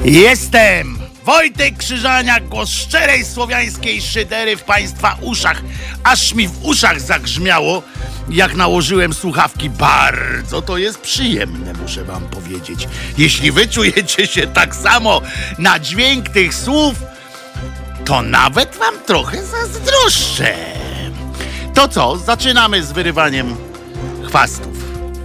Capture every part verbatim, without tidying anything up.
Jestem Wojtek Krzyżaniak, głos szczerej słowiańskiej szydery w państwa uszach. Aż mi w uszach zagrzmiało, jak nałożyłem słuchawki. Bardzo to jest przyjemne, muszę wam powiedzieć. Jeśli wy czujecie się tak samo na dźwięk tych słów, to nawet wam trochę zazdroszczę. To co, zaczynamy z wyrywaniem chwastów.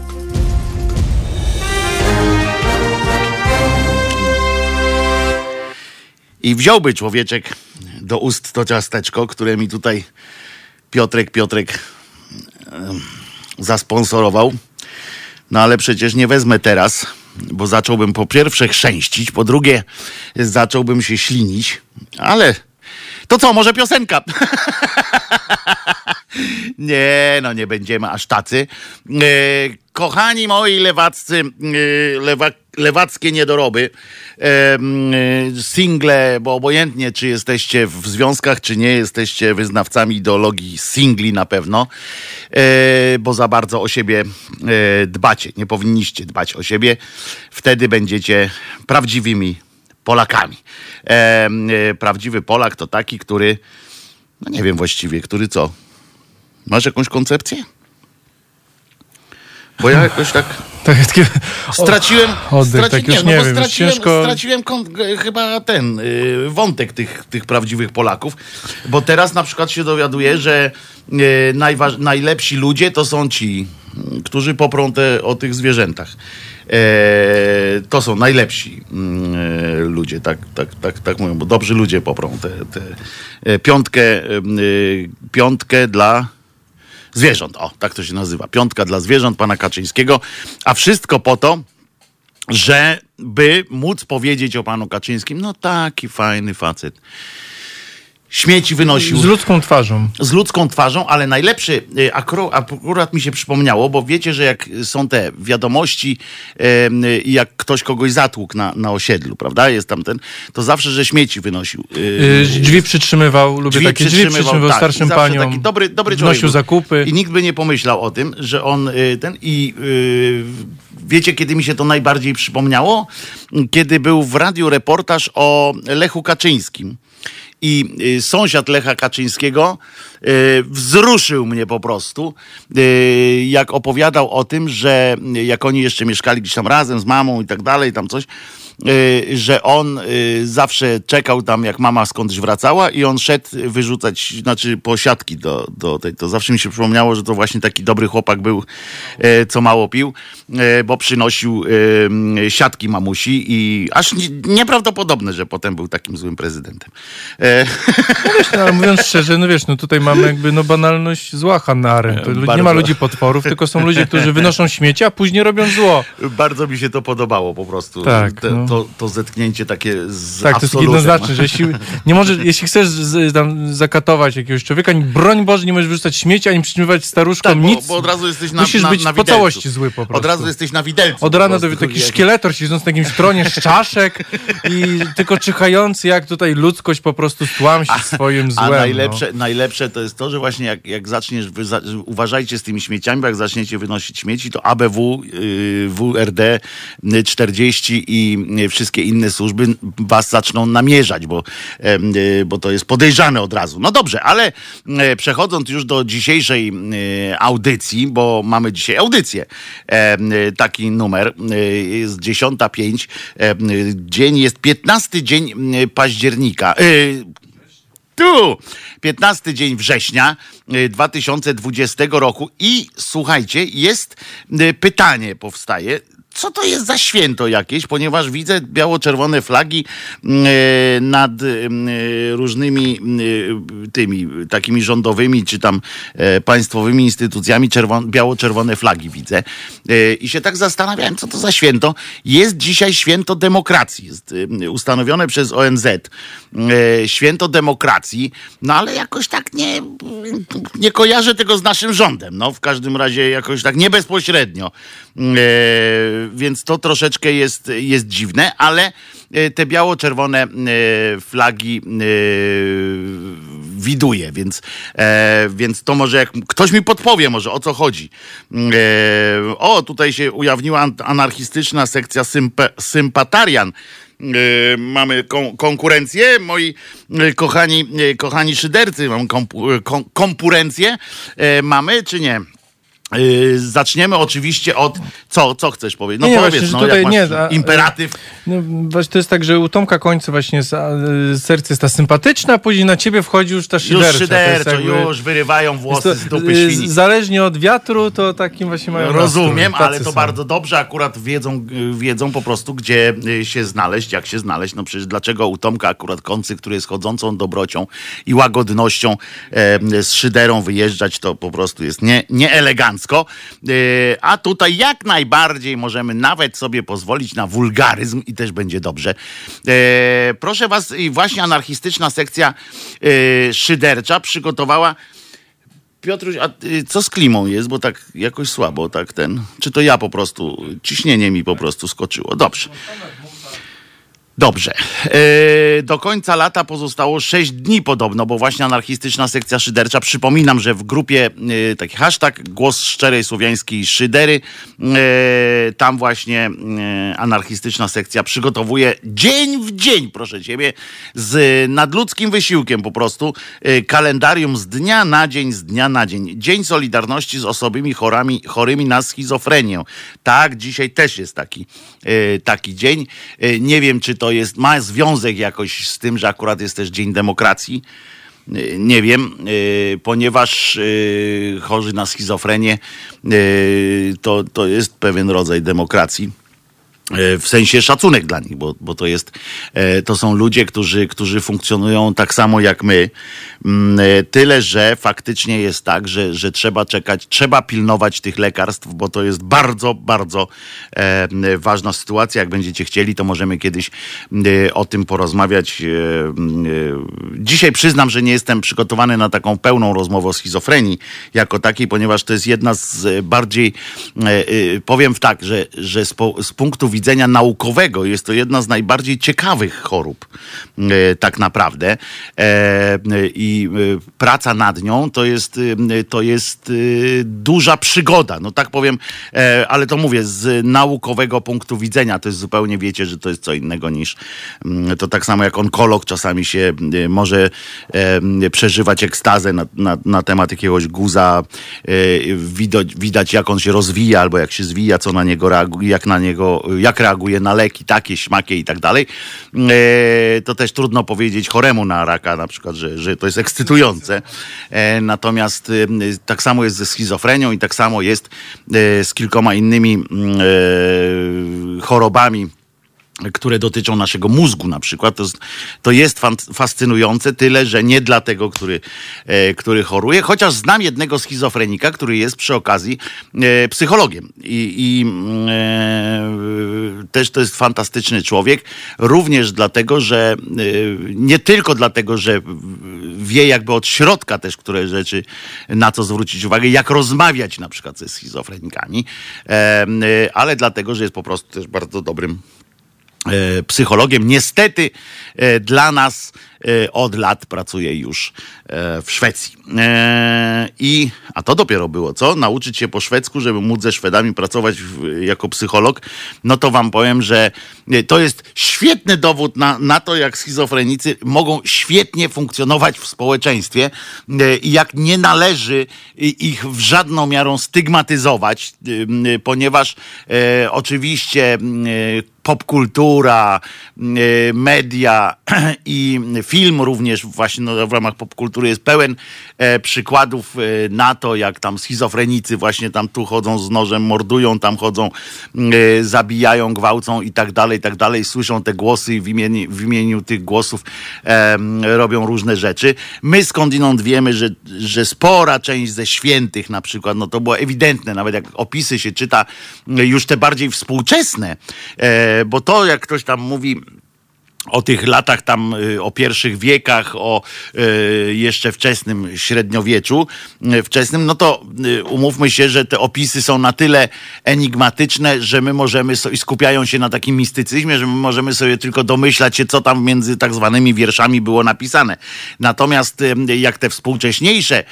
I wziąłby człowieczek do ust to ciasteczko, które mi tutaj Piotrek, Piotrek yy, zasponsorował. No ale przecież nie wezmę teraz, bo zacząłbym po pierwsze chrzęścić, po drugie zacząłbym się ślinić. Ale to co, może piosenka? Nie, no nie będziemy aż tacy. Yy, kochani moi lewaccy, yy, lewa, lewackie niedoroby, yy, single, bo obojętnie czy jesteście w związkach, czy nie, jesteście wyznawcami ideologii singli na pewno, yy, bo za bardzo o siebie yy, dbacie. Nie powinniście dbać o siebie. Wtedy będziecie prawdziwymi Polakami. E, e, prawdziwy Polak to taki, który, no nie wiem właściwie, który co? Masz jakąś koncepcję? Bo ja jakoś tak straciłem, Oddech, straci, tak już nie, no nie bo wiem, straciłem, ciężko... straciłem kon, chyba ten y, wątek tych, tych prawdziwych Polaków, bo teraz na przykład się dowiaduję, że y, najważ, najlepsi ludzie to są ci, którzy poprą te, o tych zwierzętach. E, to są najlepsi e, ludzie, tak, tak, tak, tak mówią, bo dobrzy ludzie poprą tę te, te, piątkę, e, piątkę dla zwierząt. O, tak to się nazywa. Piątka dla zwierząt pana Kaczyńskiego, a wszystko po to, żeby móc powiedzieć o panu Kaczyńskim, no taki fajny facet. Śmieci wynosił. Z ludzką twarzą. Z ludzką twarzą, ale najlepszy, akurat, akurat mi się przypomniało, bo wiecie, że jak są te wiadomości i jak ktoś kogoś zatłukł na, na osiedlu, prawda, jest tam ten, to zawsze, że śmieci wynosił. Yy, drzwi przytrzymywał, lubię drzwi takie przytrzymywał, drzwi przytrzymywał tak, starszym paniom, taki dobry, dobry człowiek wnosił zakupy. I nikt by nie pomyślał o tym, że on ten i yy, wiecie, kiedy mi się to najbardziej przypomniało? Kiedy był w radiu reportaż o Lechu Kaczyńskim. I y, sąsiad Lecha Kaczyńskiego y, wzruszył mnie po prostu, y, jak opowiadał o tym, że y, jak oni jeszcze mieszkali gdzieś tam razem z mamą i tak dalej, tam coś, y, że on y, zawsze czekał tam, jak mama skądś wracała i on szedł wyrzucać, znaczy po siatki do, do tej. To zawsze mi się przypomniało, że to właśnie taki dobry chłopak był, y, co mało pił, y, bo przynosił y, siatki mamusi i aż nie, nieprawdopodobne, że potem był takim złym prezydentem. No wiesz, no, ale mówiąc szczerze, no wiesz, no tutaj mamy jakby no banalność zła Hannah Arendt. To Bardzo. Nie ma ludzi potworów, tylko są ludzie, którzy wynoszą śmieci, a później robią zło. Bardzo mi się to podobało po prostu. Tak, Te, no. to, to zetknięcie takie z Tak, to jest absolutem. jednoznaczne, że jeśli, nie możesz, jeśli chcesz z, tam zakatować jakiegoś człowieka, broń Boże, nie możesz wyrzucać śmieci, ani przytrzymywać staruszkom Tak, bo, nic. bo od razu jesteś na, Musisz na, być na po widelcu. całości zły po prostu. Od razu jesteś na widelcu. Od rana do prostu, taki jak... szkieletor siedząc na jakimś tronie z czaszek i tylko czyhający, jak tutaj ludzkość po prostu stłamsi swoim złem. A najlepsze, no. najlepsze to jest to, że właśnie jak, jak zaczniesz, wy, za, uważajcie z tymi śmieciami, bo jak zaczniecie wynosić śmieci, to A B W, yy, W R D czterdzieści i yy, wszystkie inne służby was zaczną namierzać, bo, yy, bo to jest podejrzane od razu. No dobrze, ale yy, przechodząc już do dzisiejszej yy, audycji, bo mamy dzisiaj audycję, yy, taki numer, yy, jest dziesiąta pięć, yy, dzień jest piętnasty dzień yy, października, yy, Tu, piętnasty dzień września dwa tysiące dwudziestego roku i słuchajcie, jest pytanie powstaje, co to jest za święto jakieś, ponieważ widzę biało-czerwone flagi nad różnymi tymi takimi rządowymi czy tam państwowymi instytucjami, czerwon- biało-czerwone flagi widzę i się tak zastanawiałem, co to za święto. Jest dzisiaj święto demokracji, jest ustanowione przez O N Z święto demokracji, no ale jakoś tak nie, nie kojarzę tego z naszym rządem, no w każdym razie jakoś tak nie bezpośrednio. Więc to troszeczkę jest, jest dziwne, ale te biało-czerwone flagi widuję, więc, więc to może jak ktoś mi podpowie może o co chodzi. O, tutaj się ujawniła anarchistyczna sekcja sympa- sympatarian. y, mamy kon- konkurencję, moi y, kochani, y, kochani szydercy, mam kompu- kon- konkurencję, y, mamy czy nie? Yy, zaczniemy oczywiście od... Co, co chcesz powiedzieć? No nie, powiedz, właśnie, że no, tutaj jak masz nie, a- imperatyw. No właśnie to jest tak, że u Tomka Końca właśnie jest, a, y, serce jest ta sympatyczna, a później na ciebie wchodzi już ta szydercza. Już szyderczo, To jest jakby- już wyrywają włosy jest z to, dupy y, świni. Zależnie od wiatru, to takim właśnie mają Rozumiem, nastrój. ale Tacy to są. bardzo dobrze, akurat wiedzą, wiedzą po prostu, gdzie się znaleźć, jak się znaleźć. No przecież dlaczego u Tomka akurat Koncy, który jest chodzącą dobrocią i łagodnością e, z szyderą wyjeżdżać, to po prostu jest nie, nieelegancko. E, a tutaj jak najbardziej możemy nawet sobie pozwolić na wulgaryzm i też będzie dobrze. E, proszę was, i właśnie anarchistyczna sekcja e, szydercza przygotowała. Piotruś, a y, co z klimą jest? Bo tak jakoś słabo, tak ten. Czy to ja po prostu, ciśnienie mi po prostu skoczyło. Dobrze. Dobrze. E, do końca lata pozostało sześć dni podobno, bo właśnie anarchistyczna sekcja szydercza. Przypominam, że w grupie e, taki hashtag Głos Szczerej Słowiańskiej Szydery, e, tam właśnie e, anarchistyczna sekcja przygotowuje dzień w dzień, proszę ciebie, z nadludzkim wysiłkiem po prostu e, kalendarium z dnia na dzień, z dnia na dzień. Dzień Solidarności z osobami chorami, chorymi na schizofrenię. Tak, dzisiaj też jest taki, e, taki dzień. E, nie wiem, czy to jest, ma związek jakoś z tym, że akurat jest też Dzień Demokracji. Nie wiem, ponieważ chorzy na schizofrenię to, to jest pewien rodzaj demokracji. W sensie szacunek dla nich, bo, bo to jest, to są ludzie, którzy, którzy funkcjonują tak samo jak my. Tyle, że faktycznie jest tak, że, że trzeba czekać, trzeba pilnować tych lekarstw, bo to jest bardzo, bardzo e, ważna sytuacja. Jak będziecie chcieli, to możemy kiedyś e, o tym porozmawiać. E, e, dzisiaj przyznam, że nie jestem przygotowany na taką pełną rozmowę o schizofrenii jako takiej, ponieważ to jest jedna z bardziej, e, e, powiem tak, że, że z, po, z punktu widzenia widzenia naukowego jest to jedna z najbardziej ciekawych chorób e, tak naprawdę e, i e, praca nad nią to jest, e, to jest e, duża przygoda, no tak powiem, e, ale to mówię z naukowego punktu widzenia, to jest zupełnie, wiecie, że to jest co innego niż m, to tak samo jak onkolog czasami się e, może e, przeżywać ekstazę na, na, na temat jakiegoś guza, e, widać, widać jak on się rozwija albo jak się zwija, co na niego reaguje, jak na niego jak reaguje na leki, takie, śmakie i tak dalej, e, to też trudno powiedzieć choremu na raka na przykład, że, że to jest ekscytujące. E, natomiast e, tak samo jest ze schizofrenią i tak samo jest e, z kilkoma innymi e, chorobami, które dotyczą naszego mózgu na przykład. To jest, to jest fan, fascynujące, tyle, że nie dla tego, który, e, który choruje. Chociaż znam jednego schizofrenika, który jest przy okazji e, psychologiem. I, i e, też to jest fantastyczny człowiek. Również dlatego, że e, nie tylko dlatego, że wie jakby od środka też, które rzeczy, na co zwrócić uwagę, jak rozmawiać na przykład ze schizofrenikami, e, e, ale dlatego, że jest po prostu też bardzo dobrym psychologiem. Niestety dla nas od lat pracuje już w Szwecji. I, a to dopiero było, co? Nauczyć się po szwedzku, żeby móc ze Szwedami pracować w, jako psycholog. No to wam powiem, że to jest świetny dowód na, na to, jak schizofrenicy mogą świetnie funkcjonować w społeczeństwie i jak nie należy ich w żadną miarą stygmatyzować, ponieważ e, oczywiście e, popkultura, media i film również właśnie no, w ramach popkultury jest pełen e, przykładów e, na to, jak tam schizofrenicy właśnie tam tu chodzą z nożem, mordują, tam chodzą, e, zabijają, gwałcą i tak dalej, i tak dalej. Słyszą te głosy i w imieniu, w imieniu tych głosów e, robią różne rzeczy. My skądinąd wiemy, że, że spora część ze świętych na przykład, no to było ewidentne, nawet jak opisy się czyta, już te bardziej współczesne, e, bo to jak ktoś tam mówi o tych latach tam, o pierwszych wiekach, o y, jeszcze wczesnym średniowieczu, y, wczesnym, no to y, umówmy się, że te opisy są na tyle enigmatyczne, że my możemy so, i skupiają się na takim mistycyzmie, że my możemy sobie tylko domyślać się, co tam między tak zwanymi wierszami było napisane. Natomiast y, jak te współcześniejsze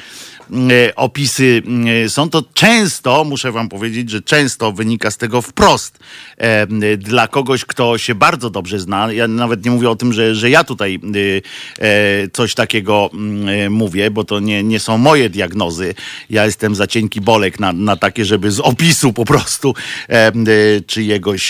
e, opisy e, są, to często, muszę wam powiedzieć, że często wynika z tego wprost. E, dla kogoś, kto się bardzo dobrze zna, ja nawet nie mówię o tym, że, że ja tutaj e, e, coś takiego e, mówię, bo to nie, nie są moje diagnozy. Ja jestem za cienki bolek na, na takie, żeby z opisu po prostu e, e, czyjegoś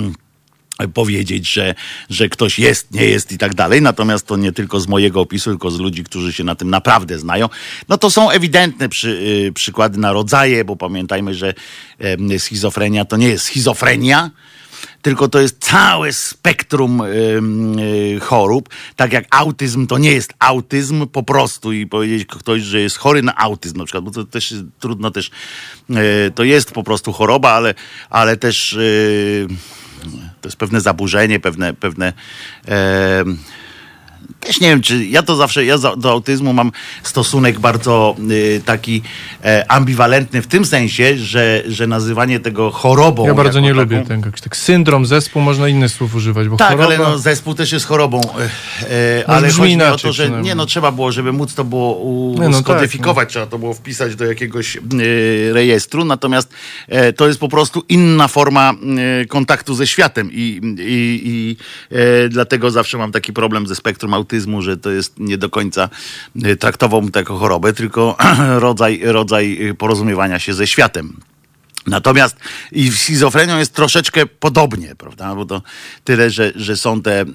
powiedzieć, że, że ktoś jest, nie jest i tak dalej. Natomiast to nie tylko z mojego opisu, tylko z ludzi, którzy się na tym naprawdę znają. No to są ewidentne przy, y, przykłady na rodzaje, bo pamiętajmy, że y, schizofrenia to nie jest schizofrenia, tylko to jest całe spektrum y, y, chorób. Tak jak autyzm to nie jest autyzm po prostu i powiedzieć ktoś, że jest chory na autyzm na przykład, bo to też jest, trudno też, y, to jest po prostu choroba, ale, ale też y, to jest pewne zaburzenie, pewne, pewne e, też nie wiem, czy ja to zawsze, ja za, do autyzmu mam stosunek bardzo y, taki e, ambiwalentny w tym sensie, że, że nazywanie tego chorobą. Ja bardzo nie taką, lubię tego. Tak syndrom, zespół, można innych słów używać, bo tak, choroba... ale no, zespół też jest chorobą. E, ale brzmi chodzi mi o inaczej to, że nie, no trzeba było, żeby móc to było u, Nie, no skodyfikować, tak, trzeba to było wpisać do jakiegoś e, rejestru, natomiast e, to jest po prostu inna forma e, kontaktu ze światem i, i, i e, dlatego zawsze mam taki problem ze spektrum autyzmu, że to jest nie do końca e, traktowałbym to jako chorobę, tylko rodzaj, rodzaj porozumiewania się ze światem. Natomiast i z schizofrenią jest troszeczkę podobnie, prawda? Bo to tyle, że, że są te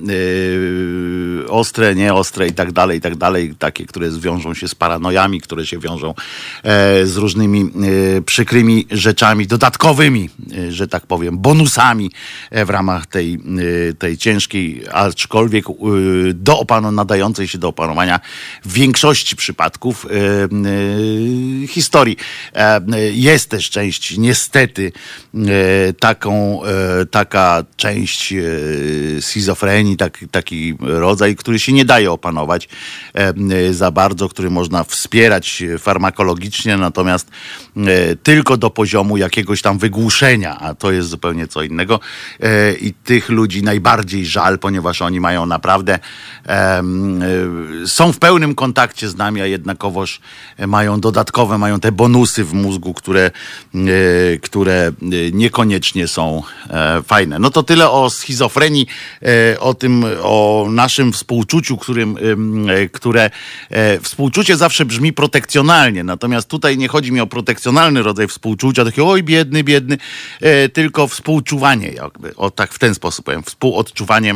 yy, ostre, nieostre i tak dalej, i tak dalej, takie, które wiążą się z paranojami, które się wiążą e, z różnymi e, przykrymi rzeczami, dodatkowymi, e, że tak powiem, bonusami e, w ramach tej, e, tej ciężkiej, aczkolwiek e, do opano, nadającej się do opanowania w większości przypadków e, e, historii. E, jest też część, niestety, Niestety e, taką, e, taka część e, schizofrenii, tak, taki rodzaj, który się nie daje opanować e, za bardzo, który można wspierać farmakologicznie, natomiast e, tylko do poziomu jakiegoś tam wygłuszenia, a to jest zupełnie co innego. E, I tych ludzi najbardziej żal, ponieważ oni mają naprawdę, e, e, są w pełnym kontakcie z nami, a jednakowoż mają dodatkowe, mają te bonusy w mózgu, które e, które niekoniecznie są e, fajne. No to tyle o schizofrenii, e, o tym, o naszym współczuciu, którym, e, które e, współczucie zawsze brzmi protekcjonalnie, natomiast tutaj nie chodzi mi o protekcjonalny rodzaj współczucia, takie oj biedny, biedny, e, tylko współczuwanie, jakby, o tak w ten sposób powiem, współodczuwanie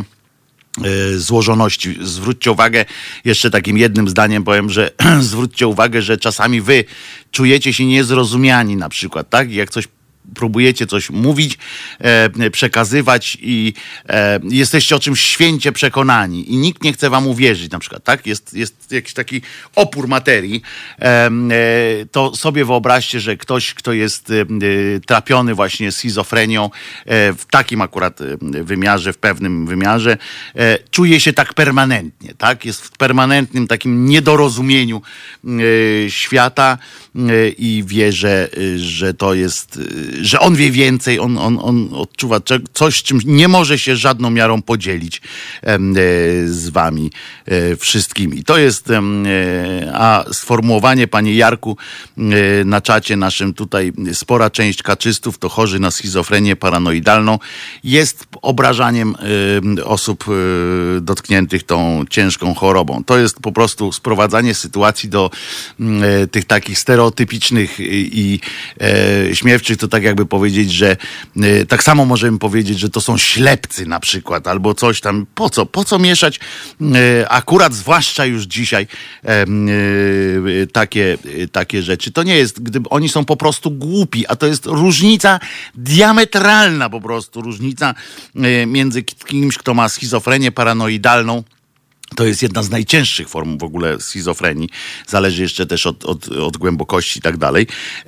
złożoności. Zwróćcie uwagę, jeszcze takim jednym zdaniem powiem, że zwróćcie uwagę, że czasami wy czujecie się niezrozumiani na przykład, tak? Jak coś próbujecie coś mówić, e, przekazywać i e, jesteście o czymś święcie przekonani i nikt nie chce wam uwierzyć na przykład, tak? Jest, jest jakiś taki opór materii, e, e, to sobie wyobraźcie, że ktoś, kto jest e, trapiony właśnie schizofrenią e, w takim akurat wymiarze, w pewnym wymiarze, e, czuje się tak permanentnie, tak? Jest w permanentnym takim niedorozumieniu e, świata e, i wie, że, że to jest że on wie więcej, on, on, on odczuwa coś, czym nie może się żadną miarą podzielić e, z wami e, wszystkimi. To jest, e, a sformułowanie, panie Jarku, e, na czacie naszym tutaj, spora część kaczystów to chorzy na schizofrenię paranoidalną, jest obrażaniem e, osób e, dotkniętych tą ciężką chorobą. To jest po prostu sprowadzanie sytuacji do e, tych takich stereotypicznych i, i e, śmiewczych, to tak jakby powiedzieć, że y, tak samo możemy powiedzieć, że to są ślepcy na przykład, albo coś tam. Po co? Po co mieszać y, akurat, zwłaszcza już dzisiaj y, y, takie, y, takie rzeczy. To nie jest, gdyby oni są po prostu głupi, a to jest różnica diametralna po prostu, różnica y, między kimś, kto ma schizofrenię paranoidalną. To jest jedna z najcięższych form w ogóle schizofrenii. Zależy jeszcze też od, od, od głębokości i tak dalej.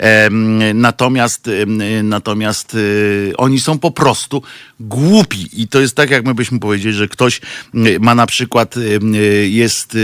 Natomiast, natomiast y, oni są po prostu głupi. I to jest tak, jak my byśmy powiedzieli, że ktoś ma na przykład, jest,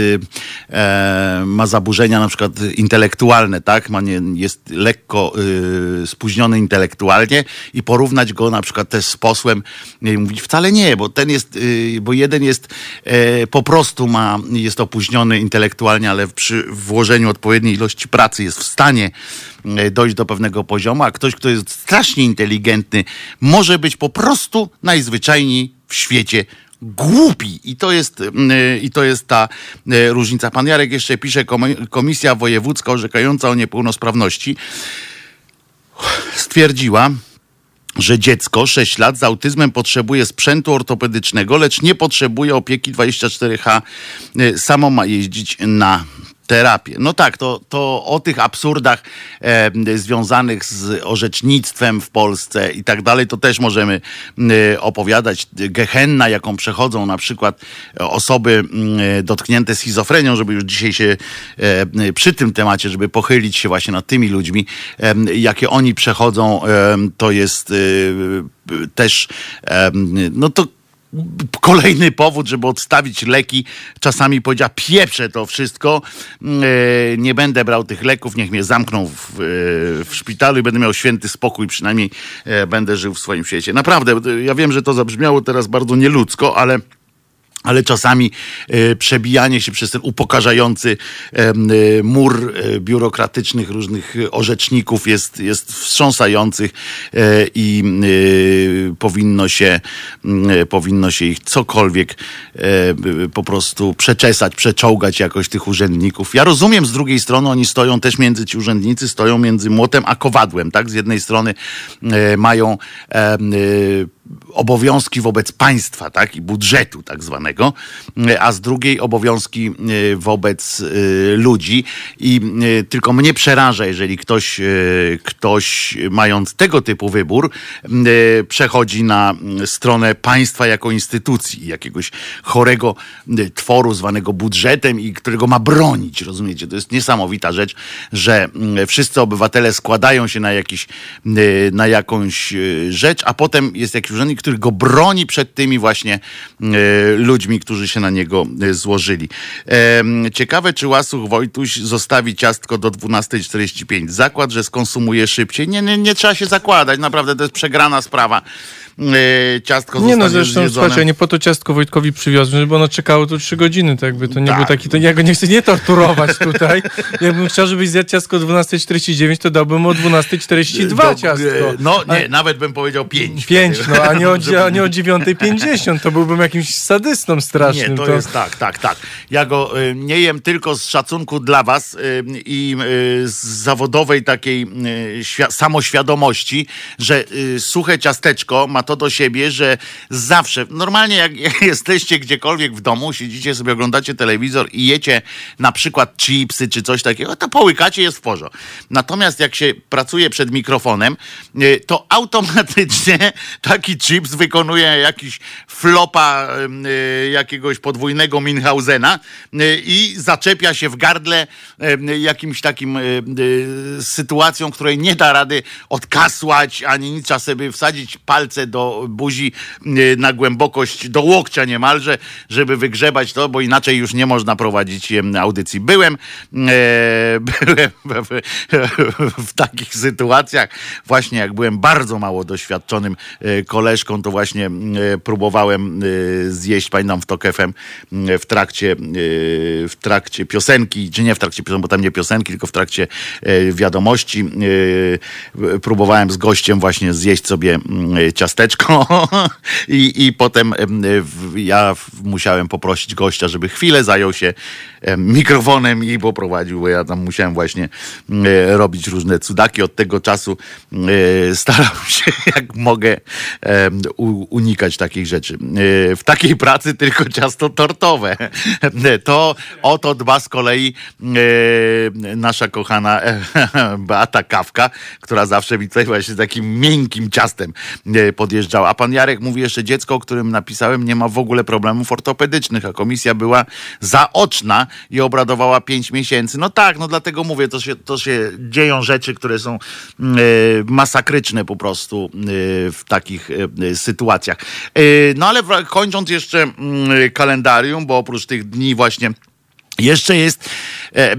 ma zaburzenia na przykład intelektualne, tak? Ma nie, jest lekko y, spóźniony intelektualnie i porównać go na przykład też z posłem i mówić wcale nie, bo ten jest, y, bo jeden jest y, po prostu prostu ma, jest opóźniony intelektualnie, ale przy włożeniu odpowiedniej ilości pracy jest w stanie dojść do pewnego poziomu, a ktoś, kto jest strasznie inteligentny, może być po prostu najzwyczajniej w świecie głupi. I to jest, i to jest ta różnica. Pan Jarek jeszcze pisze, Komisja Wojewódzka orzekająca o niepełnosprawności stwierdziła, że dziecko sześć lat z autyzmem potrzebuje sprzętu ortopedycznego, lecz nie potrzebuje opieki dwadzieścia cztery H. Samo ma jeździć na terapię. No tak, to, to o tych absurdach e, związanych z orzecznictwem w Polsce i tak dalej, to też możemy e, opowiadać. Gehenna, jaką przechodzą na przykład osoby e, dotknięte schizofrenią, żeby już dzisiaj się e, przy tym temacie, żeby pochylić się właśnie nad tymi ludźmi, e, jakie oni przechodzą, e, to jest e, też, e, no to kolejny powód, żeby odstawić leki. Czasami powiedziała, pieprzę to wszystko, nie będę brał tych leków, niech mnie zamkną w, w szpitalu i będę miał święty spokój, przynajmniej będę żył w swoim świecie. Naprawdę, ja wiem, że to zabrzmiało teraz bardzo nieludzko, ale ale czasami e, przebijanie się przez ten upokarzający e, mur e, biurokratycznych różnych orzeczników jest, jest wstrząsających e, i e, powinno się, e, powinno się ich cokolwiek e, po prostu przeczesać, przeczołgać jakoś tych urzędników. Ja rozumiem, z drugiej strony oni stoją też między, ci urzędnicy stoją między młotem a kowadłem, tak? Z jednej strony e, mają e, e, obowiązki wobec państwa, tak, i budżetu tak zwanego, a z drugiej obowiązki wobec ludzi i tylko mnie przeraża, jeżeli ktoś, ktoś mając tego typu wybór, przechodzi na stronę państwa jako instytucji, jakiegoś chorego tworu zwanego budżetem i którego ma bronić, rozumiecie? To jest niesamowita rzecz, że wszyscy obywatele składają się na jakiś, na jakąś rzecz, a potem jest jakiś urzędnik, który go broni przed tymi właśnie e, ludźmi, którzy się na niego e, złożyli. E, ciekawe, czy Łasuch Wojtuś zostawi ciastko do dwunastej czterdzieści pięć. Zakład, że skonsumuje szybciej. Nie, nie, nie trzeba się zakładać. Naprawdę to jest przegrana sprawa. E, ciastko nie no, zostanie zresztą zjedzone. słuchajcie, ja nie po to ciastko Wojtkowi przywiozłem, żeby ono czekało tu trzy godziny, tak jakby to nie Tak. był taki, to ja go nie chcę nie torturować tutaj. Jakbym chciał, żebyś zjadł ciastko o dwunastej czterdzieści dziewięć, to dałbym o dwunastej czterdzieści dwa Do- ciastko. No nie, A- nawet bym powiedział pięć. Pięć, no, a nie o, a nie o dziewiątej pięćdziesiąt, to byłbym jakimś sadystą strasznym. Nie, to, to jest tak, tak, tak. Ja go y, nie jem tylko z szacunku dla was y, i y, z zawodowej takiej y, świ- samoświadomości, że y, suche ciasteczko ma to do siebie, że zawsze, normalnie jak, jak jesteście gdziekolwiek w domu, siedzicie sobie, oglądacie telewizor i jecie na przykład chipsy czy coś takiego, to połykacie, jest w porządku. Natomiast jak się pracuje przed mikrofonem, y, to automatycznie taki chips wykonuje jakiś flopa y, jakiegoś podwójnego Minhausena y, i zaczepia się w gardle y, jakimś takim y, y, sytuacją, której nie da rady odkasłać, ani nic, trzeba sobie wsadzić palce do buzi y, na głębokość do łokcia niemalże, żeby wygrzebać to, bo inaczej już nie można prowadzić y, audycji. Byłem, y, byłem w, w takich sytuacjach, właśnie jak byłem bardzo mało doświadczonym y, koleżką, to właśnie y, próbowałem y, zjeść, pamiętam w Tok F M y, w trakcie y, w trakcie piosenki, czy nie w trakcie piosenki, bo tam nie piosenki, tylko w trakcie y, wiadomości y, próbowałem z gościem właśnie zjeść sobie y, ciasteczko i, i potem y, w, ja w, musiałem poprosić gościa, żeby chwilę zajął się y, mikrofonem i poprowadził, bo ja tam musiałem właśnie y, robić różne cudaki. Od tego czasu y, staram się jak mogę y, u, unikać takich rzeczy. Y, w takiej pracy tylko ciasto tortowe. To o to dba z kolei y, nasza kochana Beata Kawka, która zawsze mi tutaj właśnie z takim miękkim ciastem y, podjeżdżała. A pan Jarek mówi jeszcze, dziecko, o którym napisałem, nie ma w ogóle problemów ortopedycznych, a komisja była zaoczna i obradowała pięć miesięcy. No tak, no dlatego mówię, to się, to się dzieją rzeczy, które są y, masakryczne po prostu y, w takich y, sytuacjach. Y, no ale w, kończąc jeszcze y, kalendarium, bo oprócz tych dni właśnie jeszcze jest... E, e,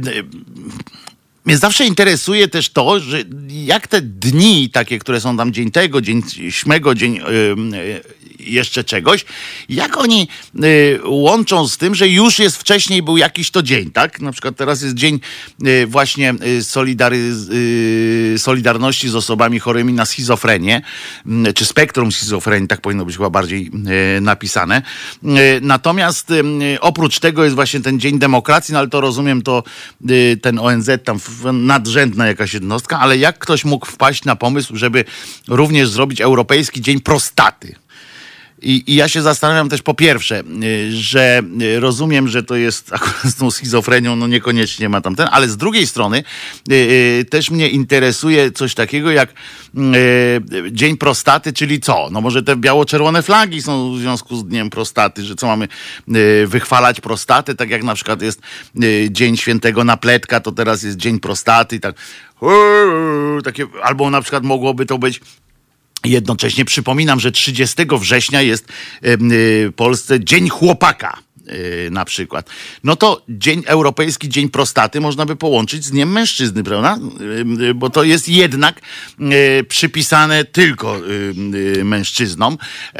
Mnie zawsze interesuje też to, że jak te dni takie, które są tam dzień tego, dzień śmego, dzień yy, jeszcze czegoś. Jak oni y, łączą z tym, że już jest wcześniej był jakiś to dzień, tak? Na przykład teraz jest dzień y, właśnie y, solidary, y, solidarności z osobami chorymi na schizofrenię, y, czy spektrum schizofrenii, tak powinno być chyba bardziej y, napisane. Y, natomiast y, oprócz tego jest właśnie ten Dzień Demokracji, no ale to rozumiem, to y, ten O N Z tam w, nadrzędna jakaś jednostka, ale jak ktoś mógł wpaść na pomysł, żeby również zrobić Europejski Dzień Prostaty? I, I ja się zastanawiam też po pierwsze, że rozumiem, że to jest akurat z tą schizofrenią, no niekoniecznie ma tam ten, ale z drugiej strony yy, też mnie interesuje coś takiego jak yy, Dzień Prostaty, czyli co? No może te biało-czerwone flagi są w związku z Dniem Prostaty, że co mamy yy, wychwalać prostatę, tak jak na przykład jest yy, Dzień Świętego Napletka, to teraz jest Dzień Prostaty i tak yy, takie, albo na przykład mogłoby to być. Jednocześnie przypominam, że trzydziestego września jest w Polsce Dzień Chłopaka na przykład. No to dzień Europejski Dzień Prostaty można by połączyć z Dniem Mężczyzny, prawda? Bo to jest jednak przypisane tylko mężczyznom,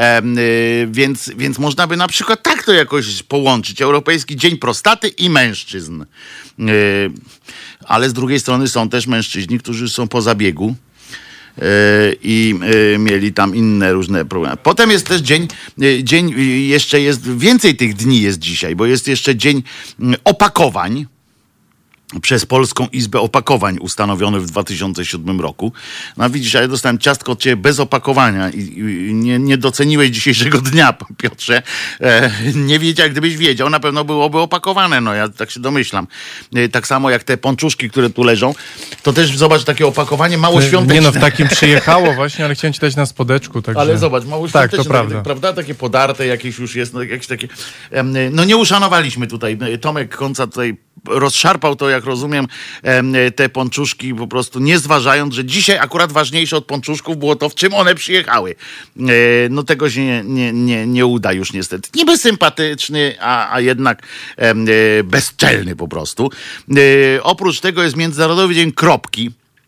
więc, więc można by na przykład tak to jakoś połączyć. Europejski Dzień Prostaty i mężczyzn. Ale z drugiej strony są też mężczyźni, którzy są po zabiegu i mieli tam inne różne problemy. Potem jest też dzień, dzień, jeszcze jest, więcej tych dni jest dzisiaj, bo jest jeszcze Dzień Opakowań, przez Polską Izbę Opakowań ustanowiony w dwa tysiące siódmym roku. No widzisz, ja dostałem ciastko od ciebie bez opakowania i, i nie, nie doceniłeś dzisiejszego dnia, Piotrze. E, nie wiedział, gdybyś wiedział, na pewno byłoby opakowane, no ja tak się domyślam. E, tak samo jak te pączuszki, które tu leżą, to też zobacz, takie opakowanie mało świąteczne. Nie no, w takim przyjechało właśnie, ale chciałem ci dać na spodeczku. Także... Ale zobacz, mało świąteczne. Tak, to prawda. Tak, prawda? Takie podarte jakieś już jest, no jakieś takie... No nie uszanowaliśmy tutaj. Tomek Konca tutaj rozszarpał to, jak rozumiem, te pączuszki, po prostu nie zważając, że dzisiaj akurat ważniejsze od pączuszków było to, w czym one przyjechały. No tego się nie, nie, nie, nie uda już niestety. Niby sympatyczny, a, a jednak bezczelny po prostu. Oprócz tego jest Międzynarodowy Dzień Kropki.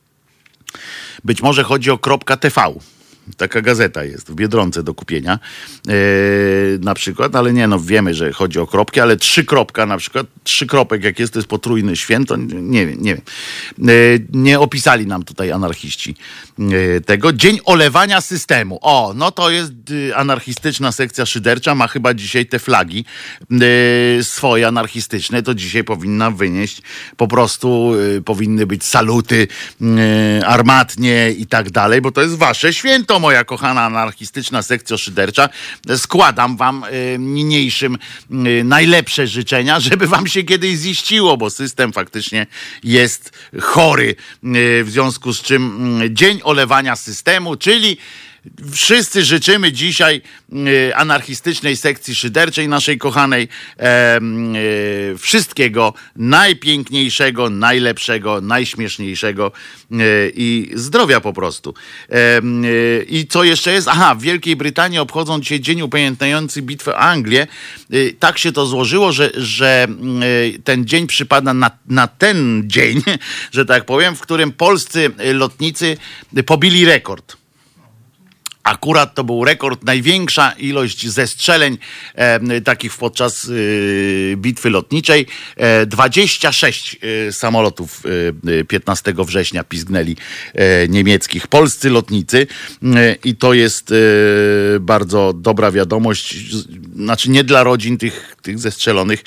Być może chodzi o Kropka T V. Taka gazeta jest w Biedronce do kupienia yy, na przykład, ale nie, no wiemy, że chodzi o kropki, ale trzy kropka na przykład, trzy kropek jak jest, to jest potrójny święto, nie wiem, nie wiem. Yy, nie opisali nam tutaj anarchiści yy, tego. Dzień Olewania Systemu. O, no to jest yy, anarchistyczna sekcja szydercza, ma chyba dzisiaj te flagi yy, swoje anarchistyczne, to dzisiaj powinna wynieść, po prostu yy, powinny być saluty yy, armatnie i tak dalej, bo to jest wasze święto, moja kochana anarchistyczna sekcja szydercza. Składam wam y, niniejszym y, najlepsze życzenia, żeby wam się kiedyś ziściło, bo system faktycznie jest chory. Y, w związku z czym y, Dzień Olewania Systemu, czyli wszyscy życzymy dzisiaj y, anarchistycznej sekcji szyderczej, naszej kochanej, e, e, wszystkiego najpiękniejszego, najlepszego, najśmieszniejszego e, i zdrowia po prostu. E, e, I co jeszcze jest? Aha, w Wielkiej Brytanii obchodzą dzisiaj dzień upamiętniający bitwę o Anglię. E, tak się to złożyło, że, że e, ten dzień przypada na, na ten dzień, że tak powiem, w którym polscy lotnicy pobili rekord. Akurat to był rekord, największa ilość zestrzeleń e, takich podczas e, bitwy lotniczej. E, dwadzieścia sześć e, samolotów e, piętnastego września pizgnęli e, niemieckich polscy lotnicy e, i to jest e, bardzo dobra wiadomość, znaczy nie dla rodzin tych, tych zestrzelonych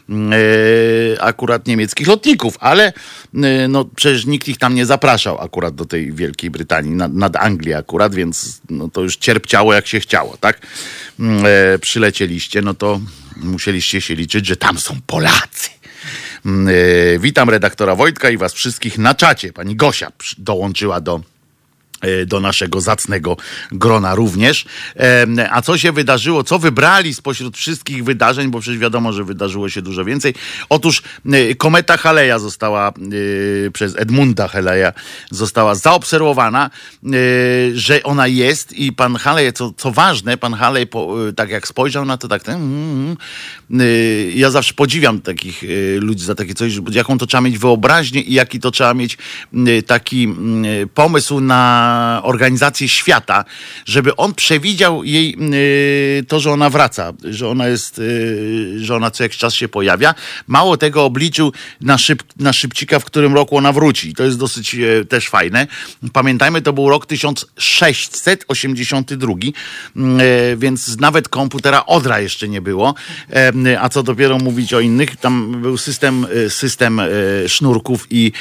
e, akurat niemieckich lotników, ale e, no przecież nikt ich tam nie zapraszał akurat do tej Wielkiej Brytanii, nad, nad Anglię akurat, więc no to już cierpciało jak się chciało, tak? E, przylecieliście, no to musieliście się liczyć, że tam są Polacy. E, witam redaktora Wojtka i was wszystkich na czacie. Pani Gosia dołączyła do do naszego zacnego grona również. A co się wydarzyło? Co wybrali spośród wszystkich wydarzeń? Bo przecież wiadomo, że wydarzyło się dużo więcej. Otóż kometa Haleja została przez Edmunda Haleja została zaobserwowana, że ona jest i pan Halej, co, co ważne, pan Halej po, tak jak spojrzał na to, tak ten, mm, mm, ja zawsze podziwiam takich ludzi za takie coś, jaką to trzeba mieć wyobraźnię i jaki to trzeba mieć taki pomysł na na Organizację Świata, żeby on przewidział jej y, to, że ona wraca, że ona jest, y, że ona co jakiś czas się pojawia. Mało tego, obliczył na, szyb, na szybcika, w którym roku ona wróci. To jest dosyć y, też fajne. Pamiętajmy, to był rok tysiąc sześćset osiemdziesiąty drugi, y, więc nawet komputera Odra jeszcze nie było. Y, a co dopiero mówić o innych. Tam był system, y, system y, sznurków i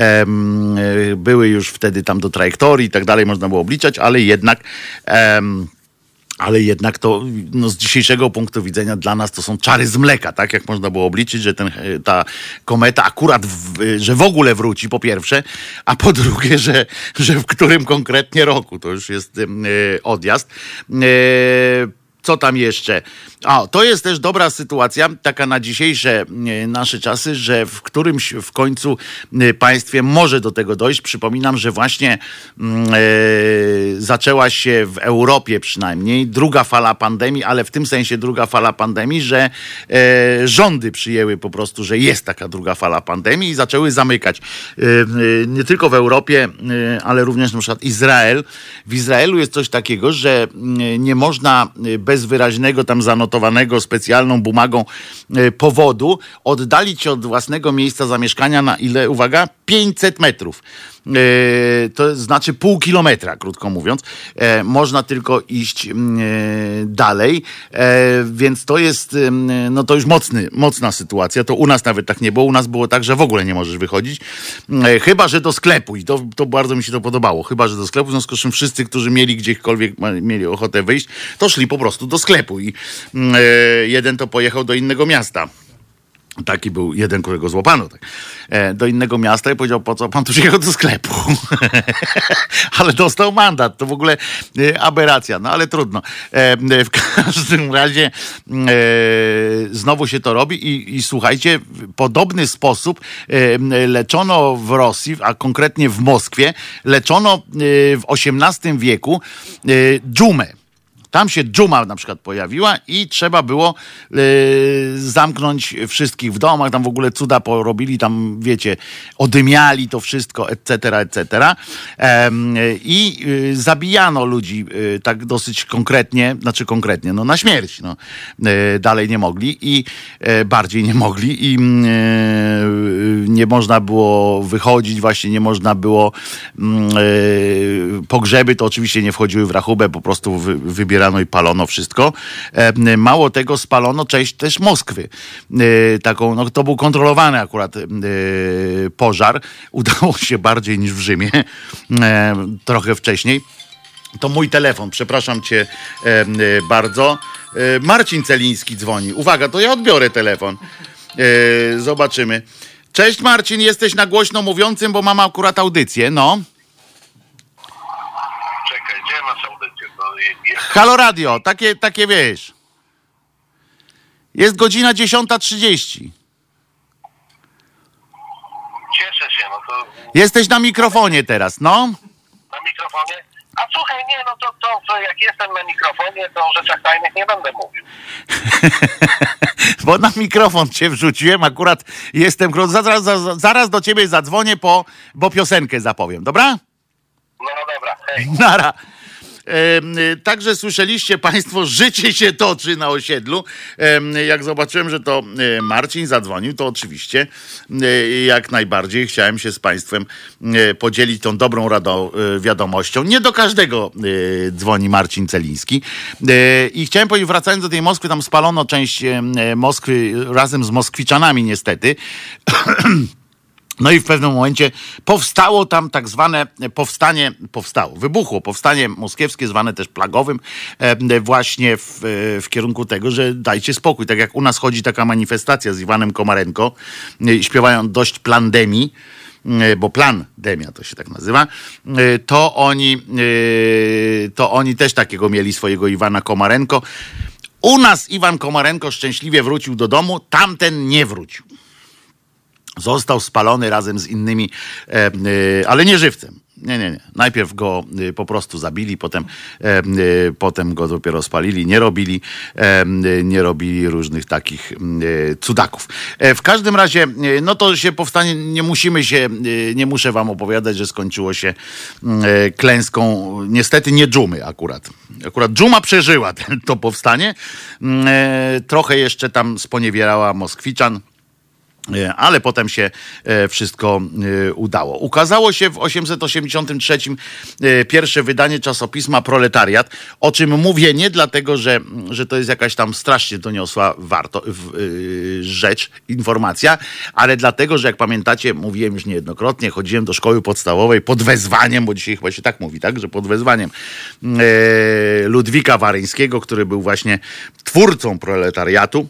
y, były już wtedy tam do trajektorii i tak dalej można było obliczać, ale jednak um, ale jednak to no, z dzisiejszego punktu widzenia dla nas to są czary z mleka, tak? Jak można było obliczyć, że ten, ta kometa akurat, w, że w ogóle wróci, po pierwsze, a po drugie, że, że w którym konkretnie roku. To już jest yy, odjazd. Yy, Co tam jeszcze? A, to jest też dobra sytuacja, taka na dzisiejsze e, nasze czasy, że w którymś w końcu e, państwie może do tego dojść. Przypominam, że właśnie mm, e, zaczęła się w Europie przynajmniej druga fala pandemii, ale w tym sensie druga fala pandemii, że e, rządy przyjęły po prostu, że jest taka druga fala pandemii i zaczęły zamykać. E, e, nie tylko w Europie, e, ale również na przykład Izrael. W Izraelu jest coś takiego, że e, nie można bez wyraźnego tam zanotowanego specjalną bumagą e, powodu oddalić się od własnego miejsca zamieszkania na ile, uwaga, pięćset metrów. E, to znaczy pół kilometra, krótko mówiąc. E, można tylko iść e, dalej, e, więc to jest e, no to już mocny, mocna sytuacja. To u nas nawet tak nie było. U nas było tak, że w ogóle nie możesz wychodzić. E, chyba, że do sklepu i to, to bardzo mi się to podobało. Chyba, że do sklepu, w związku z czym wszyscy, którzy mieli gdziekolwiek mieli ochotę wyjść, to szli po prostu do sklepu i e, jeden to pojechał do innego miasta. Taki był jeden, którego złapano, tak, e, do innego miasta i powiedział, po co pan tu jechał do sklepu? Ale dostał mandat, to w ogóle e, aberracja, no ale trudno. E, w każdym razie e, znowu się to robi i, i słuchajcie, w podobny sposób e, leczono w Rosji, a konkretnie w Moskwie, leczono e, w osiemnastym wieku e, dżumę. Tam się dżuma na przykład pojawiła i trzeba było yy, zamknąć wszystkich w domach, tam w ogóle cuda porobili, tam wiecie, odymiali to wszystko, et cetera, et cetera. Ehm, I yy, zabijano ludzi yy, tak dosyć konkretnie, znaczy konkretnie, no na śmierć, no. Yy, dalej nie mogli i yy, bardziej nie mogli i yy, nie można było wychodzić, właśnie nie można było yy, pogrzeby, to oczywiście nie wchodziły w rachubę, po prostu wy, wybierano i palono wszystko. E, mało tego, spalono część też Moskwy. E, taką, no to był kontrolowany akurat e, pożar. Udało się bardziej niż w Rzymie. E, trochę wcześniej. To mój telefon, przepraszam cię e, e, bardzo. E, Marcin Celiński dzwoni. Uwaga, to ja odbiorę telefon. E, zobaczymy. Cześć Marcin, jesteś na głośno mówiącym, bo mam akurat audycję, no. Czekaj, gdzie masz audycję? To jest... Halo Radio, takie, takie wiesz. Jest godzina dziesiąta trzydzieści. Cieszę się, no to... Jesteś na mikrofonie teraz, no. Na mikrofonie? A słuchaj, nie, no to, to, to jak jestem na mikrofonie, to o rzeczach tajnych nie będę mówił. Bo na mikrofon cię wrzuciłem, akurat jestem... Zaraz, zaraz, zaraz do ciebie zadzwonię, po, bo piosenkę zapowiem, dobra? No dobra, hej. Nara. E, także słyszeliście państwo, życie się toczy na osiedlu. E, jak zobaczyłem, że to e, Marcin zadzwonił, to oczywiście e, jak najbardziej chciałem się z państwem e, podzielić tą dobrą rado, e, wiadomością. Nie do każdego e, dzwoni Marcin Celiński. E, I chciałem powiedzieć, wracając do tej Moskwy, tam spalono część e, Moskwy razem z Moskwiczanami niestety. No i w pewnym momencie powstało tam tak zwane powstanie, powstało, wybuchło powstanie moskiewskie, zwane też plagowym, e, właśnie w, w kierunku tego, że dajcie spokój. Tak jak u nas chodzi taka manifestacja z Iwanem Komarenko, e, śpiewają dość plandemii, e, bo plandemia to się tak nazywa, e, to oni, e, to oni też takiego mieli swojego Iwana Komarenko. U nas Iwan Komarenko szczęśliwie wrócił do domu, tamten nie wrócił. Został spalony razem z innymi, e, e, ale nie żywcem. Nie, nie, nie. Najpierw go y, po prostu zabili, potem, e, y, potem go dopiero spalili, nie robili, e, y, nie robili różnych takich y, cudaków. E, w każdym razie, y, no to się powstanie, nie musimy się, y, nie muszę wam opowiadać, że skończyło się y, klęską, niestety nie dżumy akurat. Akurat dżuma przeżyła ten, to powstanie. Y, trochę jeszcze tam sponiewierała Moskwiczan, ale potem się wszystko udało. Ukazało się w osiemset osiemdziesiątym trzecim pierwsze wydanie czasopisma Proletariat, o czym mówię nie dlatego, że, że to jest jakaś tam strasznie doniosła warto, rzecz, informacja, ale dlatego, że jak pamiętacie, mówiłem już niejednokrotnie, chodziłem do szkoły podstawowej pod wezwaniem, bo dzisiaj chyba się tak mówi, tak, że pod wezwaniem Ludwika Waryńskiego, który był właśnie twórcą Proletariatu,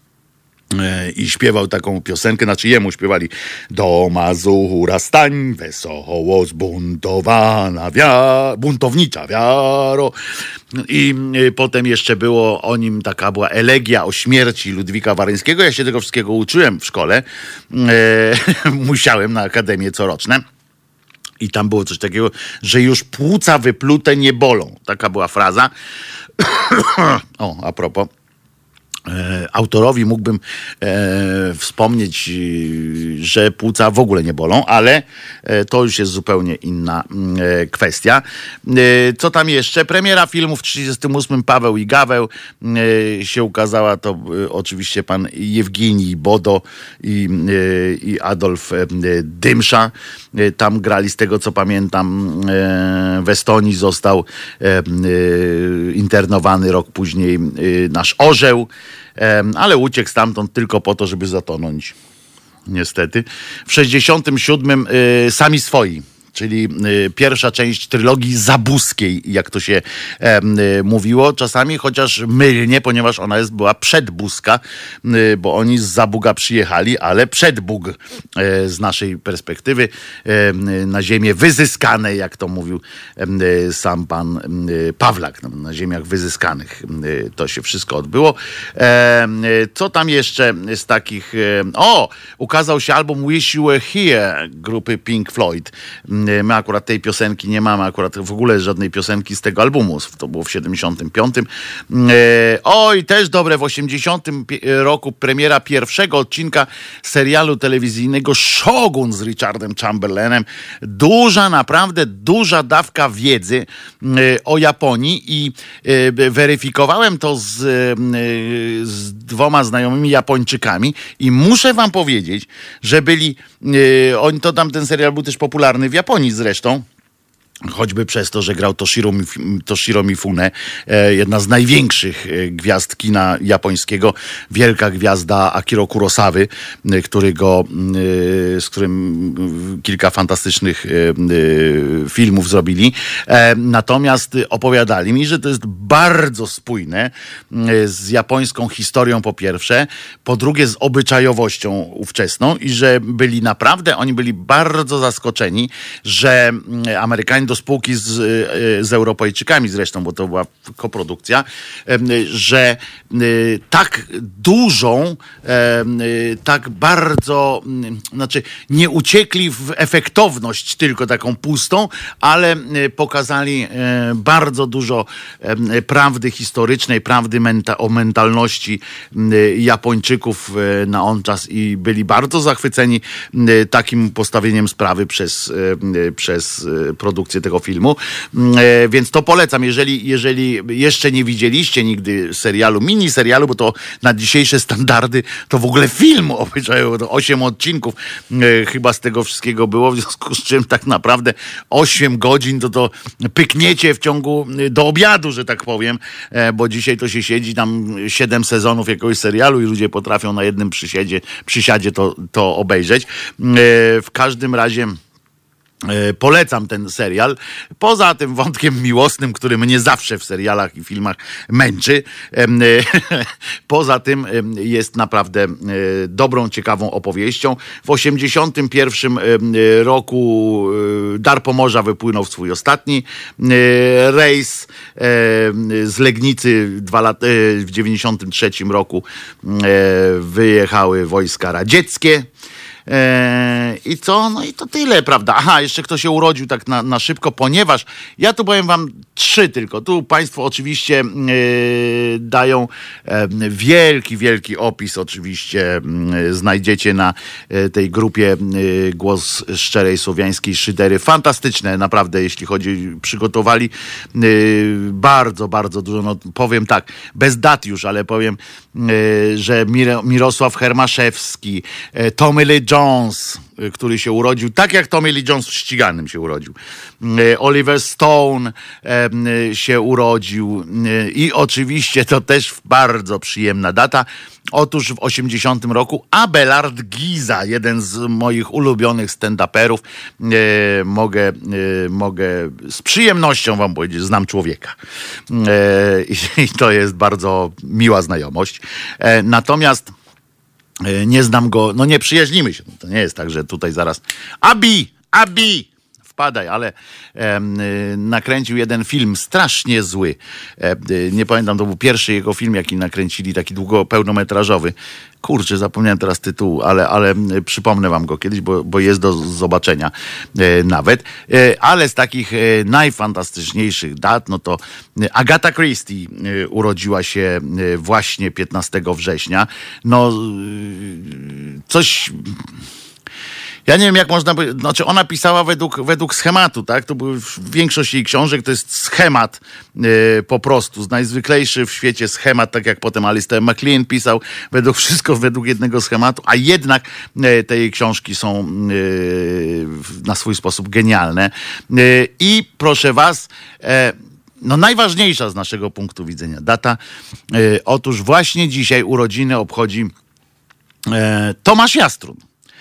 i śpiewał taką piosenkę, znaczy jemu śpiewali: do Mazura stań, wesoło zbuntowana wiara, buntownicza wiaro. I potem jeszcze było o nim, taka była elegia o śmierci Ludwika Waryńskiego. Ja się tego wszystkiego uczyłem w szkole. E, musiałem na akademię coroczne. I tam było coś takiego, że już płuca wyplute nie bolą. Taka była fraza. O, a propos. Autorowi mógłbym e, wspomnieć, że płuca w ogóle nie bolą, ale e, to już jest zupełnie inna e, kwestia. E, co tam jeszcze? Premiera filmu w trzydziestym ósmym Paweł i Gaweł e, się ukazała. To e, oczywiście pan Jewgenij Bodo i, e, i Adolf e, Dymsza. E, tam grali, z tego co pamiętam, e, w Estonii został e, e, internowany rok później e, nasz orzeł, ale uciekł stamtąd tylko po to, żeby zatonąć. Niestety. W sześćdziesiątym siódmym y, Sami swoi, czyli y, pierwsza część trylogii zabuskiej, jak to się e, y, mówiło czasami, chociaż mylnie, ponieważ ona jest, była przedbuska, y, bo oni z Zabuga przyjechali, ale przedbóg y, z naszej perspektywy y, na ziemię wyzyskane, jak to mówił y, sam pan y, Pawlak, no, na ziemiach wyzyskanych y, to się wszystko odbyło. E, y, co tam jeszcze z takich... Y, o! Ukazał się album Wish You Were Here grupy Pink Floyd. My akurat tej piosenki nie mamy, akurat w ogóle żadnej piosenki z tego albumu. To było w siedemdziesiątym piątym. Oj, też dobre, w osiemdziesiątym roku premiera pierwszego odcinka serialu telewizyjnego Shogun z Richardem Chamberlainem. Duża, naprawdę duża dawka wiedzy o Japonii i weryfikowałem to z, z dwoma znajomymi Japończykami i muszę wam powiedzieć, że byli, oni, to tam ten serial był też popularny w Japonii zresztą, choćby przez to, że grał Toshiro, Toshiro Mifune, jedna z największych gwiazd kina japońskiego, wielka gwiazda Akiro Kurosawy, który go, z którym kilka fantastycznych filmów zrobili. Natomiast opowiadali mi, że to jest bardzo spójne z japońską historią po pierwsze, po drugie z obyczajowością ówczesną i że byli naprawdę, oni byli bardzo zaskoczeni, że Amerykanie do spółki z, z Europejczykami zresztą, bo to była koprodukcja, że tak dużą, tak bardzo, znaczy nie uciekli w efektowność tylko taką pustą, ale pokazali bardzo dużo prawdy historycznej, prawdy menta, o mentalności Japończyków na on czas i byli bardzo zachwyceni takim postawieniem sprawy przez, przez produkcję tego filmu, e, więc to polecam, jeżeli, jeżeli jeszcze nie widzieliście nigdy serialu, mini serialu, bo to na dzisiejsze standardy to w ogóle film obejrzają, to osiem odcinków e, chyba z tego wszystkiego było, w związku z czym tak naprawdę osiem godzin to to pykniecie w ciągu do obiadu, że tak powiem, e, bo dzisiaj to się siedzi tam siedem sezonów jakiegoś serialu i ludzie potrafią na jednym przysiedzie, przysiadzie to, to obejrzeć. E, w każdym razie polecam ten serial. Poza tym wątkiem miłosnym, który mnie zawsze w serialach i filmach męczy. Poza tym jest naprawdę dobrą, ciekawą opowieścią. W osiemdziesiątym pierwszym roku Dar Pomorza wypłynął w swój ostatni rejs. Z Legnicy dwa lata, w dziewięćdziesiątym trzecim roku wyjechały wojska radzieckie. E, I co? No i to tyle, prawda? Aha, jeszcze kto się urodził tak na, na szybko, ponieważ ja tu powiem wam trzy tylko. Tu państwo oczywiście e, dają e, wielki, wielki opis oczywiście e, znajdziecie na e, tej grupie e, Głos Szczerej Słowiańskiej Szydery. Fantastyczne, naprawdę, jeśli chodzi, przygotowali e, bardzo, bardzo dużo. No, powiem tak, bez dat już, ale powiem, e, że Mir- Mirosław Hermaszewski, e, Tommy Lee Jones, e, który się urodził, tak jak Tommy Lee Jones w ściganym się urodził. E, Oliver Stone e, się urodził e, i oczywiście to też bardzo przyjemna data. Otóż w osiemdziesiątym roku Abelard Giza, jeden z moich ulubionych stand-uperów, e, mogę, e, mogę z przyjemnością wam powiedzieć, znam człowieka. E, i, I to jest bardzo miła znajomość. E, natomiast e, nie znam go, no nie przyjaźnimy się. To nie jest tak, że tutaj zaraz Abi, Abi! Wpadaj, ale e, nakręcił jeden film strasznie zły. E, nie pamiętam, to był pierwszy jego film, jaki nakręcili, taki długo pełnometrażowy. Kurczę, zapomniałem teraz tytułu, ale, ale przypomnę wam go kiedyś, bo, bo jest do zobaczenia e, nawet. E, ale z takich e, najfantastyczniejszych dat, no to Agatha Christie e, urodziła się e, właśnie piętnastego września. No, e, coś... Ja nie wiem, jak można powiedzieć, znaczy ona pisała według, według schematu, tak? To były większość jej książek, to jest schemat yy, po prostu, z najzwyklejszy w świecie schemat, tak jak potem Alistair MacLean pisał, według wszystko według jednego schematu, a jednak yy, te jej książki są yy, na swój sposób genialne. Yy, I proszę was, yy, no najważniejsza z naszego punktu widzenia data, yy, otóż właśnie dzisiaj urodziny obchodzi yy, Tomasz Jastrun.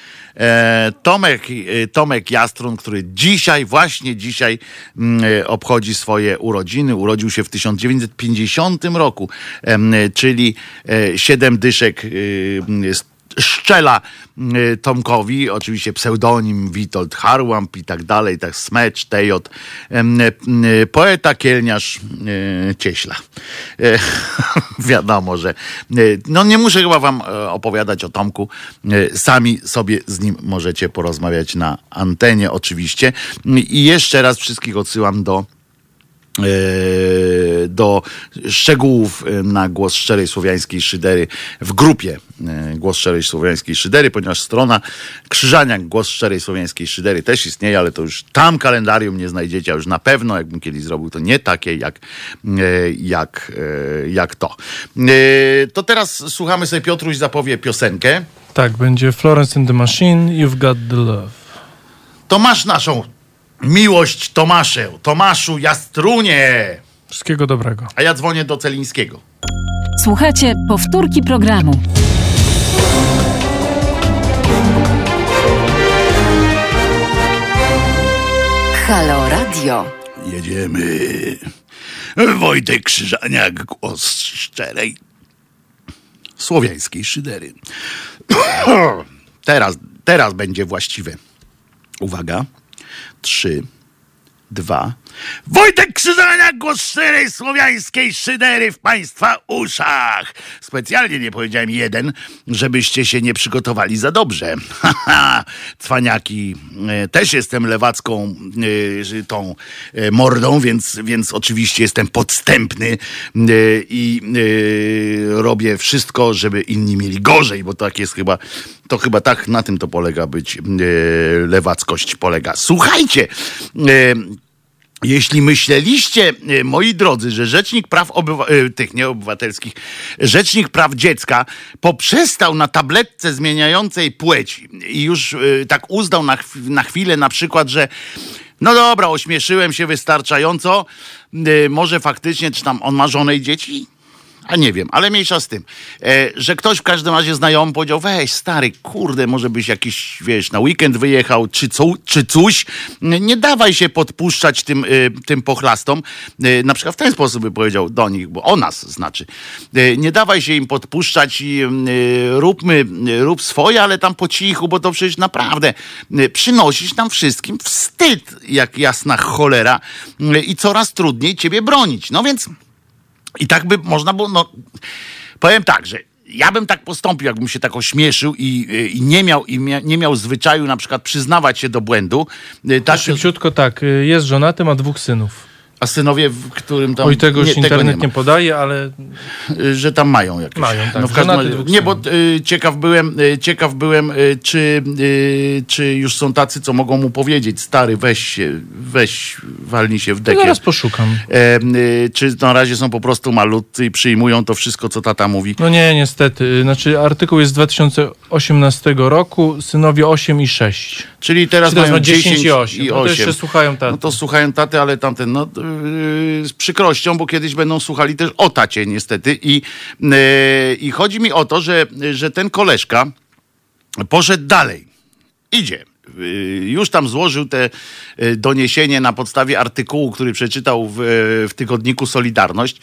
Tomek, Tomek Jastrun, który dzisiaj, właśnie dzisiaj obchodzi swoje urodziny. Urodził się w tysiąc dziewięćset pięćdziesiątym roku, czyli siedem dyszek szczela Tomkowi, oczywiście pseudonim Witold Harłamp i tak dalej, tak Smecz, Tejot, poeta, kielniarz, cieśla. Wiadomo, że no nie muszę chyba wam opowiadać o Tomku, sami sobie z nim możecie porozmawiać na antenie oczywiście. I jeszcze raz wszystkich odsyłam do do szczegółów na Głos Szczerej Słowiańskiej Szydery w grupie Głos Szczerej Słowiańskiej Szydery, ponieważ strona Krzyżaniak Głos Szczerej Słowiańskiej Szydery też istnieje, ale to już tam kalendarium nie znajdziecie, a już na pewno, jakbym kiedyś zrobił, to nie takie jak, jak, jak to. To teraz słuchamy sobie, Piotruś zapowie piosenkę. Tak, będzie Florence and the Machine, You've Got the Love. To masz naszą miłość, Tomasze, Tomaszu Jastrunie. Wszystkiego dobrego. A ja dzwonię do Celińskiego. Słuchajcie powtórki programu. Halo Radio. Jedziemy. Wojtek Krzyżaniak, Głos Szczerej Słowiańskiej Szydery. Teraz, teraz będzie właściwe. Uwaga. Trzy, dwa. Wojtek Krzyżaniak, Głos Szczerej Słowiańskiej Szydery w państwa uszach. Specjalnie nie powiedziałem jeden, żebyście się nie przygotowali za dobrze. Haha, cwaniaki. Też jestem lewacką y, tą y, mordą, więc, więc oczywiście jestem podstępny y, i y, robię wszystko, żeby inni mieli gorzej, bo tak jest chyba, to chyba tak na tym to polega być, y, lewackość polega. Słuchajcie, y, jeśli myśleliście, moi drodzy, że Rzecznik Praw Obywa- tych nieobywatelskich, Rzecznik Praw Dziecka poprzestał na tabletce zmieniającej płeć i już y, tak uznał na, chw- na chwilę na przykład, że no dobra, ośmieszyłem się wystarczająco, y, może faktycznie, czy tam on ma żonę i dzieci? A nie wiem, ale mniejsza z tym, e, że ktoś w każdym razie znajomy powiedział, weź stary, kurde, może byś jakiś, wiesz, na weekend wyjechał, czy, co, czy coś, nie dawaj się podpuszczać tym, e, tym pochlastom, e, na przykład w ten sposób by powiedział do nich, bo o nas znaczy, e, nie dawaj się im podpuszczać i e, róbmy, rób swoje, ale tam po cichu, bo to przecież naprawdę e, przynosisz nam wszystkim wstyd, jak jasna cholera e, i coraz trudniej ciebie bronić, no więc i tak by można było, no powiem tak, że ja bym tak postąpił, jakbym się tak ośmieszył i, i nie miał i mia, nie miał zwyczaju na przykład przyznawać się do błędu. Tak, szybciutko tak, jest żonaty, ma dwóch synów. A synowie, w którym tam... Oj, tego już nie, internet tego nie, nie podaje, ale... Że tam mają jakieś... Mają, tak. No w każdym razie, dwóch nie, bo synów. y, ciekaw byłem, y, ciekaw byłem y, czy, y, czy już są tacy, co mogą mu powiedzieć, stary, weź się, weź, walnij się w To dekiel. zaraz poszukam. E, y, czy na razie są po prostu malutcy i przyjmują to wszystko, co tata mówi. No nie, niestety. Znaczy artykuł jest z dwa tysiące osiemnastego roku, synowie osiem i sześć. Czyli teraz Czyli teraz mają ma dziesięć dziesięć i osiem. i No to osiem. jeszcze słuchają taty. No to słuchają taty, ale tamten, no yy, z przykrością, bo kiedyś będą słuchali też o tacie niestety. I, yy, i chodzi mi o to, że, że ten koleżka poszedł dalej. Idzie. Już tam złożył te doniesienie na podstawie artykułu, który przeczytał w, w tygodniku Solidarność,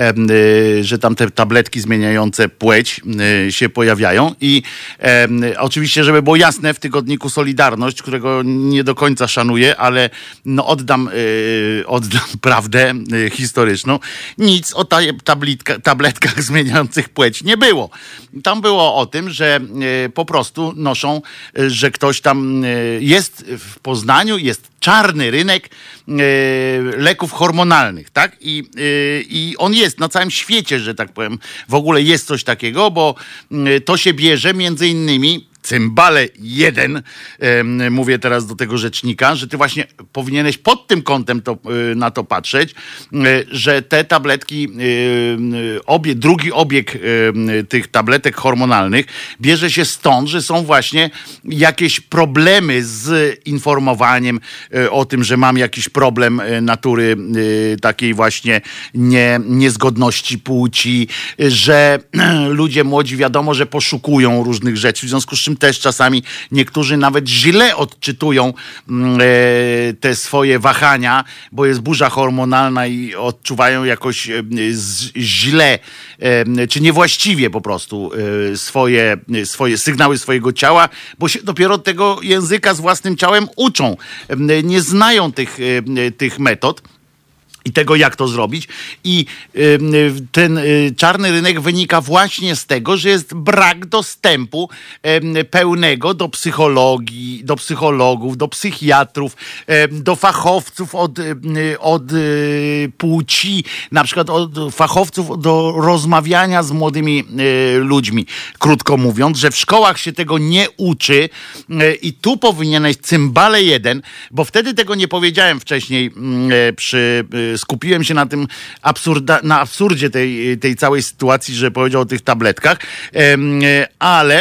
że tam te tabletki zmieniające płeć się pojawiają i oczywiście, żeby było jasne, w tygodniku Solidarność, którego nie do końca szanuję, ale no oddam, oddam prawdę historyczną, nic o ta, tabletka, tabletkach zmieniających płeć nie było. Tam było o tym, że po prostu noszą, że ktoś tam jest w Poznaniu, jest czarny rynek e, leków hormonalnych, tak? I, e, I on jest na całym świecie, że tak powiem. W ogóle jest coś takiego, bo e, to się bierze między innymi cymbale jeden, e, mówię teraz do tego rzecznika, że ty właśnie powinieneś pod tym kątem to, e, na to patrzeć, e, że te tabletki, e, obie, drugi obieg e, tych tabletek hormonalnych bierze się stąd, że są właśnie jakieś problemy z informowaniem e, o tym, że mam jakiś problem e, natury e, takiej właśnie nie, niezgodności płci, e, że e, ludzie młodzi wiadomo, że poszukują różnych rzeczy, w związku z czym też czasami niektórzy nawet źle odczytują e, te swoje wahania, bo jest burza hormonalna i odczuwają jakoś e, z, źle, e, czy niewłaściwie po prostu e, swoje, swoje sygnały swojego ciała, bo się dopiero tego języka z własnym ciałem uczą. E, nie znają tych, e, tych metod i tego, jak to zrobić. I y, ten y, czarny rynek wynika właśnie z tego, że jest brak dostępu y, pełnego do psychologii, do psychologów, do psychiatrów, y, do fachowców od, y, od y, płci, na przykład od fachowców do rozmawiania z młodymi y, ludźmi. Krótko mówiąc, że w szkołach się tego nie uczy y, i tu powinieneś cymbale jeden, bo wtedy tego nie powiedziałem wcześniej y, przy y, skupiłem się na tym absurda, na absurdzie tej, tej całej sytuacji, że powiedział o tych tabletkach, ale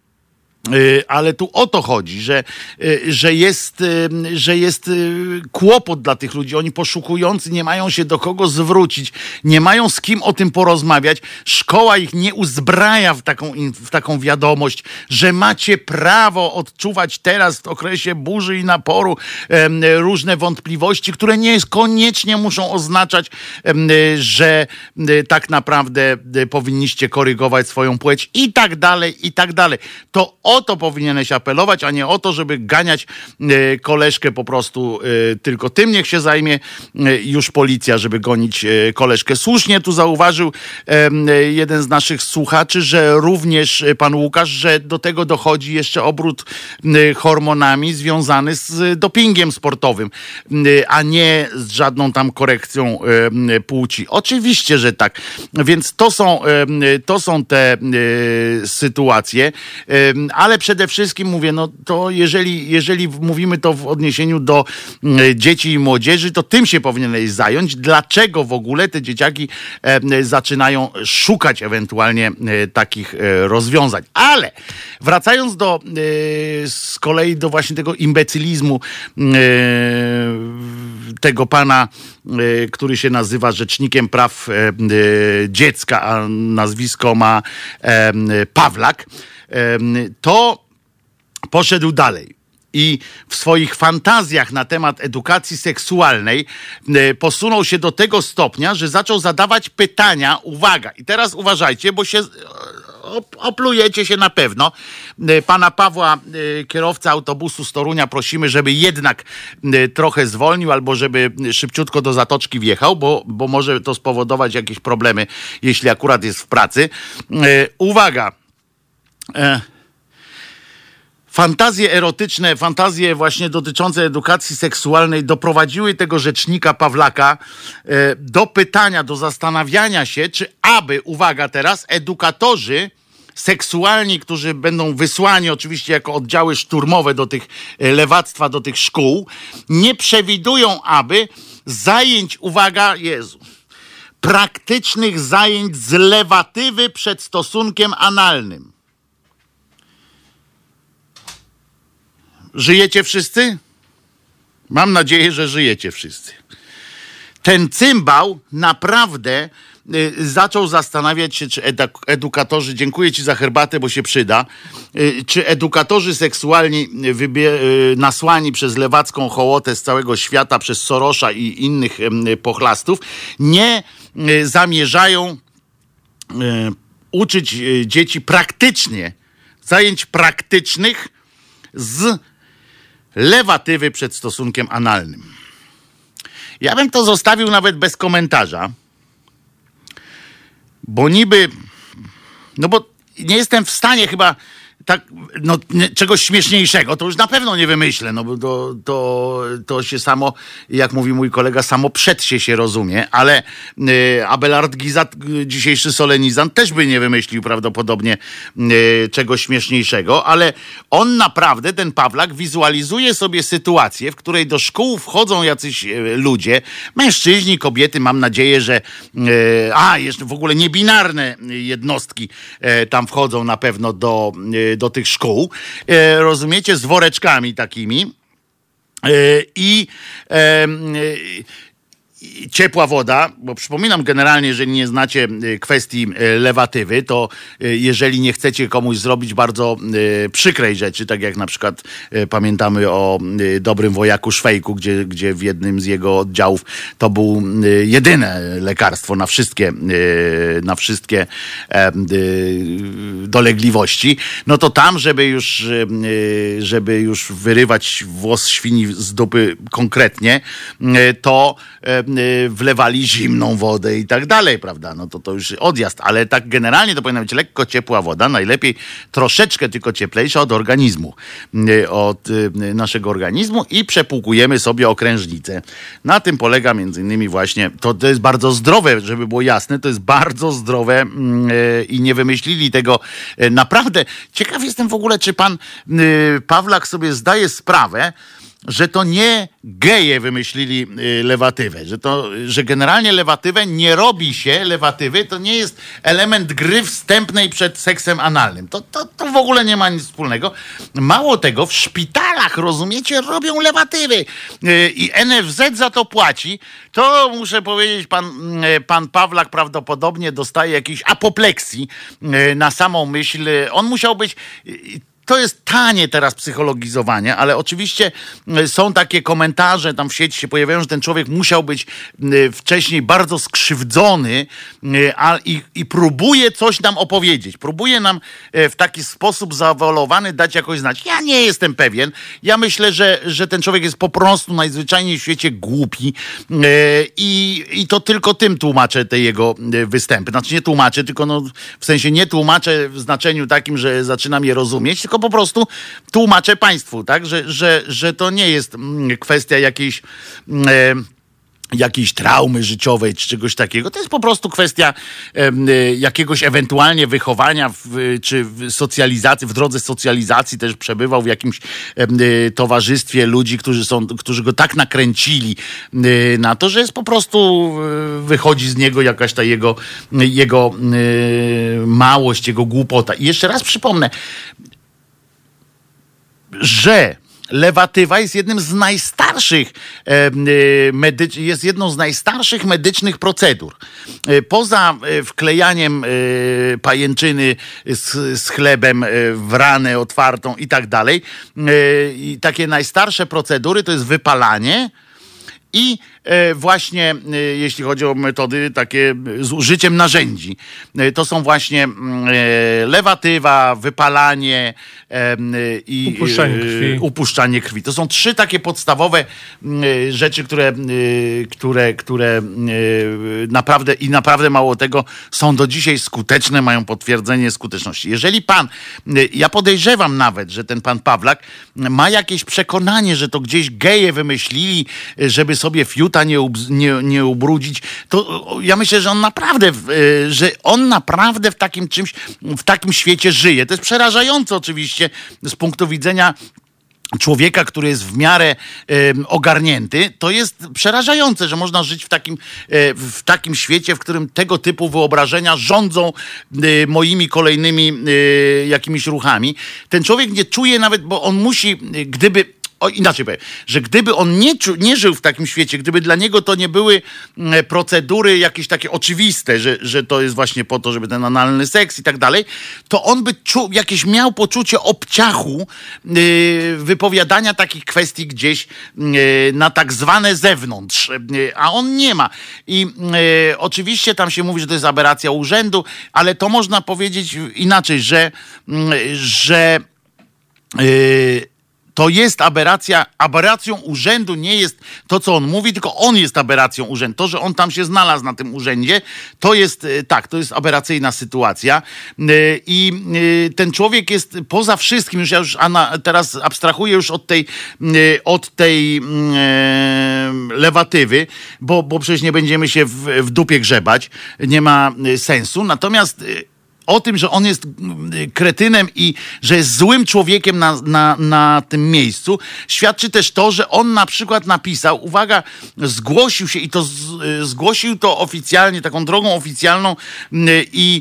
ale tu o to chodzi, że, że, jest, że jest kłopot dla tych ludzi. Oni poszukujący nie mają się do kogo zwrócić, nie mają z kim o tym porozmawiać. Szkoła ich nie uzbraja w taką, w taką wiadomość, że macie prawo odczuwać teraz w okresie burzy i naporu różne wątpliwości, które niekoniecznie muszą oznaczać, że tak naprawdę powinniście korygować swoją płeć i tak dalej, i tak dalej. To o to powinieneś apelować, a nie o to, żeby ganiać e, koleżkę po prostu e, tylko tym niech się zajmie e, już policja, żeby gonić e, koleżkę. Słusznie tu zauważył e, jeden z naszych słuchaczy, że również e, pan Łukasz, że do tego dochodzi jeszcze obrót e, hormonami związany z dopingiem sportowym, e, a nie z żadną tam korekcją e, płci. Oczywiście, że tak. Więc to są, e, to są te e, sytuacje, e, ale przede wszystkim mówię, no to jeżeli, jeżeli mówimy to w odniesieniu do y, dzieci i młodzieży, to tym się powinieneś zająć. Dlaczego w ogóle te dzieciaki e, zaczynają szukać ewentualnie e, takich e, rozwiązań. Ale wracając do e, z kolei do właśnie tego imbecylizmu e, tego pana, e, który się nazywa Rzecznikiem Praw e, e, Dziecka, a nazwisko ma e, Pawlak, to poszedł dalej i w swoich fantazjach na temat edukacji seksualnej posunął się do tego stopnia, że zaczął zadawać pytania, uwaga, i teraz uważajcie, bo się op- oplujecie się na pewno. Y, Pana Pawła, y, kierowca autobusu z Torunia, prosimy, żeby jednak y, trochę zwolnił albo żeby szybciutko do Zatoczki wjechał, bo, bo może to spowodować jakieś problemy, jeśli akurat jest w pracy. Y, Uwaga! E, Fantazje erotyczne, fantazje właśnie dotyczące edukacji seksualnej doprowadziły tego rzecznika Pawlaka e, do pytania, do zastanawiania się, czy aby, uwaga teraz, edukatorzy seksualni, którzy będą wysłani oczywiście jako oddziały szturmowe do tych e, lewactwa, do tych szkół, nie przewidują aby zajęć, uwaga, Jezu, praktycznych zajęć z lewatywy przed stosunkiem analnym. Żyjecie wszyscy? Mam nadzieję, że żyjecie wszyscy. Ten cymbał naprawdę y, zaczął zastanawiać się, czy edu- edukatorzy, dziękuję ci za herbatę, bo się przyda, y, czy edukatorzy seksualni wybie- y, nasłani przez lewacką hołotę z całego świata, przez Sorosza i innych y, pochlastów, nie y, zamierzają y, uczyć y, dzieci praktycznie, zajęć praktycznych z lewatywy przed stosunkiem analnym. Ja bym to zostawił nawet bez komentarza, bo niby, no bo nie jestem w stanie chyba tak, no, nie, czegoś śmieszniejszego, to już na pewno nie wymyślę, no bo to, to, to się samo, jak mówi mój kolega, samo przed się się rozumie, ale y, Abelard Gizat, y, dzisiejszy solenizant, też by nie wymyślił prawdopodobnie y, czegoś śmieszniejszego, ale on naprawdę, ten Pawlak, wizualizuje sobie sytuację, w której do szkół wchodzą jacyś y, ludzie, mężczyźni, kobiety, mam nadzieję, że y, a, jeszcze w ogóle niebinarne jednostki y, tam wchodzą na pewno do y, do tych szkół, e, rozumiecie, z woreczkami takimi e, i e, i ciepła woda, bo przypominam generalnie, jeżeli nie znacie kwestii lewatywy, to jeżeli nie chcecie komuś zrobić bardzo przykrej rzeczy, tak jak na przykład pamiętamy o dobrym wojaku Szwejku, gdzie, gdzie w jednym z jego oddziałów to był jedyne lekarstwo na wszystkie, na wszystkie dolegliwości, no to tam, żeby już, żeby już wyrywać włos świni z dupy konkretnie, to wlewali zimną wodę i tak dalej, prawda? No to to już odjazd, ale tak generalnie to powinna być lekko ciepła woda, najlepiej troszeczkę tylko cieplejsza od organizmu, od naszego organizmu i przepłukujemy sobie okrężnicę. Na tym polega między innymi właśnie, to, to jest bardzo zdrowe, żeby było jasne, to jest bardzo zdrowe i nie wymyślili tego naprawdę. Ciekaw jestem w ogóle, czy pan Pawlak sobie zdaje sprawę, że to nie geje wymyślili lewatywę, że to, że generalnie lewatywę nie robi się, lewatywy to nie jest element gry wstępnej przed seksem analnym. To, to, to w ogóle nie ma nic wspólnego. Mało tego, w szpitalach, rozumiecie, robią lewatywy i N F Z za to płaci. To muszę powiedzieć, pan, pan Pawlak prawdopodobnie dostaje jakiejś apopleksji na samą myśl. On musiał być... To jest tanie teraz psychologizowanie, ale oczywiście są takie komentarze, tam w sieci się pojawiają, że ten człowiek musiał być wcześniej bardzo skrzywdzony a, i, i próbuje coś nam opowiedzieć. Próbuje nam w taki sposób zawolowany dać jakoś znać. Ja nie jestem pewien. Ja myślę, że, że ten człowiek jest po prostu najzwyczajniej w świecie głupi i, i to tylko tym tłumaczę te jego występy. Znaczy nie tłumaczę, tylko no, w sensie nie tłumaczę w znaczeniu takim, że zaczynam je rozumieć, tylko po prostu tłumaczę państwu, tak, że, że, że to nie jest kwestia jakiejś e, jakiejś traumy życiowej czy czegoś takiego. To jest po prostu kwestia e, jakiegoś ewentualnie wychowania w, czy w socjalizacji, w drodze socjalizacji też przebywał w jakimś e, towarzystwie ludzi, którzy są, którzy go tak nakręcili e, na to, że jest po prostu e, wychodzi z niego jakaś ta jego, jego e, małość, jego głupota. I jeszcze raz przypomnę, że lewatywa jest jednym z najstarszych e, medy- jest jedną z najstarszych medycznych procedur. E, poza e, wklejaniem e, pajęczyny z, z chlebem e, w ranę otwartą i tak dalej. E, i takie najstarsze procedury to jest wypalanie i e, właśnie e, jeśli chodzi o metody takie z użyciem narzędzi, e, to są właśnie e, lewatywa, wypalanie e, i Upuszczanie krwi. E, upuszczanie krwi. To są trzy takie podstawowe e, rzeczy, które, e, które, które e, naprawdę i naprawdę mało tego są do dzisiaj skuteczne, mają potwierdzenie skuteczności. Jeżeli pan, e, ja podejrzewam nawet, że ten pan Pawlak ma jakieś przekonanie, że to gdzieś geje wymyślili, żeby sobie fiuta nie, ub, nie, nie ubrudzić, to ja myślę, że on naprawdę, że on naprawdę w takim czymś, w takim świecie żyje. To jest przerażające oczywiście z punktu widzenia człowieka, który jest w miarę e, ogarnięty, to jest przerażające, że można żyć w takim, e, w takim świecie, w którym tego typu wyobrażenia rządzą e, moimi kolejnymi e, jakimiś ruchami. Ten człowiek nie czuje nawet, bo on musi, e, gdyby O, inaczej powiem, że gdyby on nie, czu, nie żył w takim świecie, gdyby dla niego to nie były mm, procedury jakieś takie oczywiste, że, że to jest właśnie po to, żeby ten analny seks i tak dalej, to on by czuł, jakieś miał poczucie obciachu yy, wypowiadania takich kwestii gdzieś yy, na tak zwane zewnątrz, yy, a on nie ma. I yy, oczywiście tam się mówi, że to jest aberracja urzędu, ale to można powiedzieć inaczej, że, yy, że yy, to jest aberracja, aberracją urzędu nie jest to, co on mówi, tylko on jest aberracją urzędu. To, że on tam się znalazł na tym urzędzie, to jest, tak, to jest aberracyjna sytuacja. I ten człowiek jest poza wszystkim, już ja już Anna, teraz abstrahuję już od tej, od tej lewatywy, bo, bo przecież nie będziemy się w, w dupie grzebać, nie ma sensu. Natomiast o tym, że on jest kretynem i że jest złym człowiekiem na, na, na tym miejscu, świadczy też to, że on na przykład napisał, uwaga, zgłosił się i to z, zgłosił to oficjalnie, taką drogą oficjalną i,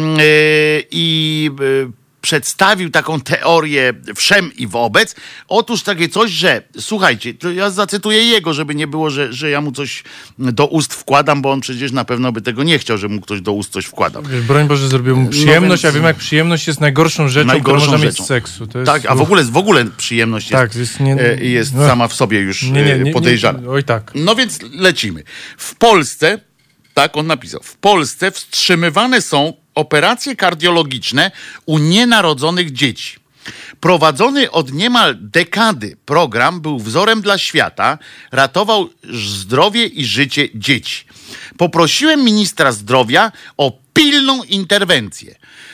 i, i przedstawił taką teorię wszem i wobec. Otóż takie coś, że słuchajcie, to ja zacytuję jego, żeby nie było, że, że ja mu coś do ust wkładam, bo on przecież na pewno by tego nie chciał, że mu ktoś do ust coś wkładał. Wiesz, broń Boże, zrobił mu przyjemność, no więc, a wiem, jak przyjemność jest najgorszą rzeczą, najgorszą którą można rzeczą. mieć z seksu. To jest, tak, a w ogóle, w ogóle przyjemność jest, tak, jest, nie, jest no, sama w sobie już nie, nie, nie, podejrzana. Nie, oj tak. No więc lecimy. W Polsce, tak on napisał, w Polsce wstrzymywane są operacje kardiologiczne u nienarodzonych dzieci. Prowadzony od niemal dekady program był wzorem dla świata, ratował zdrowie i życie dzieci. Poprosiłem ministra zdrowia o pilną interwencję.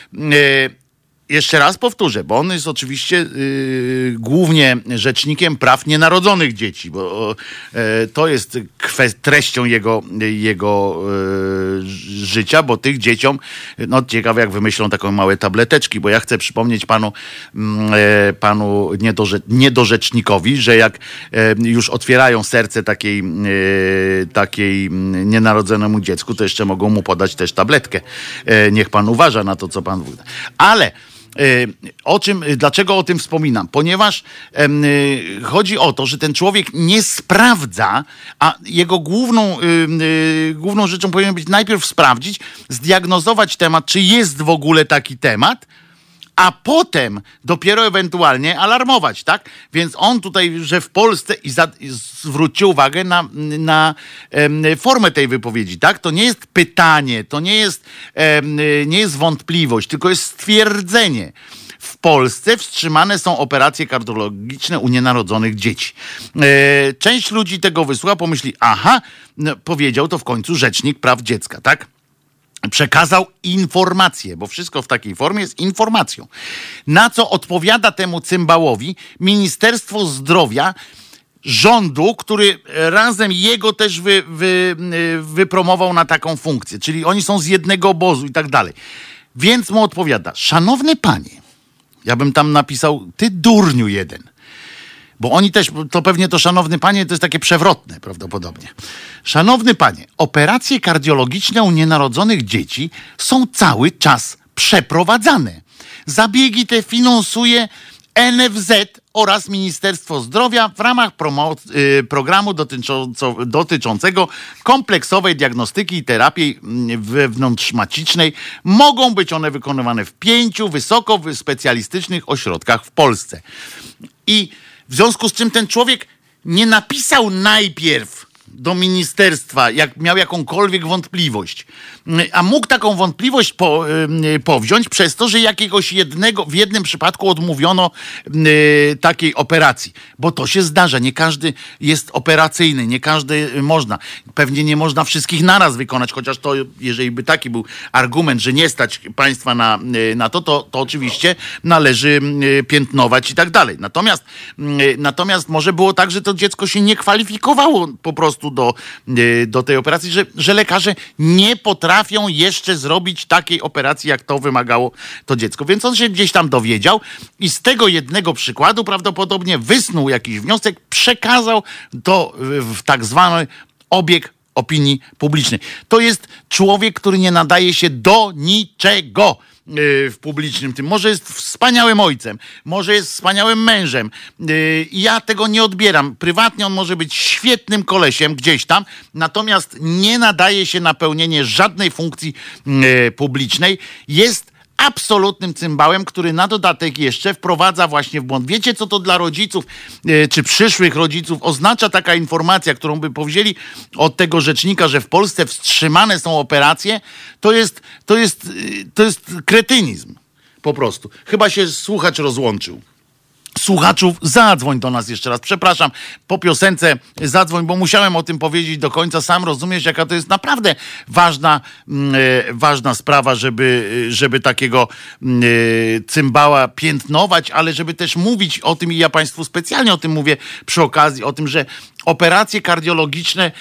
Yy, Jeszcze raz powtórzę, bo on jest oczywiście yy, głównie rzecznikiem praw nienarodzonych dzieci, bo yy, to jest kwe- treścią jego, jego yy, życia, bo tych dzieciom, no ciekawe jak wymyślą taką małe tableteczki, bo ja chcę przypomnieć panu, yy, panu niedorze- niedorzecznikowi, że jak yy, już otwierają serce takiej, yy, takiej nienarodzonemu dziecku, to jeszcze mogą mu podać też tabletkę. Yy, niech pan uważa na to, co pan mówi. Ale o czym, dlaczego o tym wspominam? Ponieważ em, y, chodzi o to, że ten człowiek nie sprawdza, a jego główną, y, y, główną rzeczą powinien być najpierw sprawdzić, zdiagnozować temat, czy jest w ogóle taki temat, a potem dopiero ewentualnie alarmować, tak? Więc on tutaj, że w Polsce i, za, i zwróćcie uwagę na, na em, formę tej wypowiedzi, tak? To nie jest pytanie, to nie jest, em, nie jest wątpliwość, tylko jest stwierdzenie. W Polsce wstrzymane są operacje kardiologiczne u nienarodzonych dzieci. E, część ludzi tego wysłucha, pomyśli, aha, no, powiedział to w końcu rzecznik praw dziecka, tak? Przekazał informację, bo wszystko w takiej formie jest informacją. Na co odpowiada temu cymbałowi Ministerstwo Zdrowia rządu, który razem jego też wy, wy, wypromował na taką funkcję. Czyli oni są z jednego obozu i tak dalej. Więc mu odpowiada, szanowny panie, ja bym tam napisał, ty durniu jeden. Bo oni też, to pewnie to szanowny panie, to jest takie przewrotne prawdopodobnie. Szanowny panie, operacje kardiologiczne u nienarodzonych dzieci są cały czas przeprowadzane. Zabiegi te finansuje N F Z oraz Ministerstwo Zdrowia w ramach promo- y, programu dotycząco, dotyczącego kompleksowej diagnostyki i terapii wewnątrzmacicznej. Mogą być one wykonywane w pięciu wysoko specjalistycznych ośrodkach w Polsce. I w związku z czym ten człowiek nie napisał najpierw, do ministerstwa, jak miał jakąkolwiek wątpliwość, a mógł taką wątpliwość po, y, powziąć przez to, że jakiegoś jednego, w jednym przypadku odmówiono y, takiej operacji, bo to się zdarza, nie każdy jest operacyjny, nie każdy można, pewnie nie można wszystkich naraz wykonać, chociaż to, jeżeli by taki był argument, że nie stać państwa na, y, na to, to, to oczywiście należy y, piętnować i tak dalej. Natomiast, y, natomiast może było tak, że to dziecko się nie kwalifikowało po prostu do, do tej operacji, że, że lekarze nie potrafią jeszcze zrobić takiej operacji, jak to wymagało to dziecko. Więc on się gdzieś tam dowiedział i z tego jednego przykładu prawdopodobnie wysnuł jakiś wniosek, przekazał to w tak zwany obieg opinii publicznej. To jest człowiek, który nie nadaje się do niczego w publicznym tym. Może jest wspaniałym ojcem, może jest wspaniałym mężem. Ja tego nie odbieram. Prywatnie on może być świetnym kolesiem gdzieś tam, natomiast nie nadaje się na pełnienie żadnej funkcji publicznej. Jest absolutnym cymbałem, który na dodatek jeszcze wprowadza właśnie w błąd. Wiecie, co to dla rodziców, czy przyszłych rodziców oznacza taka informacja, którą by powzięli od tego rzecznika, że w Polsce wstrzymane są operacje? To jest, to jest, to jest kretynizm. Po prostu. Chyba się słuchacz rozłączył. Słuchaczów, zadzwoń do nas jeszcze raz. Przepraszam, po piosence zadzwoń, bo musiałem o tym powiedzieć do końca. Sam rozumiesz, jaka to jest naprawdę ważna, e, ważna sprawa, żeby, żeby takiego e, cymbała piętnować, ale żeby też mówić o tym, i ja państwu specjalnie o tym mówię przy okazji, o tym, że operacje kardiologiczne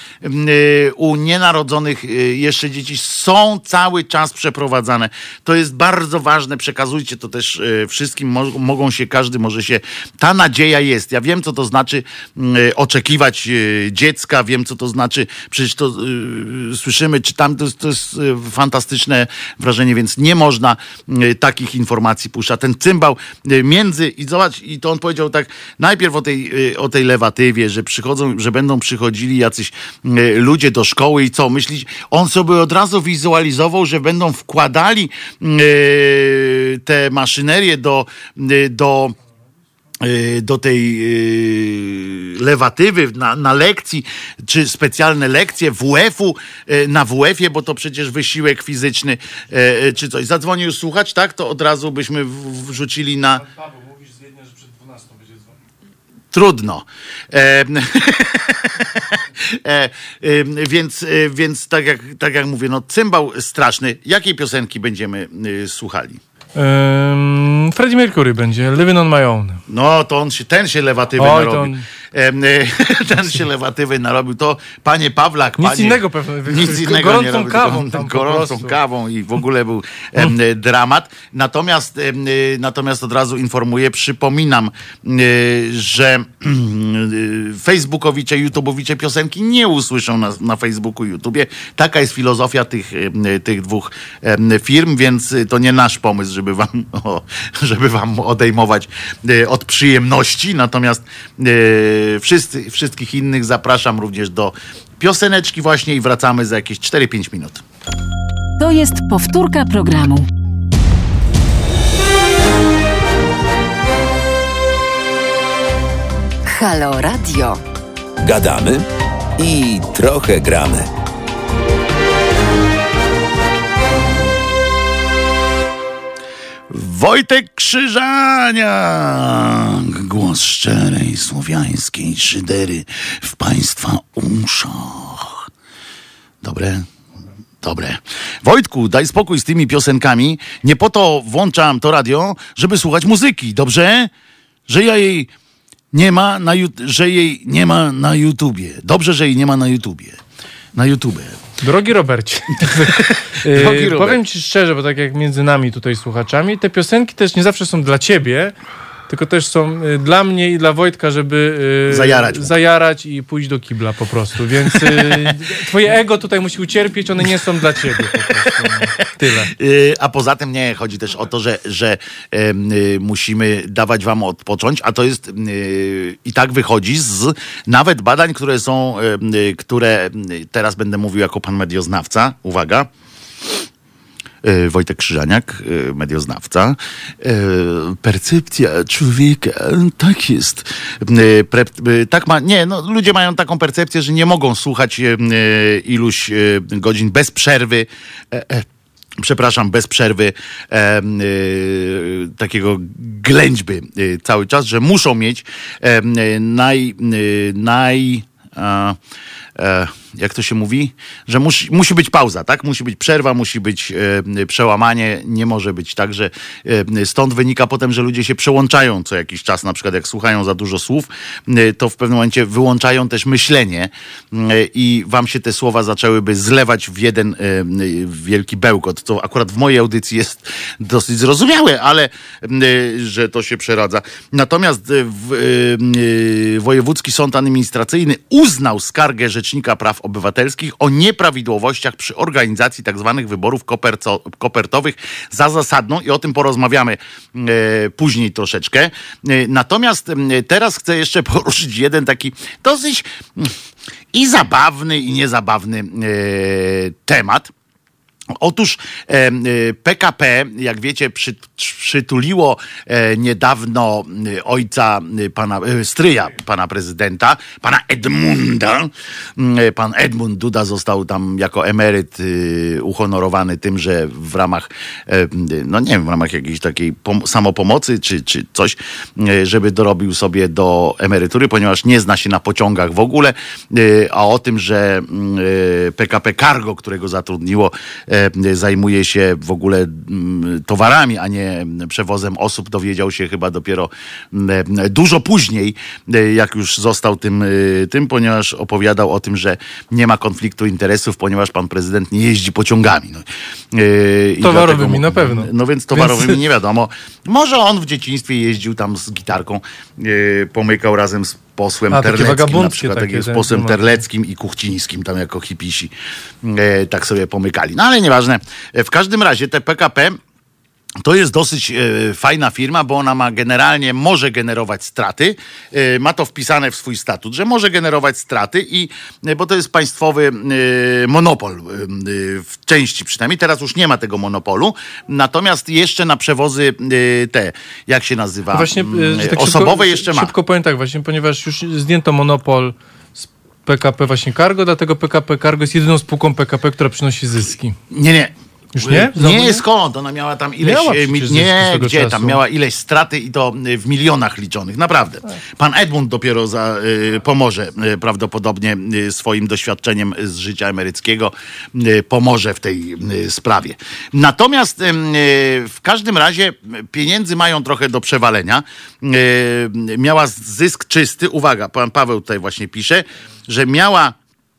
y, u nienarodzonych y, jeszcze dzieci są cały czas przeprowadzane. To jest bardzo ważne. Przekazujcie to też y, wszystkim. Mo- mogą się, każdy może się... Ta nadzieja jest. Ja wiem, co to znaczy y, oczekiwać y, dziecka. Wiem, co to znaczy... Przecież to y, słyszymy, czytamy. To jest, to jest y, fantastyczne wrażenie, więc nie można y, takich informacji puszczać. Ten cymbał y, między... I zobacz, i to on powiedział tak najpierw o tej, y, o tej lewatywie, że przychodzą, że będą przychodzili jacyś y, ludzie do szkoły i co myślić? On sobie od razu wizualizował, że będą wkładali y, te maszynerie do, y, do do tej yy, lewatywy na, na lekcji, czy specjalne lekcje W F-u, yy, na W F-ie, bo to przecież wysiłek fizyczny, yy, czy coś. Zadzwonił już słuchacz, tak? To od razu byśmy w, wrzucili na... Paweł, mówisz z Wiednia, że przed dwunastą będzie dzwonił. Trudno. E, e, e, więc e, więc tak, jak, tak jak mówię, no cymbał straszny. Jakiej piosenki będziemy e, słuchali? Um, Freddie Mercury będzie, Living on My Own. No, to on się, ten się lewatywy Oj, narobił. on... Ten się lewatywy narobił. To panie Pawlak, Nic panie, innego pewnie. Nic innego gorącą nie robił. kawą tam gorącą kawą i w ogóle był em, dramat. Natomiast, em, natomiast od razu informuję, przypominam, em, że em, facebookowicze, youtubowicze piosenki nie usłyszą na, na Facebooku, YouTubie. Taka jest filozofia tych, em, tych dwóch em, firm, więc to nie nasz pomysł, żeby wam, o, żeby wam odejmować e, od przyjemności. Natomiast e, wszyscy, wszystkich innych zapraszam również do pioseneczki właśnie i wracamy za jakieś cztery pięć minut. To jest powtórka programu. Halo Radio. Gadamy i trochę gramy. Wojtek Krzyżania, głos szczerej słowiańskiej szydery w państwa uszach. Dobre? Dobre. Wojtku, daj spokój z tymi piosenkami. Nie po to włączam to radio, żeby słuchać muzyki, dobrze? Że ja jej nie ma na, że jej nie ma na YouTubie. Dobrze, że jej nie ma na YouTubie. Na YouTube. Drogi Robercie, Drogi Robert. Powiem ci szczerze, bo tak jak między nami tutaj słuchaczami, te piosenki też nie zawsze są dla ciebie, tylko też są y, dla mnie i dla Wojtka, żeby y, Zajarać. zajarać i pójść do kibla po prostu. Więc y, twoje ego tutaj musi ucierpieć, one nie są dla ciebie po prostu. No. Tyle. Yy, a poza tym nie, chodzi też o to, że, że yy, musimy dawać wam odpocząć, a to jest yy, i tak wychodzi z nawet badań, które są, yy, które teraz będę mówił jako pan medioznawca, uwaga, Wojtek Krzyżaniak, medioznawca. Percepcja człowieka, tak jest. Pre, tak ma, nie, no ludzie mają taką percepcję, że nie mogą słuchać iluś godzin bez przerwy. Przepraszam, bez przerwy e, e, takiego ględźby e, cały czas, że muszą mieć e, naj, e, naj e, e, jak to się mówi, że musi, musi być pauza, tak? Musi być przerwa, musi być e, przełamanie, nie może być tak, że e, stąd wynika potem, że ludzie się przełączają co jakiś czas, na przykład jak słuchają za dużo słów, e, to w pewnym momencie wyłączają też myślenie e, i wam się te słowa zaczęłyby zlewać w jeden e, wielki bełkot, co akurat w mojej audycji jest dosyć zrozumiałe, ale e, że to się przeradza. Natomiast w, e, e, Wojewódzki Sąd Administracyjny uznał skargę Rzecznika Praw Obywatelskich o nieprawidłowościach przy organizacji tak zwanych wyborów koperco, kopertowych za zasadną i o tym porozmawiamy e, później troszeczkę. E, natomiast e, teraz chcę jeszcze poruszyć jeden taki dosyć e, i zabawny, i niezabawny e, temat. Otóż e, P K P, jak wiecie, przy, przytuliło e, niedawno ojca pana, e, stryja pana prezydenta, pana Edmunda. E, pan Edmund Duda został tam jako emeryt e, uhonorowany tym, że w ramach, e, no nie wiem, w ramach jakiejś takiej pom- samopomocy czy, czy coś, e, żeby dorobił sobie do emerytury, ponieważ nie zna się na pociągach w ogóle, e, a o tym, że e, P K P Cargo, którego zatrudniło, zajmuje się w ogóle towarami, a nie przewozem osób, dowiedział się chyba dopiero dużo później, jak już został tym, tym, ponieważ opowiadał o tym, że nie ma konfliktu interesów, ponieważ pan prezydent nie jeździ pociągami. No, i towarowymi dlatego, na pewno. No więc towarowymi więc... nie wiadomo. Może on w dzieciństwie jeździł tam z gitarką, pomykał razem z posłem A, Terleckim, na przykład takie, tak, z posłem no, Terleckim i Kuchcińskim, tam jako hipisi e, tak sobie pomykali. No ale nieważne. W każdym razie te P K P to jest dosyć e, fajna firma, bo ona ma generalnie, może generować straty. E, ma to wpisane w swój statut, że może generować straty, i e, bo to jest państwowy e, monopol, e, w części przynajmniej. Teraz już nie ma tego monopolu. Natomiast jeszcze na przewozy e, te, jak się nazywa, no właśnie, e, tak osobowe szybko, jeszcze ma. Szybko powiem tak właśnie, ponieważ już zdjęto monopol z P K P właśnie Cargo, dlatego P K P Cargo jest jedyną spółką P K P, która przynosi zyski. Nie, nie. Już nie? Znowu nie, skąd? Ona miała tam ileś... Miała mi, przecież nie, zyski gdzie? czasu. Tam miała ileś straty i to w milionach liczonych. Naprawdę. Pan Edmund dopiero za, y, pomoże y, prawdopodobnie y, swoim doświadczeniem z życia emeryckiego y, pomoże w tej y, sprawie. Natomiast y, w każdym razie pieniędzy mają trochę do przewalenia. Y, miała zysk czysty. Uwaga, pan Paweł tutaj właśnie pisze, że miała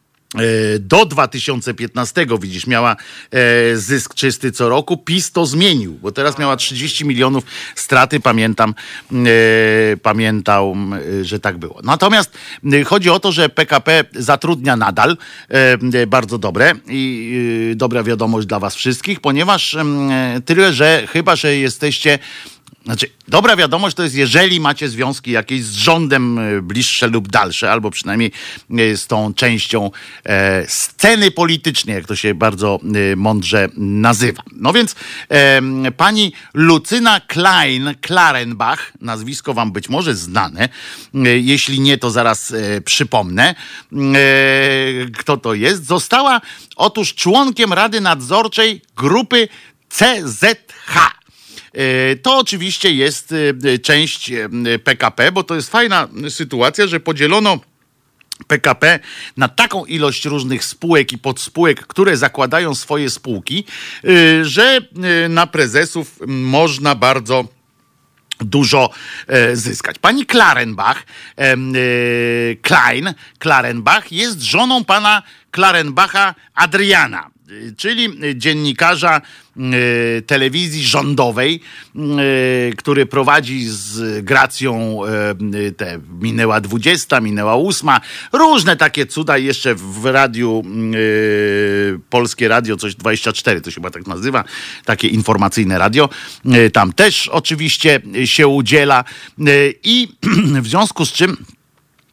do dwa tysiące piętnastego, widzisz, miała e, zysk czysty co roku. PiS to zmienił, bo teraz miała trzydzieści milionów straty, pamiętam, e, pamiętam, e, że tak było. Natomiast e, chodzi o to, że P K P zatrudnia nadal, e, bardzo dobre i e, dobra wiadomość dla was wszystkich, ponieważ e, tyle, że chyba, że jesteście... Znaczy, dobra wiadomość to jest, jeżeli macie związki jakieś z rządem bliższe lub dalsze, albo przynajmniej z tą częścią e, sceny politycznej, jak to się bardzo e, mądrze nazywa. No więc e, pani Lucyna Klein, Klarenbach, nazwisko wam być może znane, e, jeśli nie, to zaraz e, przypomnę, e, kto to jest, została otóż członkiem Rady Nadzorczej grupy C Z H. To oczywiście jest część P K P, bo to jest fajna sytuacja, że podzielono P K P na taką ilość różnych spółek i podspółek, które zakładają swoje spółki, że na prezesów można bardzo dużo e, zyskać. Pani Klarenbach, e, Klein, Klarenbach jest żoną pana Klarenbacha Adriana, czyli dziennikarza y, telewizji rządowej, y, który prowadzi z Gracją y, te minęła dwudziesta, minęła ósma, różne takie cuda, jeszcze w radiu y, Polskie Radio, coś dwadzieścia cztery, to się chyba tak nazywa, takie informacyjne radio, y, tam też oczywiście się udziela y, i w związku z czym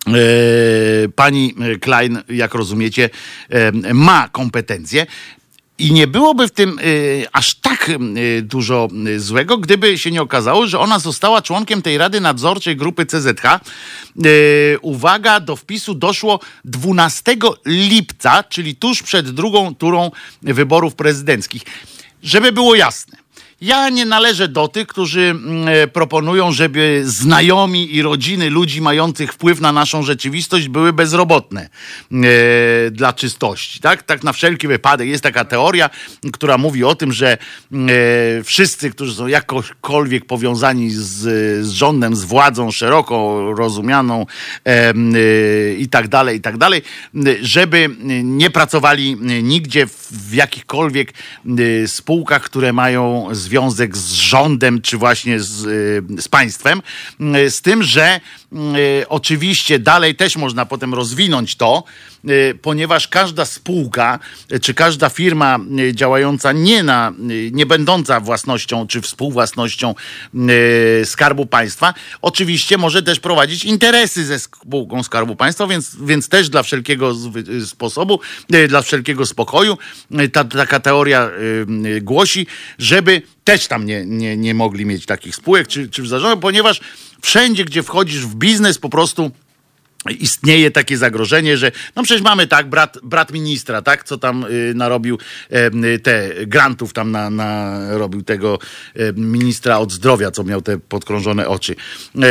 pani Klein, jak rozumiecie, ma kompetencje. I nie byłoby w tym y, aż tak y, dużo y, złego, gdyby się nie okazało, że ona została członkiem tej Rady Nadzorczej Grupy C Z H. Y, uwaga, do wpisu doszło dwunastego lipca, czyli tuż przed drugą turą wyborów prezydenckich. Żeby było jasne. Ja nie należę do tych, którzy e, proponują, żeby znajomi i rodziny ludzi mających wpływ na naszą rzeczywistość były bezrobotne e, dla czystości. Tak? Tak na wszelki wypadek. Jest taka teoria, która mówi o tym, że e, wszyscy, którzy są jakokolwiek powiązani z, z rządem, z władzą szeroko rozumianą e, e, i tak dalej, i tak dalej, żeby nie pracowali nigdzie w, w jakichkolwiek e, spółkach, które mają związek związek z rządem, czy właśnie z, z państwem, z tym, że y, oczywiście dalej też można potem rozwinąć to, y, ponieważ każda spółka, czy każda firma y, działająca nie na, y, nie będąca własnością, czy współwłasnością y, Skarbu Państwa, oczywiście może też prowadzić interesy ze spółką Skarbu Państwa, więc, więc też dla wszelkiego z, sposobu, y, dla wszelkiego spokoju, y, ta, taka teoria y, y, głosi, żeby też tam nie, nie, nie mogli mieć takich spółek czy, czy w zarządzie, ponieważ wszędzie, gdzie wchodzisz w biznes, po prostu istnieje takie zagrożenie, że no przecież mamy tak, brat, brat ministra, tak, co tam y, narobił y, te grantów tam na, na robił tego y, ministra od zdrowia, co miał te podkrążone oczy. Y,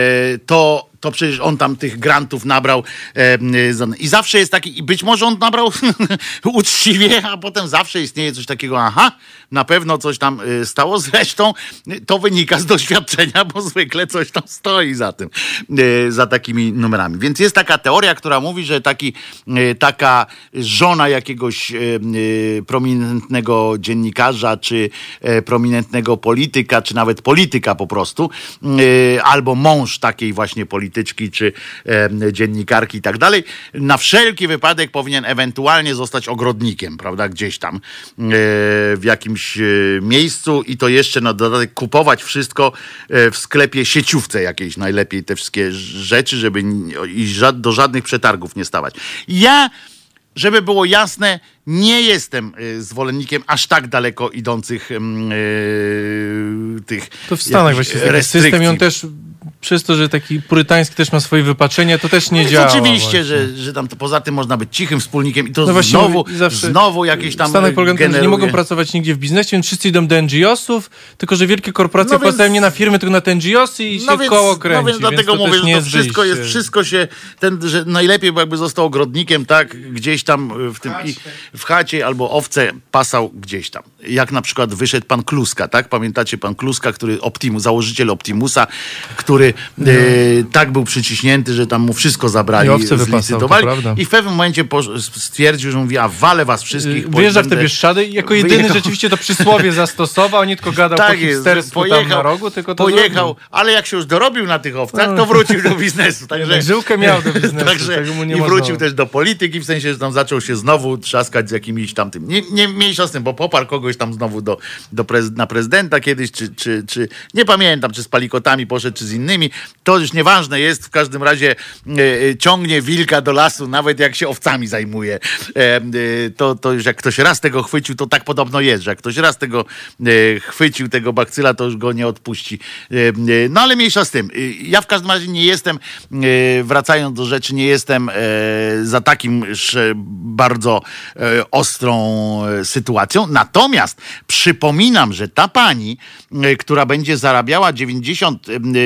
to to przecież on tam tych grantów nabrał e, i zawsze jest taki, i być może on nabrał uczciwie, a potem zawsze istnieje coś takiego, aha, na pewno coś tam e, stało, zresztą to wynika z doświadczenia, bo zwykle coś tam stoi za tym, e, za takimi numerami. Więc jest taka teoria, która mówi, że taki, e, taka żona jakiegoś e, e, prominentnego dziennikarza, czy e, prominentnego polityka, czy nawet polityka po prostu, e, albo mąż takiej właśnie polityki, czy e, dziennikarki i tak dalej, na wszelki wypadek powinien ewentualnie zostać ogrodnikiem, prawda, gdzieś tam e, w jakimś e, miejscu i to jeszcze na dodatek kupować wszystko e, w sklepie sieciówce jakiejś, najlepiej te wszystkie rzeczy, żeby i ża- do żadnych przetargów nie stawać. Ja, żeby było jasne, nie jestem y, zwolennikiem aż tak daleko idących y, tych To w Stanach właśnie jest taki system i on też przez to, że taki purytański też ma swoje wypaczenia, to też nie no działa. Oczywiście, że, że tam to poza tym można być cichym wspólnikiem i to no właśnie, znowu, zawsze znowu jakieś tam w Stanach polega na tym, że nie generuje. mogą pracować nigdzie w biznesie, więc wszyscy idą do N G O sów, tylko że wielkie korporacje No więc- płacają nie na firmy, tylko na te N G O sy i No się więc, koło kręci. no więc dlatego to mówię, też że nie to jest wszystko jest, wyjście. wszystko się, ten, że najlepiej by jakby został ogrodnikiem, tak, gdzieś tam w tym, i, w chacie albo owce pasał gdzieś tam. Jak na przykład wyszedł pan Kluska, tak? Pamiętacie pan Kluska, który Optimus, założyciel Optimusa, który No. e, tak był przyciśnięty, że tam mu wszystko zabrali, I owce wypasał, zlicytowali. to prawda. I w pewnym momencie posz- stwierdził, że mówi, a walę was wszystkich. bo Wyjeżdża w te będę- Bieszczady i jako jedyny Wyjechał. rzeczywiście to przysłowie zastosował, nie tylko gadał po Tak jest, hipstersku tam na rogu, tylko to pojechał, zrobił. ale jak się już dorobił na tych owcach, to wrócił do biznesu. Także Jednak żyłkę miał do biznesu, Także tego mu nie i można- wrócił też do polityki, w sensie, że tam zaczął się znowu trzaskać z jakimiś tam tym. Nie, nie mniejsza z tym, bo poparł kogoś tam znowu do, do prez, na prezydenta kiedyś, czy, czy, czy nie pamiętam, czy z palikotami poszedł, czy z innymi. To już nieważne jest, w każdym razie e, e, ciągnie wilka do lasu, nawet jak się owcami zajmuje. E, e, to, to już jak ktoś raz tego chwycił, to tak podobno jest, że jak ktoś raz tego e, chwycił, tego bakcyla, to już go nie odpuści. E, e, no ale mniejsza z tym. E, ja w każdym razie nie jestem, e, wracając do rzeczy, nie jestem e, za takim sz, bardzo e, ostrą e, sytuacją. Natomiast przypominam, że ta pani, e, która będzie zarabiała dziewięćdziesiąt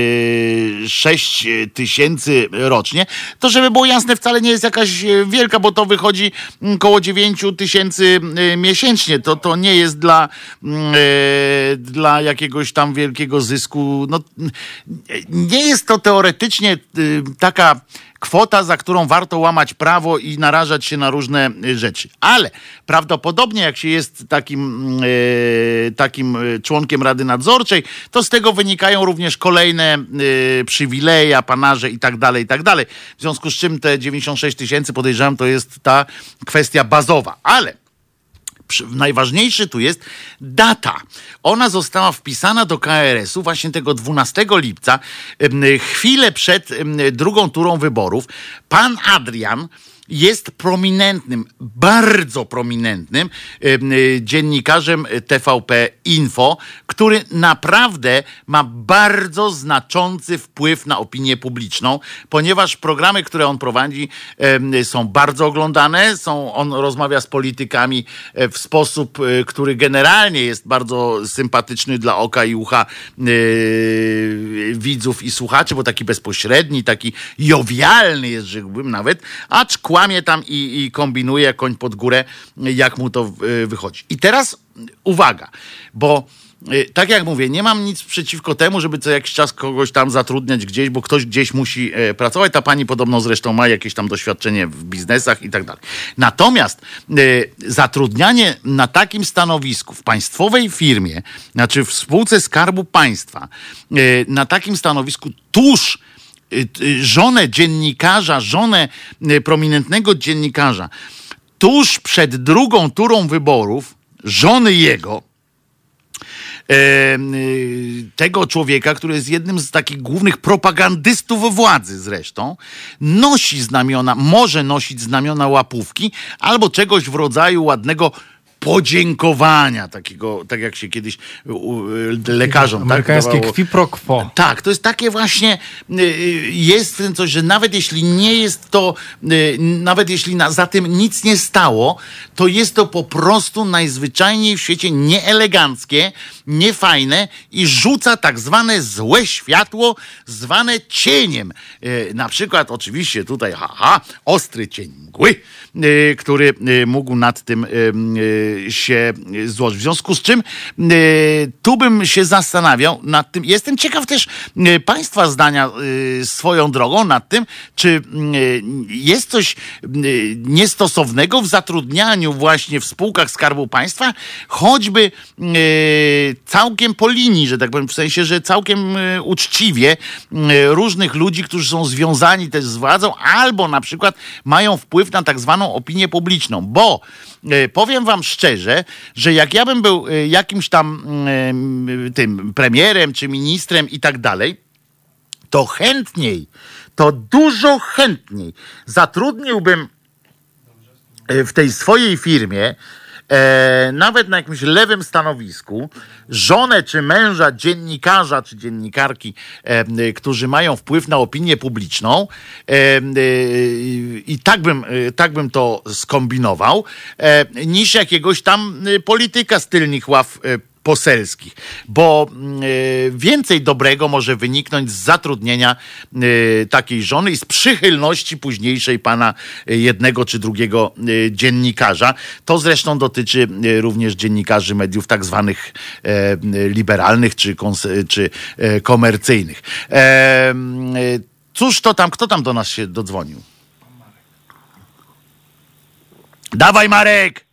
sześć tysięcy rocznie, to żeby było jasne, wcale nie jest jakaś e, wielka, bo to wychodzi mm, koło dziewięć tysięcy e, miesięcznie. To, to nie jest dla, mm, e, dla jakiegoś tam wielkiego zysku. No, nie jest to teoretycznie e, taka kwota, za którą warto łamać prawo i narażać się na różne y, rzeczy. Ale prawdopodobnie jak się jest takim, y, takim y, członkiem Rady Nadzorczej, to z tego wynikają również kolejne y, przywileje, apanaże i tak dalej, i tak dalej. W związku z czym te dziewięćdziesiąt sześć tysięcy, podejrzewam, to jest ta kwestia bazowa. Ale najważniejszy tu jest data. Ona została wpisana do K R S u właśnie tego dwunastego lipca, chwilę przed drugą turą wyborów. Pan Adrian jest prominentnym, bardzo prominentnym dziennikarzem T V P Info, który naprawdę ma bardzo znaczący wpływ na opinię publiczną, ponieważ programy, które on prowadzi, są bardzo oglądane, są, on rozmawia z politykami w sposób, który generalnie jest bardzo sympatyczny dla oka i ucha widzów i słuchaczy, bo taki bezpośredni, taki jowialny jest, rzekłbym nawet, acz kłamie tam i, i kombinuje koń pod górę, jak mu to wychodzi. I teraz uwaga, bo tak jak mówię, nie mam nic przeciwko temu, żeby co jakiś czas kogoś tam zatrudniać gdzieś, bo ktoś gdzieś musi pracować. Ta pani podobno zresztą ma jakieś tam doświadczenie w biznesach i tak dalej. Natomiast zatrudnianie na takim stanowisku w państwowej firmie, znaczy w spółce Skarbu Państwa, na takim stanowisku tuż żonę dziennikarza, żonę prominentnego dziennikarza, tuż przed drugą turą wyborów, żony jego, tego człowieka, który jest jednym z takich głównych propagandystów władzy zresztą, nosi znamiona, może nosić znamiona łapówki albo czegoś w rodzaju ładnego podziękowania, takiego, tak jak się kiedyś lekarzom amerykańskie tak dawało. Qui pro quo. Tak, to jest takie właśnie, jest w tym coś, że nawet jeśli nie jest to, nawet jeśli na, za tym nic nie stało, to jest to po prostu najzwyczajniej w świecie nieeleganckie, niefajne i rzuca tak zwane złe światło, zwane cieniem. Na przykład oczywiście tutaj, haha, ostry cień mgły, który mógł nad tym się złożyć. W związku z czym tu bym się zastanawiał nad tym. Jestem ciekaw też państwa zdania swoją drogą nad tym, czy jest coś niestosownego w zatrudnianiu właśnie w spółkach Skarbu Państwa, choćby całkiem po linii, że tak powiem, w sensie, że całkiem uczciwie różnych ludzi, którzy są związani też z władzą, albo na przykład mają wpływ na tak zwaną opinię publiczną, bo powiem wam szczerze, że jak ja bym był jakimś tam tym premierem czy ministrem i tak dalej, to chętniej, to dużo chętniej zatrudniłbym w tej swojej firmie, E, nawet na jakimś lewym stanowisku, żonę czy męża dziennikarza czy dziennikarki, e, którzy mają wpływ na opinię publiczną, e, e, i tak bym, e, tak bym to skombinował, e, niż jakiegoś tam polityka z tylnych ław e, poselskich, bo y, więcej dobrego może wyniknąć z zatrudnienia y, takiej żony i z przychylności późniejszej pana y, jednego czy drugiego y, dziennikarza. To zresztą dotyczy y, również dziennikarzy mediów tak zwanych y, liberalnych czy, kons- czy y, komercyjnych. E, y, cóż to tam, kto tam do nas się dodzwonił? Dawaj, Marek!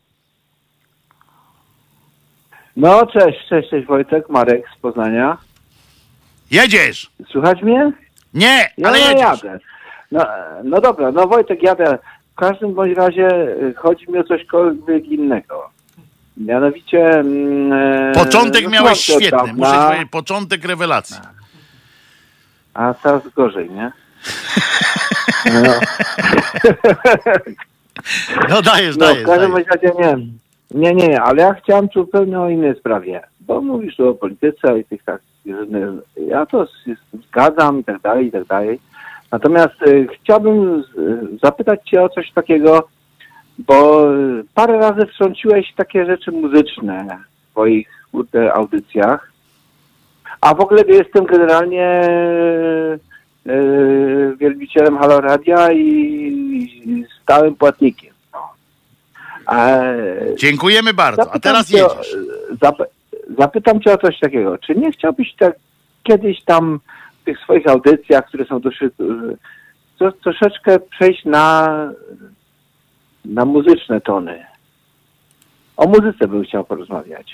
No, cześć, cześć, cześć Wojtek, Marek z Poznania. Jedziesz! Słychać mnie? Nie, Ja ale no, jedziesz. jadę. No, no dobra, no Wojtek, jadę. W każdym bądź razie chodzi mi o cośkolwiek innego. Mianowicie... Mm, Początek no, miałeś słucham cię świetny, od dawna, muszę powiedzieć, początek rewelacji. A teraz gorzej, nie? No, No dajesz, no dajesz, w każdym dajesz. bądź razie nie. Nie, nie, ale ja chciałem tu zupełnie o innej sprawie. Bo mówisz tu o polityce i tych tak... Ja to zgadzam i tak dalej, i tak dalej. Natomiast y, chciałbym z, zapytać cię o coś takiego, bo parę razy wtrąciłeś takie rzeczy muzyczne w swoich kurde, audycjach, a w ogóle jestem generalnie y, wielbicielem Halo Radia i, i stałym płatnikiem. No. A, Dziękujemy bardzo, a zapytam teraz cię o- jedziesz. Zap, zapytam cię o coś takiego. Czy nie chciałbyś tak kiedyś tam w tych swoich audycjach, które są dosyć, to, troszeczkę przejść na, na muzyczne tony? O muzyce bym chciał porozmawiać.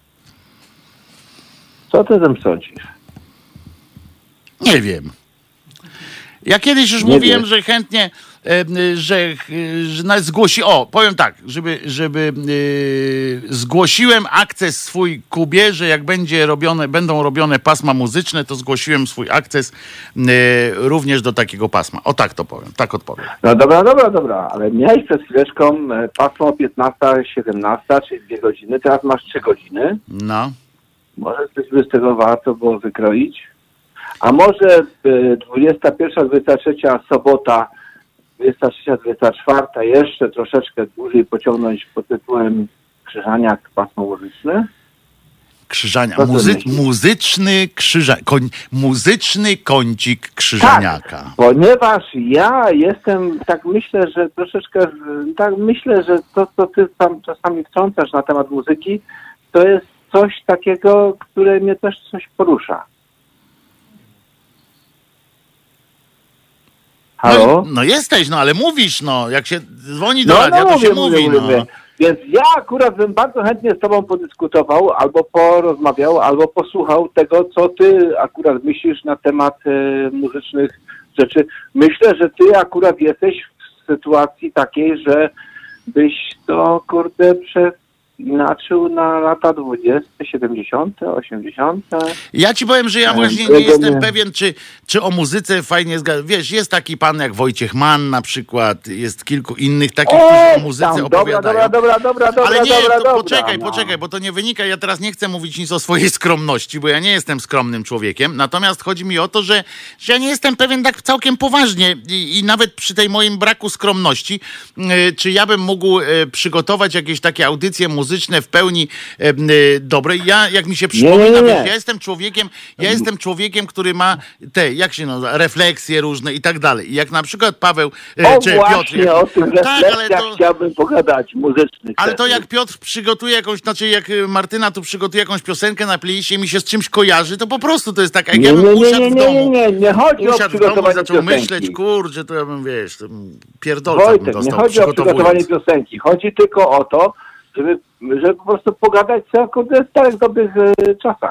Co ty o tym sądzisz? Nie wiem. Ja kiedyś już Nie mówiłem, wiesz. że chętnie e, że, e, że nawet zgłosi, o, powiem tak, żeby, żeby e, zgłosiłem akces swój Kubie, że jak będzie robione, będą robione pasma muzyczne, to zgłosiłem swój akces e, również do takiego pasma. O tak to powiem, tak odpowiem. No dobra, dobra, dobra, ale miałeś przed chwileczką e, pasmo piętnasta siedemnasta, czyli dwie godziny, teraz masz trzy godziny. No. Może coś by z tego warto było wykroić? A może e, dwudziesta pierwsza dwudziesta trzecia sobota, dwudziesta trzecia dwudziesta czwarta jeszcze troszeczkę dłużej pociągnąć pod tytułem Krzyżaniak pasmo muzyczne? Krzyżania, Co ty muzy, myślisz? muzyczny krzyża, koń, muzyczny kącik krzyżaniaka. Tak, ponieważ ja jestem, tak myślę, że troszeczkę, tak myślę, że to, co ty tam czasami wtrącasz na temat muzyki, to jest coś takiego, które mnie też coś porusza. Halo? No, no jesteś, no ale mówisz, no, jak się dzwoni do No, radia, no, to mówię, się mówię, mówi, mówię, no. mówię. Więc ja akurat bym bardzo chętnie z tobą podyskutował, albo porozmawiał, albo posłuchał tego, co ty akurat myślisz na temat e, muzycznych rzeczy. Myślę, że ty akurat jesteś w sytuacji takiej, że byś to, kurde, przeinaczył na lata dwudzieste, siedemdziesiąte, osiemdziesiąte. Ja ci powiem, że ja E, właśnie nie tego jestem nie- pewien, czy, czy o muzyce fajnie zgadzam. Wiesz, jest taki pan jak Wojciech Mann na przykład, jest kilku innych takich, którzy o Ej, muzyce tam, dobra, opowiadają. dobra, dobra, dobra, dobra, Ale nie, dobra, to dobra, poczekaj, no. poczekaj, bo to nie wynika, ja teraz nie chcę mówić nic o swojej skromności, bo ja nie jestem skromnym człowiekiem, natomiast chodzi mi o to, że, że ja nie jestem pewien tak całkiem poważnie i, i nawet przy tej moim braku skromności, y, czy ja bym mógł y, przygotować jakieś takie audycje muzyczne w pełni y, y, dobre. Ja, jak mi się przypomina, nie, nie. wiesz, ja jestem człowiekiem, ja jestem człowiekiem, który ma te, jak się nazywa, refleksje różne i tak dalej. I jak na przykład Paweł, y, O czy właśnie, Piotr, jak, o tych tak, ale refleksjach to, chciałbym pogadać, muzycznych. ale to też. jak Piotr przygotuje jakąś, znaczy jak y, Martyna tu przygotuje jakąś piosenkę na playliście i mi się z czymś kojarzy, to po prostu to jest tak, jak Nie, ja bym nie, nie, usiadł nie, w nie, domu, nie, nie, nie chodzi o usiadł w domu i przygotowanie zaczął piosenki. myśleć, kurczę, to ja bym, wiesz, to bym pierdolca bym Wojtek, nie dostał, chodzi o przygotowanie przygotowując. piosenki. Chodzi tylko o to, żeby, żeby po prostu pogadać sobie o starych, dobrych e, czasach.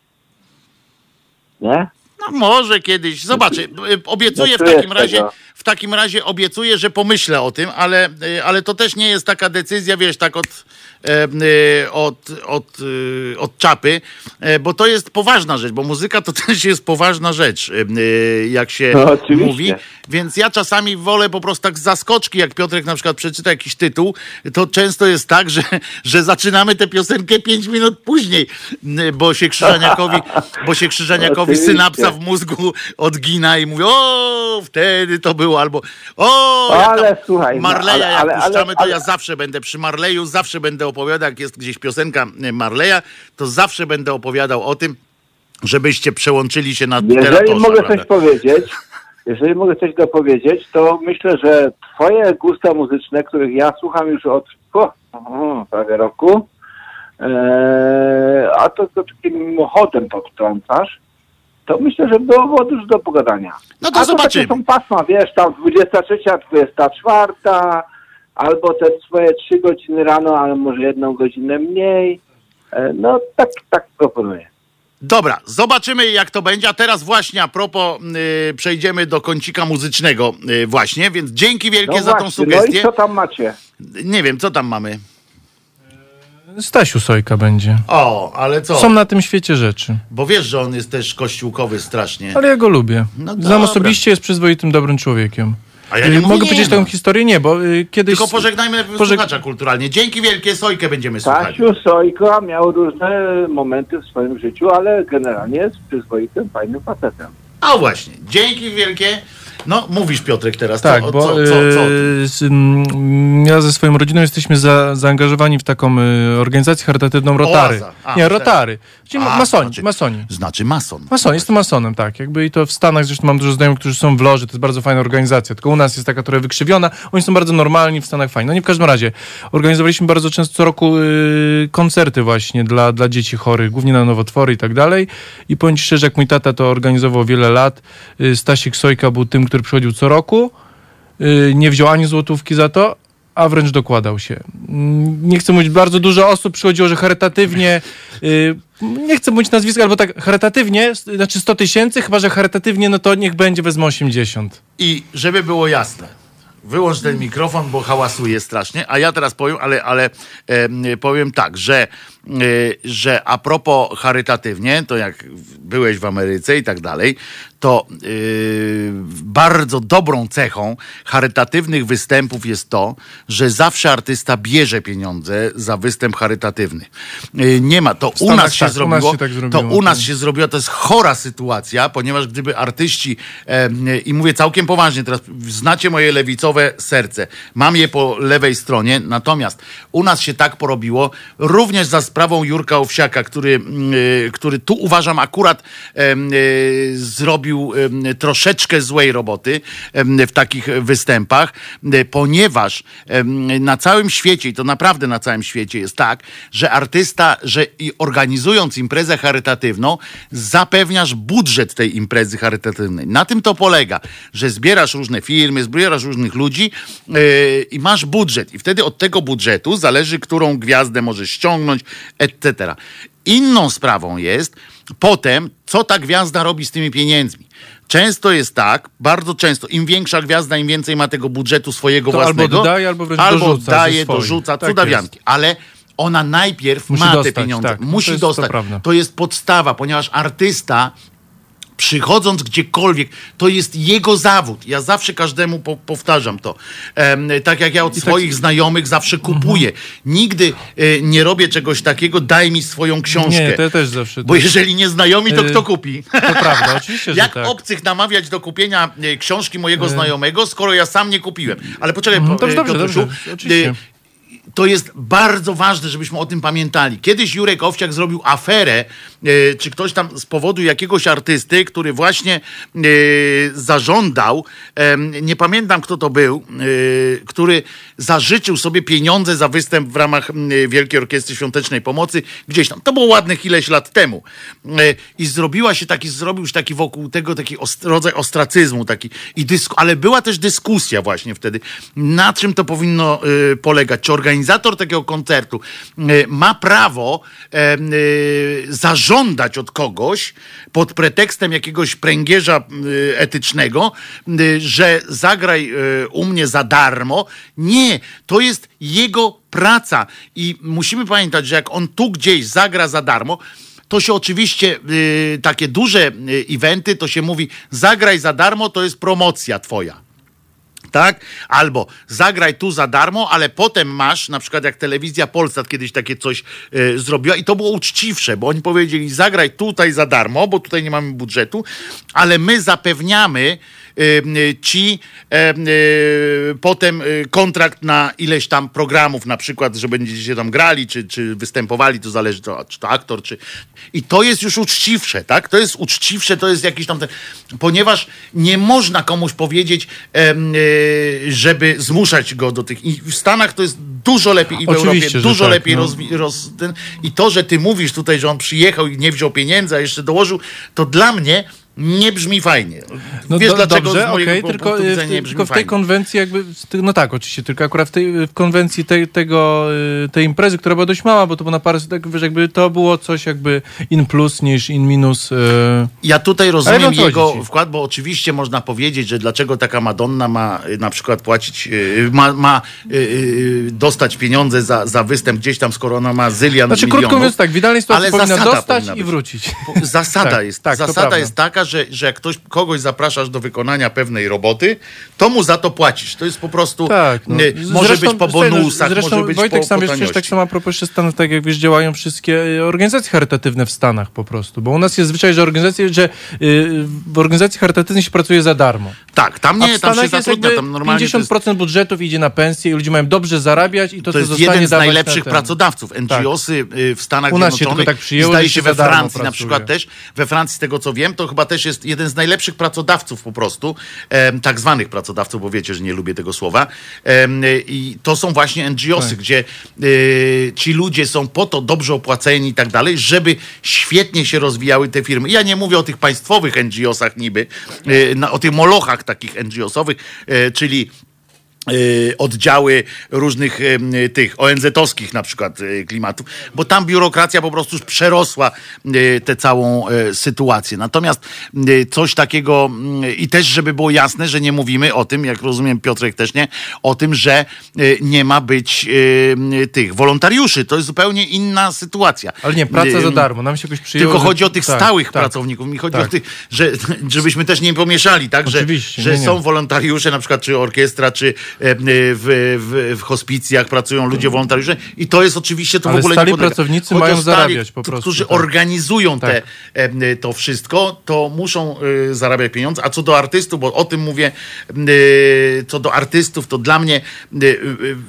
Nie? No może kiedyś, zobaczę, y, obiecuję w No to takim jest razie, tego. w takim razie obiecuję, że pomyślę o tym, ale, y, ale to też nie jest taka decyzja, wiesz, tak od, e, y, od, od, y, od czapy, e, bo to jest poważna rzecz, bo muzyka to też jest poważna rzecz, y, jak się No, oczywiście. mówi, więc ja czasami wolę po prostu tak z zaskoczki, jak Piotrek na przykład przeczyta jakiś tytuł, to często jest tak, że, że zaczynamy tę piosenkę pięć minut później, y, bo się Krzyżaniakowi, bo się Krzyżaniakowi Oczywiście. synapsa w mózgu odgina i mówi, o, wtedy to było, albo o, jak Ale tam słuchaj, no, Marleya, ale- jak ale- puszczamy, ale- to ja ale- zawsze będę przy Marleyu, zawsze będę opowiadał, jak jest gdzieś piosenka y, Marleya, to zawsze będę opowiadał o tym, żebyście przełączyli się na Jeżeli Teratosza, mogę prawda? coś powiedzieć, jeżeli mogę coś dopowiedzieć, to myślę, że twoje gusta muzyczne, których ja słucham już od o, o, prawie roku, e, a to, to takim mimochodem to wtrącasz, to myślę, że było dużo do pogadania. No to a zobaczymy. To takie są pasma, wiesz, tam dwudziesta trzecia, dwudziesta czwarta, albo te swoje trzy godziny rano, ale może jedną godzinę mniej. E, no tak, tak proponuję. Dobra, zobaczymy jak to będzie, a teraz właśnie a propos y, przejdziemy do kącika muzycznego y, właśnie, więc dzięki wielkie No za tą właśnie, no sugestię. i co tam macie? Nie wiem, co tam mamy? Stasiu Sojka będzie. O, ale co? Są na tym świecie rzeczy. Bo wiesz, że on jest też kościółkowy strasznie. Ale ja go lubię. No Znam dobra. osobiście, jest przyzwoitym, dobrym człowiekiem. A ja nie Y, mówię Mogę nie, powiedzieć no. tę historię? Nie, bo y, kiedyś... Tylko pożegnajmy najpierw Pożeg- słuchacza kulturalnie. Dzięki wielkie, Sojkę będziemy słuchać. Stasiu Sojko miał różne momenty w swoim życiu, ale generalnie jest przyzwoitym, fajnym facetem. A właśnie, dzięki wielkie. No, mówisz Piotrek teraz, Tak, co, bo co, co, co? y, z, mm, ja ze swoją rodziną jesteśmy za, zaangażowani w taką y, organizację charytatywną Rotary. Oaza. A, Nie, tak. Rotary. Czyli A, masoni, znaczy- masoni. Znaczy mason. Mason, jestem masonem, tak. Jakby i to w Stanach zresztą mam dużo znajomych, którzy są w loży, to jest bardzo fajna organizacja. Tylko u nas jest taka trochę wykrzywiona, oni są bardzo normalni, w Stanach fajni. No nie, w każdym razie organizowaliśmy bardzo często co roku y, koncerty właśnie dla, dla dzieci chorych, głównie na nowotwory i tak dalej. I powiem ci szczerze, jak mój tata to organizował wiele lat, y, Stasik Sojka był tym, który przychodził co roku, y, nie wziął ani złotówki za to, a wręcz dokładał się. Mm, Nie chcę mówić, bardzo dużo osób przychodziło, że charytatywnie, y, nie chcę mówić nazwiska, albo tak charytatywnie, s- znaczy sto tysięcy, chyba że charytatywnie, no to niech będzie, wezmę osiemdziesiąt. I żeby było jasne, Wyłącz ten mikrofon, bo hałasuje strasznie. A ja teraz powiem, ale, ale e, powiem tak, że, e, że a propos charytatywnie, to jak byłeś w Ameryce i tak dalej, to e, bardzo dobrą cechą charytatywnych występów jest to, że zawsze artysta bierze pieniądze za występ charytatywny. E, nie ma, to u Stanach nas się tak, u zrobiło, nas się tak zrobiło, to u nas tak. się zrobiła, to jest chora sytuacja, ponieważ gdyby artyści, e, i mówię całkiem poważnie teraz, znacie moje lewicowe serce, mam je po lewej stronie, natomiast u nas się tak porobiło, również za sprawą Jurka Owsiaka, który, e, który tu uważam akurat e, e, zrobił e, troszeczkę złej roboty e, w takich występach, e, ponieważ e, na całym świecie, i to naprawdę na całym świecie jest tak, że artysta, że i organizując imprezę charytatywną, zapewniasz budżet tej imprezy charytatywnej. Na tym to polega, że zbierasz różne firmy, zbierasz różnych ludzi yy, i masz budżet. I wtedy od tego budżetu zależy, którą gwiazdę możesz ściągnąć, et cetera. Inną sprawą jest potem, co ta gwiazda robi z tymi pieniędzmi. Często jest tak, bardzo często, im większa gwiazda, im więcej ma tego budżetu swojego To własnego. albo daje, albo wręcz albo dorzuca daje, ze swoich. dorzuca, Tak cudawianki. Ale ona najpierw Musi ma dostać, te pieniądze. tak. Musi To jest- dostać. to prawda. To jest podstawa, ponieważ artysta, przychodząc gdziekolwiek, to jest jego zawód. Ja zawsze każdemu po, powtarzam to. Em, tak jak ja od I swoich tak- znajomych zawsze kupuję. Nigdy e, nie robię czegoś takiego, daj mi swoją książkę. Nie, to ja też zawsze. Bo jeżeli nie znajomi, to E, kto kupi? To prawda, oczywiście, że Jak tak. obcych namawiać do kupienia e, książki mojego znajomego, skoro ja sam nie kupiłem? Ale poczekaj, Mhm, po- dobrze, e, dobrze, Piotrusiu, dobrze, oczywiście. e, to jest bardzo ważne, żebyśmy o tym pamiętali. Kiedyś Jurek Owsiak zrobił aferę, e, czy ktoś tam z powodu jakiegoś artysty, który właśnie e, zażądał, e, nie pamiętam kto to był, e, który zażyczył sobie pieniądze za występ w ramach e, Wielkiej Orkiestry Świątecznej Pomocy gdzieś tam. To było ładnych ileś lat temu. E, I zrobiła się taki, zrobił już taki wokół tego taki ost, rodzaj ostracyzmu, taki, i dysku, ale była też dyskusja właśnie wtedy, na czym to powinno e, polegać. Czy organizator takiego koncertu e, ma prawo e, e, zażądać od kogoś pod pretekstem jakiegoś pręgierza e, etycznego, e, że zagraj e, u mnie za darmo. Nie, to jest jego praca i musimy pamiętać, że jak on tu gdzieś zagra za darmo, to się oczywiście y, takie duże y, eventy, to się mówi zagraj za darmo, to jest promocja twoja. Tak? Albo zagraj tu za darmo, ale potem masz, na przykład jak Telewizja Polsat kiedyś takie coś y, zrobiła i to było uczciwsze, bo oni powiedzieli zagraj tutaj za darmo, bo tutaj nie mamy budżetu, ale my zapewniamy y, ci y, y, potem y, kontrakt na ileś tam programów, na przykład, że będziecie tam grali, czy, czy występowali, to zależy, to, czy to aktor, czy... I to jest już uczciwsze, tak? To jest uczciwsze, to jest jakiś tam... Ten... Ponieważ nie można komuś powiedzieć, em, y, żeby zmuszać go do tych... I w Stanach to jest dużo lepiej, i w Oczywiście, Europie że dużo tak, lepiej no. rozwi- roz... Ten... I to, że ty mówisz tutaj, że on przyjechał i nie wziął pieniędzy, a jeszcze dołożył, to dla mnie nie brzmi fajnie. No Wiesz do, dlaczego dobrze, z mojego okej, punktu tylko, widzenia w, nie tej, brzmi tylko w tej fajnie. konwencji jakby, no tak, oczywiście, tylko akurat w tej w konwencji tej, tego, y, tej imprezy, która była dość mała, bo to było na parę, tak, wiesz, jakby to było coś jakby in plus niż in minus. Y... Ja tutaj rozumiem wiem, o co jego chodzi ci. wkład, bo oczywiście można powiedzieć, że dlaczego taka Madonna ma y, na przykład płacić, y, ma, ma y, y, dostać pieniądze za, za występ gdzieś tam, skoro ona ma zylian Znaczy milionów. krótko mówiąc tak, w idealnej sytuacji Ale powinna zasada dostać powinna i być. wrócić. Zasada, Tak, jest, tak, to zasada prawda. jest taka, że, że jak ktoś, kogoś zapraszasz do wykonania pewnej roboty, to mu za to płacisz. To jest po prostu, Tak, no. y, może Zresztą- być po słuchaj, no, bonusach, zresztą może być Wojtek po, sam po wiesz, przecież tak taniości. samo a propos jeszcze Stanów, tak jak wiesz, działają wszystkie y, organizacje charytatywne w Stanach po prostu, bo u nas jest zwyczaj, że organizacje, że y, w organizacji charytatywnej się pracuje za darmo. Tak, tam A nie, w tam się Stanach jest zatrudnia, jakby tam normalnie to pięćdziesiąt jest... procent budżetów idzie na pensję i ludzie mają dobrze zarabiać i to, To co jest zostanie jeden z dawać najlepszych na ten. pracodawców. N G O sy y, w Stanach U nas się Zjednoczonych, tylko tak przyjęło, zdaje że się się we za darmo Francji na pracuje. przykład też, we Francji z tego co wiem, to chyba też jest jeden z najlepszych pracodawców po prostu, em, tak zwanych pracodawców, bo wiecie, że nie lubię tego słowa. Em, I to są właśnie N G O sy, Tak. gdzie y, ci ludzie są po to dobrze opłaceni i tak dalej, żeby świetnie się rozwijały te firmy. Ja nie mówię o tych państwowych N G O sach niby, y, na, o tych molochach takich N G O sowych, y, czyli y, oddziały różnych y, tych O N Z-owskich na przykład y, klimatów, bo tam biurokracja po prostu już przerosła y, tę całą y, sytuację. Natomiast y, coś takiego y, i też, żeby było jasne, że nie mówimy o tym, jak rozumiem Piotrek też nie, o tym, że y, nie ma być y, tych wolontariuszy. To jest zupełnie inna sytuacja. Ale nie, praca Y, za darmo. Nam się jakoś przyjęło, Tylko że- chodzi o tych tak, stałych tak. pracowników. Mi chodzi Tak. o tych, że, żebyśmy też nie pomieszali, tak? Że, Oczywiście, że nie, nie. są wolontariusze, na przykład czy orkiestra, czy e, w, w, w hospicjach pracują ludzie wolontariusze i to jest oczywiście to Ale w ogóle stali nie podlega. pracownicy Chodzi mają o stali, zarabiać po t- prostu, którzy tak. organizują te, Tak. e, to wszystko, to muszą e, zarabiać pieniądze, a co do artystów, bo o tym mówię, e, co do artystów, to dla mnie e, e,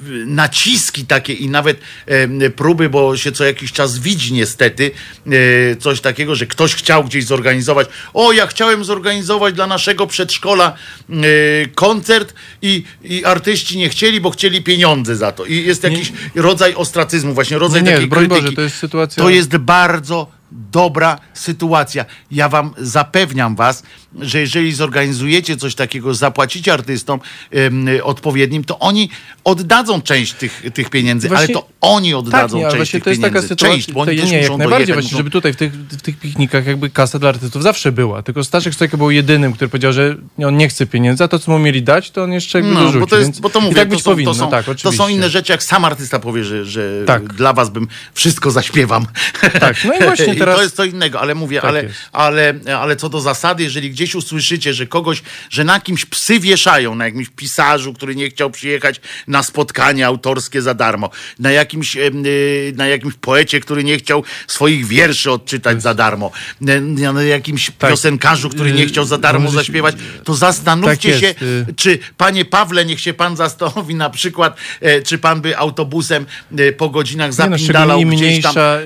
naciski takie i nawet e, próby, bo się co jakiś czas widzi niestety e, coś takiego, że ktoś chciał gdzieś zorganizować, o ja chciałem zorganizować dla naszego przedszkola e, koncert i, i artyści nie chcieli, bo chcieli pieniądze za to. I jest jakiś rodzaj ostracyzmu, właśnie rodzaj Nie, nie, takiej broń krytyki. Boże, to jest sytuacja- To jest bardzo dobra sytuacja. Ja wam zapewniam was, że jeżeli zorganizujecie coś takiego, zapłacicie artystom ym, odpowiednim, to oni oddadzą część tych, tych pieniędzy, Właśnie- ale to oni oddadzą nie, ale część właśnie tych to jest pieniędzy. taka sytuacja, Część, bo oni to, też nie, muszą jak najbardziej dojechać. właśnie, muszą... żeby tutaj w tych, w tych piknikach jakby kasa dla artystów zawsze była, tylko Staszek Stojko był jedynym, który powiedział, że on nie chce pieniędzy, a to, co mu mieli dać, to on jeszcze jakby No, dorzucił. bo to, jest, więc bo to mówię, i tak być to, są, powinno, to, są, tak, to oczywiście. są inne rzeczy, jak sam artysta powie, że, że Tak. dla was bym wszystko zaśpiewam. Tak, no i właśnie I teraz- to jest co innego, ale mówię, Tak ale, jest. ale, ale co do zasady, jeżeli gdzieś usłyszycie, że kogoś, że na kimś psy wieszają, na jakimś pisarzu, który nie chciał przyjechać na spotkanie autorskie za darmo, na jakimś, em, y, na jakimś poecie, który nie chciał swoich wierszy odczytać za darmo, na, na jakimś Tak. piosenkarzu, który nie chciał za darmo Dobrze się- zaśpiewać, to zastanówcie Tak się, jest, y- czy panie Pawle, niech się pan zastanowi na przykład, e, czy pan by autobusem e, po godzinach no, zapindalał szczególnie gdzieś tam, mniejsza,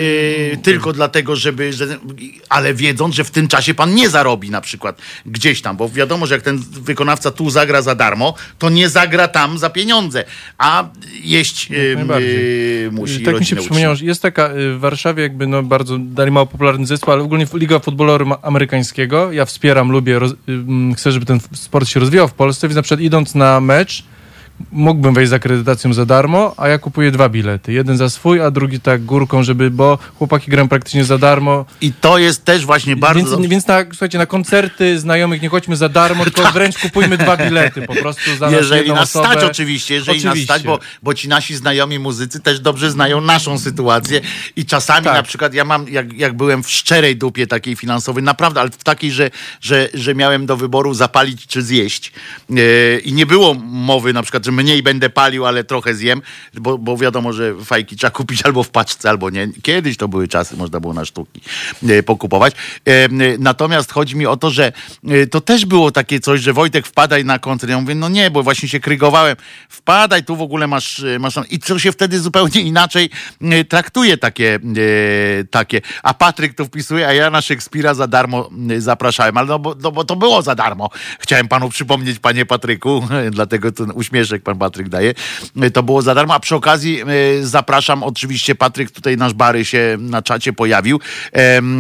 e, tylko dlatego, żeby, że, ale wiedząc, że w tym czasie pan nie zarobi na przykład gdzieś tam, bo wiadomo, że jak ten wykonawca tu zagra za darmo, to nie zagra tam za pieniądze, a jeść e, najbardziej. e, musi Tak mi się rodzinę przypomniało, że jest taka y, w Warszawie jakby no bardzo dali mało popularny zespół, ale ogólnie Liga Futbolu Amerykańskiego. Ja wspieram, lubię, roz, y, mm, chcę, żeby ten sport się rozwijał w Polsce, więc na przykład idąc na mecz mógłbym wejść z akredytacją za darmo, a ja kupuję dwa bilety. Jeden za swój, a drugi tak górką, żeby, bo chłopaki grają praktycznie za darmo. I to jest też właśnie bardzo... Więc, więc na, słuchajcie, na koncerty znajomych nie chodźmy za darmo, tylko wręcz kupujmy dwa bilety po prostu za nas Jeżeli jedną nas osobę. stać oczywiście, jeżeli Oczywiście. nas stać, bo, bo ci nasi znajomi muzycy też dobrze znają naszą sytuację i czasami Tak. na przykład ja mam, jak, jak byłem w szczerej dupie takiej finansowej, naprawdę, ale w takiej, że, że, że miałem do wyboru zapalić czy zjeść yy, i nie było mowy na przykład, że mniej będę palił, ale trochę zjem, bo, bo wiadomo, że fajki trzeba kupić albo w paczce, albo nie. Kiedyś to były czasy, można było na sztuki yy, pokupować. Yy, natomiast chodzi mi o to, że yy, to też było takie coś, że Wojtek, wpadaj na koncert. Ja mówię, no nie, bo właśnie się krygowałem. Wpadaj, tu w ogóle masz... masz I co się wtedy zupełnie inaczej yy, traktuje takie, yy, takie. A Patryk to wpisuje, a ja na Szekspira za darmo yy, zapraszałem. Ale no bo, no bo to było za darmo. Chciałem panu przypomnieć, panie Patryku, dlatego ten uśmieszek pan Patryk daje. Yy, to było za darmo, a przy okazji yy, zapraszam, oczywiście Patryk, tutaj nasz Bary się na czacie pojawił yy,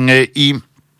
i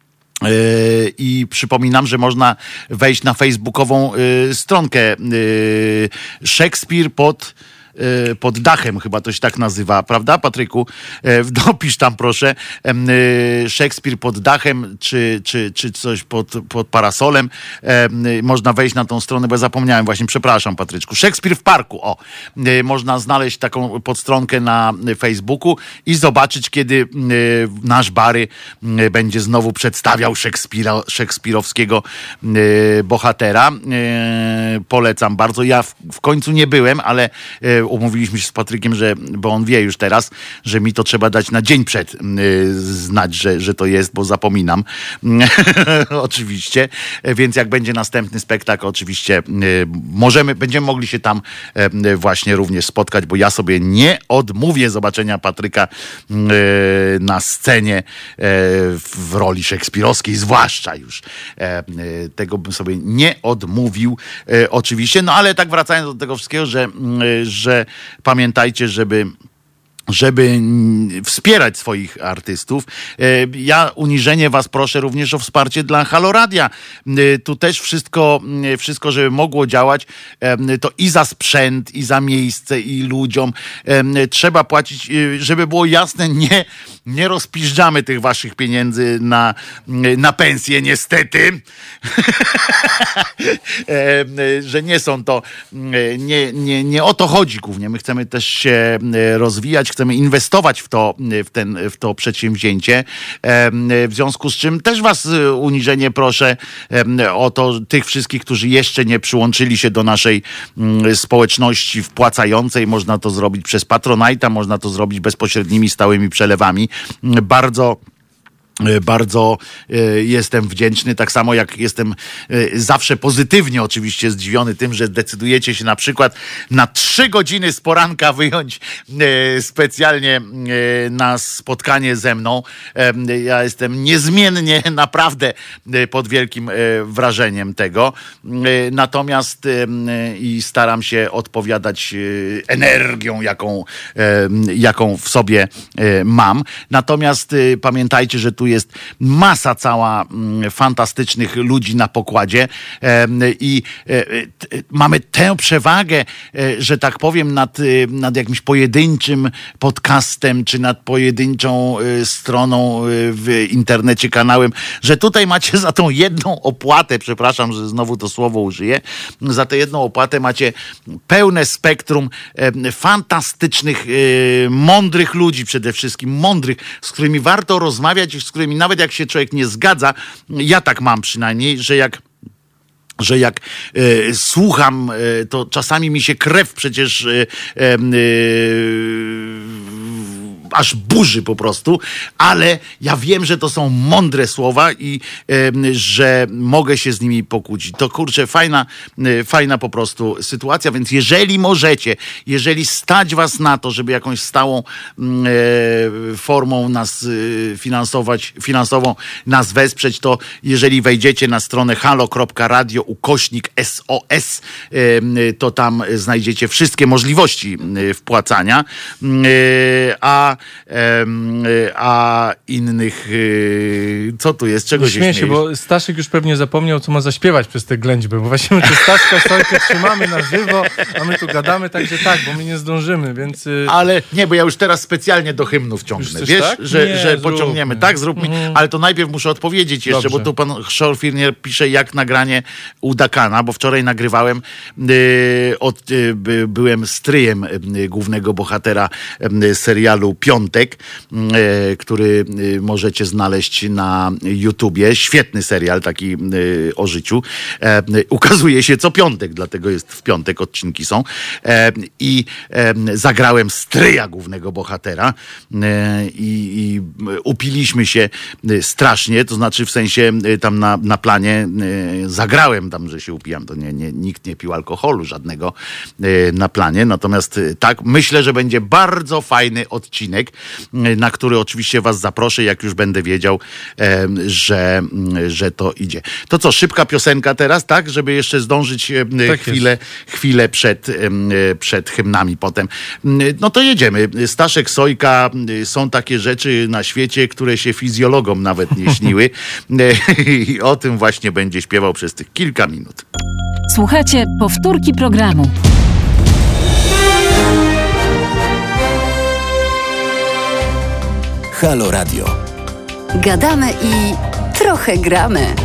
Yy, I przypominam, że można wejść na facebookową yy, stronkę yy, Szekspir pod yy, pod dachem, chyba to się tak nazywa, prawda, Patryku? Yy, dopisz tam proszę yy, Szekspir pod dachem, czy, czy, czy coś pod, pod parasolem. Yy, można wejść na tą stronę, bo ja zapomniałem właśnie, przepraszam, Patryczku. Szekspir w parku, o. Yy, można znaleźć taką podstronkę na Facebooku i zobaczyć, kiedy yy, nasz Bary yy, będzie znowu przedstawiał Szekspira, szekspirowskiego yy, bohatera. Yy, polecam bardzo. Ja w, w końcu nie byłem, ale yy, umówiliśmy się z Patrykiem, że, bo on wie już teraz, że mi to trzeba dać na dzień przed yy, znać, że, że to jest, bo zapominam. Oczywiście. Więc jak będzie następny spektakl, oczywiście yy, możemy, będziemy mogli się tam yy, właśnie również spotkać, bo ja sobie nie odmówię zobaczenia Patryka yy, na scenie yy, w roli szekspirowskiej, zwłaszcza już. Yy, tego bym sobie nie odmówił yy, oczywiście. No ale tak wracając do tego wszystkiego, że, yy, że pamiętajcie, żeby żeby wspierać swoich artystów. Ja uniżenie was proszę również o wsparcie dla Halo Radia. Tu też wszystko, wszystko, żeby mogło działać, to i za sprzęt, i za miejsce, i ludziom trzeba płacić, żeby było jasne, nie, nie rozpiżdżamy tych waszych pieniędzy na, na pensję, niestety. Że nie są to, nie, nie, nie o to chodzi głównie. My chcemy też się rozwijać, chcemy inwestować w to, w ten, w to przedsięwzięcie. W związku z czym też was uniżenie proszę o to, tych wszystkich, którzy jeszcze nie przyłączyli się do naszej społeczności wpłacającej. Można to zrobić przez Patronite'a, można to zrobić bezpośrednimi stałymi przelewami. Bardzo Bardzo jestem wdzięczny, tak samo jak jestem zawsze pozytywnie oczywiście zdziwiony tym, że decydujecie się na przykład na trzy godziny z poranka wyjąć specjalnie na spotkanie ze mną. Ja jestem niezmiennie naprawdę pod wielkim wrażeniem tego. Natomiast i staram się odpowiadać energią, jaką, jaką w sobie mam. Natomiast pamiętajcie, że tu jest masa cała fantastycznych ludzi na pokładzie i mamy tę przewagę, że tak powiem, nad, nad jakimś pojedynczym podcastem, czy nad pojedynczą stroną w internecie, kanałem, że tutaj macie za tą jedną opłatę, przepraszam, że znowu to słowo użyję, za tę jedną opłatę macie pełne spektrum fantastycznych, mądrych ludzi przede wszystkim, mądrych, z którymi warto rozmawiać, z którymi nawet jak się człowiek nie zgadza, ja tak mam przynajmniej, że jak że jak e, słucham, e, to czasami mi się krew przecież e, e, aż burzy po prostu, ale ja wiem, że to są mądre słowa i e, że mogę się z nimi pokłócić. To kurczę, fajna, e, fajna po prostu sytuacja, więc jeżeli możecie, jeżeli stać was na to, żeby jakąś stałą e, formą nas e, finansować, finansową nas wesprzeć, to jeżeli wejdziecie na stronę halo kropka radio ukośnik S O S, e, to tam znajdziecie wszystkie możliwości e, wpłacania, e, a a innych, co tu jest, czego się śmieję się, bo Staszek już pewnie zapomniał, co ma zaśpiewać przez tę ględźbę, bo właśnie my tu Staszka Sojkę trzymamy na żywo, a my tu gadamy, także tak, bo my nie zdążymy, więc... Ale nie, bo ja już teraz specjalnie do hymnu wciągnę, wiesz, tak? że, nie, że pociągniemy. Tak, zrób mi, mm. ale to najpierw muszę odpowiedzieć jeszcze, Dobrze. Bo tu pan Szorfirnier pisze, jak nagranie u Dakana, bo wczoraj nagrywałem, yy, od, yy, by, byłem stryjem yy, głównego bohatera yy, serialu Piątek, który możecie znaleźć na YouTubie. Świetny serial taki o życiu. Ukazuje się co piątek, dlatego jest w piątek, odcinki są. I zagrałem stryja głównego bohatera i, i upiliśmy się strasznie, to znaczy w sensie tam na, na planie zagrałem tam, że się upijam. To nie, nie, nikt nie pił alkoholu żadnego na planie. Natomiast tak, myślę, że będzie bardzo fajny odcinek, na który oczywiście was zaproszę, jak już będę wiedział, e, że, że to idzie. To co, szybka piosenka teraz, tak? Żeby jeszcze zdążyć e, tak chwilę, chwilę przed, e, przed hymnami potem. No to jedziemy. Staszek Sojka, są takie rzeczy na świecie, które się fizjologom nawet nie śniły. I o tym właśnie będzie śpiewał przez tych kilka minut. Słuchajcie, powtórki programu. Halo Radio. Gadamy i trochę gramy.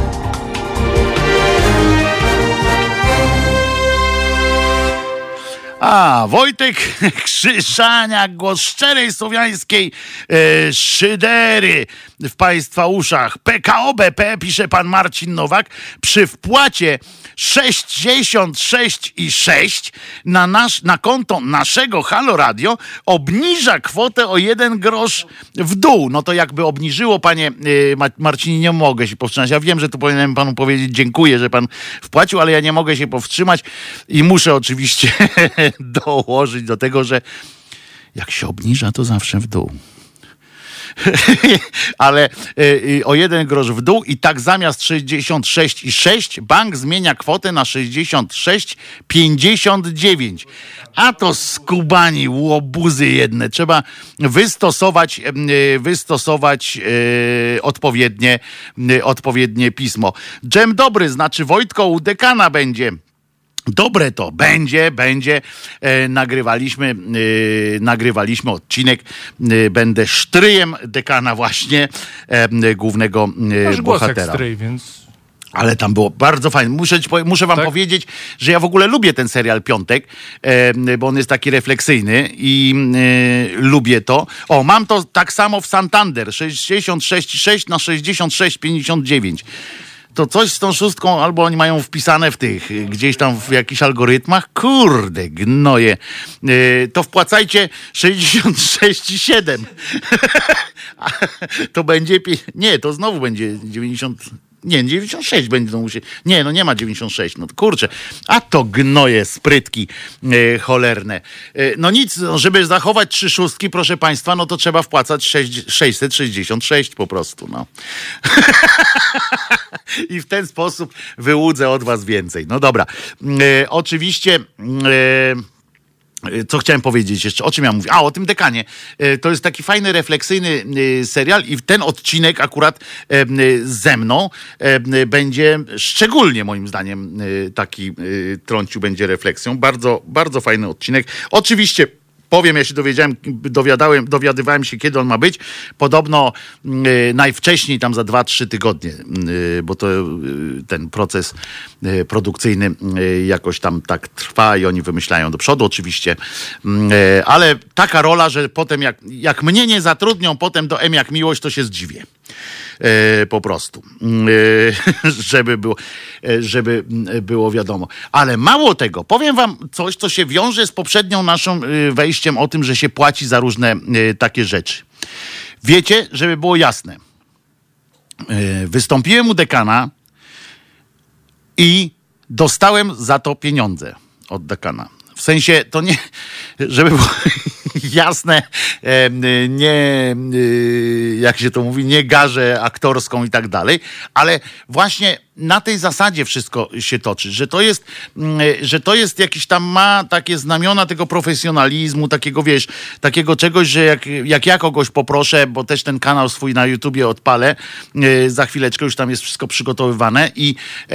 A, Wojtek Krzyżaniak, głos szczerej słowiańskiej e, szydery w państwa uszach. P K O B P, pisze pan Marcin Nowak, przy wpłacie sześćdziesiąt sześć i sześć na, nasz, na konto naszego Halo Radio obniża kwotę o jeden grosz w dół. No to jakby obniżyło, panie e, Marcinie, nie mogę się powstrzymać. Ja wiem, że tu powinienem panu powiedzieć dziękuję, że pan wpłacił, ale ja nie mogę się powstrzymać i muszę oczywiście dołożyć do tego, że jak się obniża, to zawsze w dół. ale y, o jeden grosz w dół i tak zamiast sześćdziesiąt sześć i sześć bank zmienia kwotę na sześćdziesiąt sześć pięćdziesiąt dziewięć. A to skubani łobuzy jedne. Trzeba wystosować, y, wystosować y, odpowiednie, y, odpowiednie pismo. Dżem dobry, znaczy Wojtko u dekana będzie. Dobre to będzie, będzie. E, nagrywaliśmy, e, nagrywaliśmy odcinek. E, będę sztryjem dekana właśnie, e, głównego e, Masz głos jak bohatera. stryj, więc... Ale tam było bardzo fajnie. Muszę, ci powie- muszę wam Tak? powiedzieć, że ja w ogóle lubię ten serial Piątek, e, bo on jest taki refleksyjny i e, lubię to. O, mam to tak samo w Santander. sześćdziesiąt sześć przecinek sześć na sześćdziesiąt sześć pięćdziesiąt dziewięć. To coś z tą szóstką albo oni mają wpisane w tych, gdzieś tam w jakichś algorytmach. Kurde, gnoje. Yy, to wpłacajcie sześćdziesiąt sześć przecinek siedem. To będzie... Pie... Nie, to znowu będzie dziewięćdziesiąt... Nie, dziewięćdziesiąt sześć będzie to musi. Nie, no nie ma dziewięćdziesiąt sześć. No kurczę. A to gnoje, sprytki e, cholerne. E, no nic, no, żeby zachować trzy szóstki, proszę państwa, no to trzeba wpłacać sześć, sześćset sześćdziesiąt sześć po prostu, no. I w ten sposób wyłudzę od was więcej. No dobra. E, oczywiście... E, Co chciałem powiedzieć jeszcze? O czym ja mówię? A, o tym dekanie. To jest taki fajny, refleksyjny serial i ten odcinek akurat ze mną będzie szczególnie moim zdaniem taki trącił będzie refleksją. Bardzo, bardzo fajny odcinek. Oczywiście powiem, ja się dowiedziałem, dowiadałem, dowiadywałem się, kiedy on ma być. Podobno y, najwcześniej tam za dwa trzy tygodnie, y, bo to y, ten proces y, produkcyjny y, jakoś tam tak trwa i oni wymyślają do przodu oczywiście. Y, ale taka rola, że potem jak, jak mnie nie zatrudnią potem do M jak miłość, to się zdziwię. E, po prostu, e, żeby, było, e, żeby było wiadomo. Ale mało tego, powiem wam coś, co się wiąże z poprzednią naszą e, wejściem o tym, że się płaci za różne e, takie rzeczy. Wiecie, żeby było jasne, e, wystąpiłem u dekana i dostałem za to pieniądze od dekana. W sensie, to nie, żeby było jasne, nie, jak się to mówi, nie garzę aktorską i tak dalej, ale właśnie na tej zasadzie wszystko się toczy, że to jest, że to jest jakiś tam, ma takie znamiona tego profesjonalizmu, takiego, wiesz, takiego czegoś, że jak, jak ja kogoś poproszę, bo też ten kanał swój na YouTubie odpalę, za chwileczkę już tam jest wszystko przygotowywane i,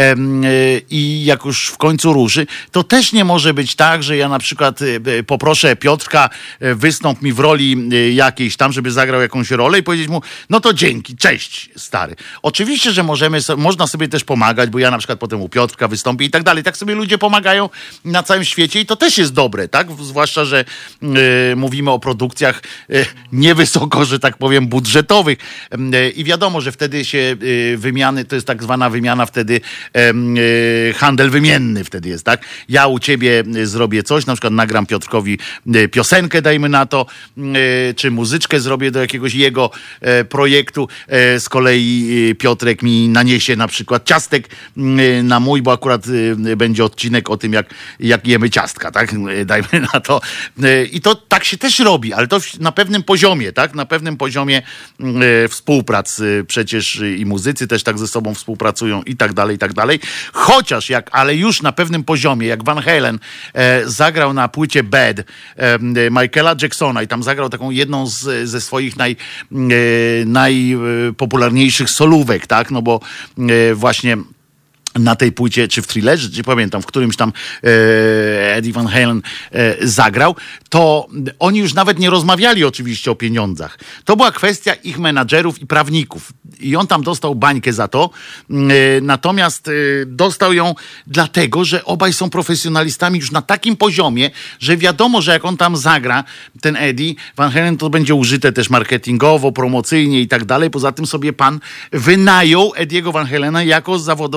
i jak już w końcu ruszy, to też nie może być tak, że ja na przykład poproszę Piotrka, wystąp mi w roli jakiejś tam, żeby zagrał jakąś rolę i powiedzieć mu, no to dzięki, cześć stary. Oczywiście, że możemy, można sobie też pomagać, bo ja na przykład potem u Piotrka wystąpię i tak dalej. Tak sobie ludzie pomagają na całym świecie i to też jest dobre, tak? Zwłaszcza, że y, mówimy o produkcjach y, niewysoko, że tak powiem, budżetowych. Y, I wiadomo, że wtedy się y, wymiany, to jest tak zwana wymiana wtedy, y, handel wymienny wtedy jest, tak? Ja u ciebie y, zrobię coś, na przykład nagram Piotrkowi y, piosenkę, dajmy na to, y, czy muzyczkę zrobię do jakiegoś jego y, projektu. Y, z kolei y, Piotrek mi naniesie na przykład ciastek na mój, bo akurat będzie odcinek o tym, jak, jak jemy ciastka, tak? Dajmy na to. I to tak się też robi, ale to na pewnym poziomie, tak? Na pewnym poziomie współprac przecież i muzycy też tak ze sobą współpracują i tak dalej, i tak dalej. Chociaż jak, ale już na pewnym poziomie, jak Van Halen e, zagrał na płycie Bad e, Michaela Jacksona i tam zagrał taką jedną z, ze swoich naj, e, najpopularniejszych solówek, tak? No bo e, właśnie na tej płycie, czy w Thrillerze, czy pamiętam, w którymś tam e, Eddie Van Halen e, zagrał, to oni już nawet nie rozmawiali oczywiście o pieniądzach. To była kwestia ich menadżerów i prawników. I on tam dostał bańkę za to, e, natomiast e, dostał ją dlatego, że obaj są profesjonalistami już na takim poziomie, że wiadomo, że jak on tam zagra, ten Eddie Van Halen, to będzie użyte też marketingowo, promocyjnie i tak dalej. Poza tym sobie pan wynajął Eddiego Van Halena jako zawodowego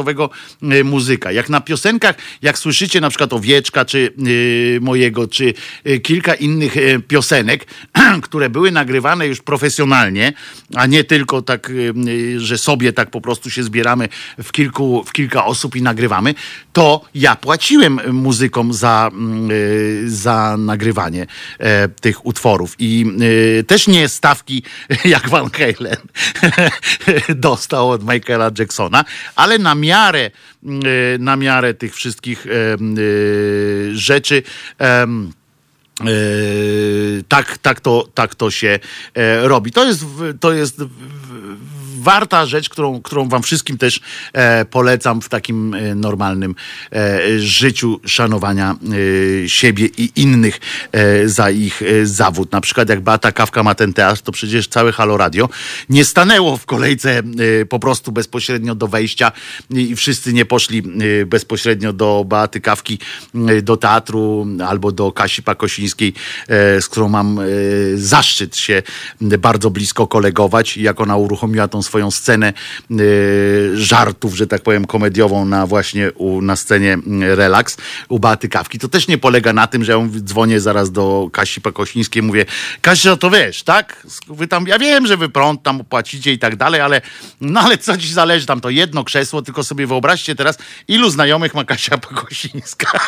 y, muzyka. Jak na piosenkach, jak słyszycie na przykład Owieczka, czy y, mojego, czy y, kilka innych y, piosenek, które były nagrywane już profesjonalnie, a nie tylko tak, y, że sobie tak po prostu się zbieramy w, kilku, w kilka osób i nagrywamy, to ja płaciłem muzykom za, y, za nagrywanie y, tych utworów. I y, też nie stawki jak Van Halen dostał od Michaela Jacksona, ale na miarę, y, na miarę tych wszystkich y, y, rzeczy y, Yy, tak, tak, to, tak to się e, robi. To jest, to jest warta rzecz, którą, którą wam wszystkim też e, polecam w takim e, normalnym e, życiu, szanowania e, siebie i innych e, za ich e, zawód. Na przykład jak Beata Kawka ma ten teatr, to przecież całe Halo Radio nie stanęło w kolejce e, po prostu bezpośrednio do wejścia i, i wszyscy nie poszli e, bezpośrednio do Beaty Kawki, e, do teatru albo do Kasi Pakosińskiej, e, z którą mam e, zaszczyt się bardzo blisko kolegować. Jak ona uruchomiła tą swoją scenę y, żartów, że tak powiem, komediową na właśnie u, na scenie Relaks u Beaty Kawki, to też nie polega na tym, że ja dzwonię zaraz do Kasi Pakosińskiej, mówię: Kasia, to wiesz, tak? Wy tam, ja wiem, że wy prąd tam płacicie i tak dalej, ale no ale co ci zależy, tam to jedno krzesło, tylko sobie wyobraźcie teraz, ilu znajomych ma Kasia Pakosińska.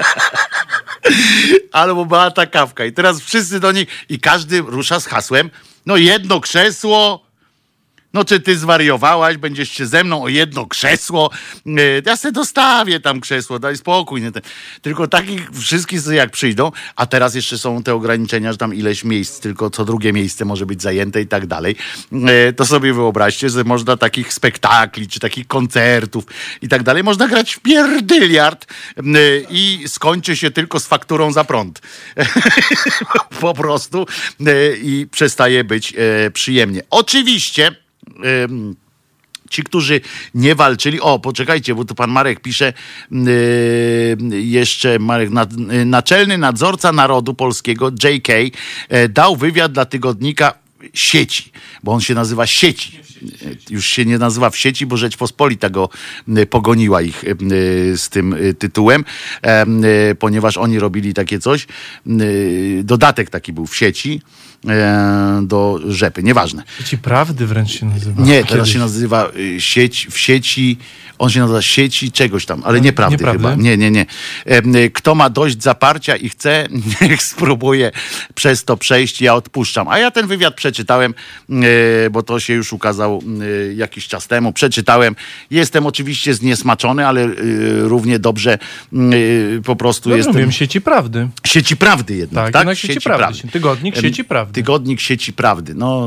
Albo Beata Kawka. I teraz wszyscy do niej i każdy rusza z hasłem: no jedno krzesło. No czy ty zwariowałaś, będziesz się ze mną o jedno krzesło? Ja sobie dostawię tam krzesło, daj spokój. Nie? Tylko takich wszystkich jak przyjdą, a teraz jeszcze są te ograniczenia, że tam ileś miejsc, tylko co drugie miejsce może być zajęte i tak dalej. To sobie wyobraźcie, że można takich spektakli, czy takich koncertów i tak dalej, można grać w pierdyliard i skończy się tylko z fakturą za prąd. Po prostu i przestaje być przyjemnie. Oczywiście ci, którzy nie walczyli... O, poczekajcie, bo tu pan Marek pisze yy, jeszcze, Marek, nad, yy, naczelny nadzorca narodu polskiego J K yy, dał wywiad dla tygodnika Sieci, bo on się nazywa Sieci. Już się nie nazywa W sieci, bo Rzeczpospolita go yy, pogoniła ich yy, z tym yy, tytułem, yy, ponieważ oni robili takie coś. Yy, dodatek taki był W sieci do Rzepy, nieważne. Sieci Prawdy wręcz się nazywa. Nie, teraz Kiedyś. się nazywa y, sieć, w sieci, on się nazywa Sieci czegoś tam, ale nieprawdy Nieprawdy? chyba. Nie, nie, nie. E, kto ma dość zaparcia i chce, niech spróbuje przez to przejść, ja odpuszczam. A ja ten wywiad przeczytałem, e, bo to się już ukazał e, jakiś czas temu. Przeczytałem. Jestem oczywiście zniesmaczony, ale e, równie dobrze e, po prostu No, jestem... Wiem, Sieci Prawdy. Sieci Prawdy jednak, Tak, tak? jednak Sieci Prawdy. Tygodnik Sieci Prawdy. Tygodnik Sieci Prawdy. No,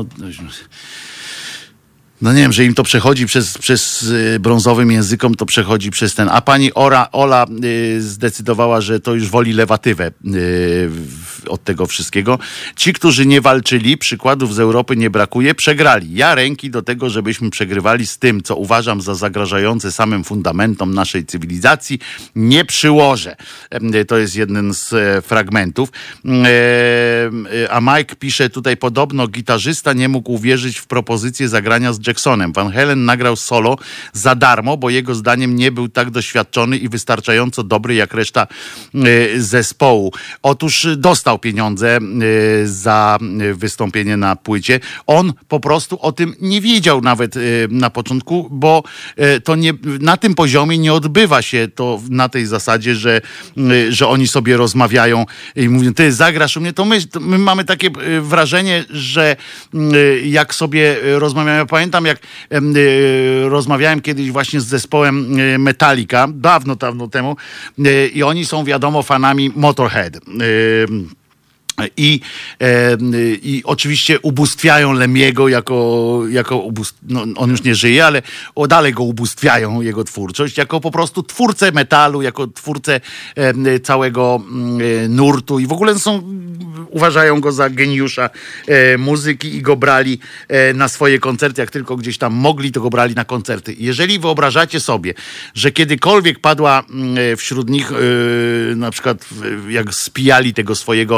no nie wiem, że im to przechodzi przez, przez y, brązowym językom, to przechodzi przez ten. A pani Ora, Ola y, zdecydowała, że to już woli lewatywę y, w, od tego wszystkiego. Ci, którzy nie walczyli, przykładów z Europy nie brakuje, przegrali. Ja ręki do tego, żebyśmy przegrywali z tym, co uważam za zagrażające samym fundamentom naszej cywilizacji, nie przyłożę. Y, to jest jeden z y, fragmentów. Y, y, a Mike pisze tutaj, podobno gitarzysta nie mógł uwierzyć w propozycję zagrania z Jacksonem. Van Halen nagrał solo za darmo, bo jego zdaniem nie był tak doświadczony i wystarczająco dobry jak reszta y, zespołu. Otóż dostał pieniądze y, za wystąpienie na płycie. On po prostu o tym nie wiedział nawet y, na początku, bo y, to nie, na tym poziomie nie odbywa się to na tej zasadzie, że, y, że oni sobie rozmawiają i mówią: ty zagrasz u mnie, to my, to my mamy takie y, wrażenie, że y, jak sobie rozmawiamy, pamiętam jak y, rozmawiałem kiedyś właśnie z zespołem y, Metallica, dawno, dawno temu y, i oni są wiadomo fanami Motorhead. Y, I, e, I oczywiście ubóstwiają Lemiego jako, jako ubóst... no, on już nie żyje, ale o, dalej go ubóstwiają, jego twórczość, jako po prostu twórcę metalu, jako twórcę e, całego e, nurtu i w ogóle są, uważają go za geniusza e, muzyki i go brali e, na swoje koncerty, jak tylko gdzieś tam mogli, to go brali na koncerty. Jeżeli wyobrażacie sobie, że kiedykolwiek padła e, wśród nich e, na przykład jak spijali tego swojego e,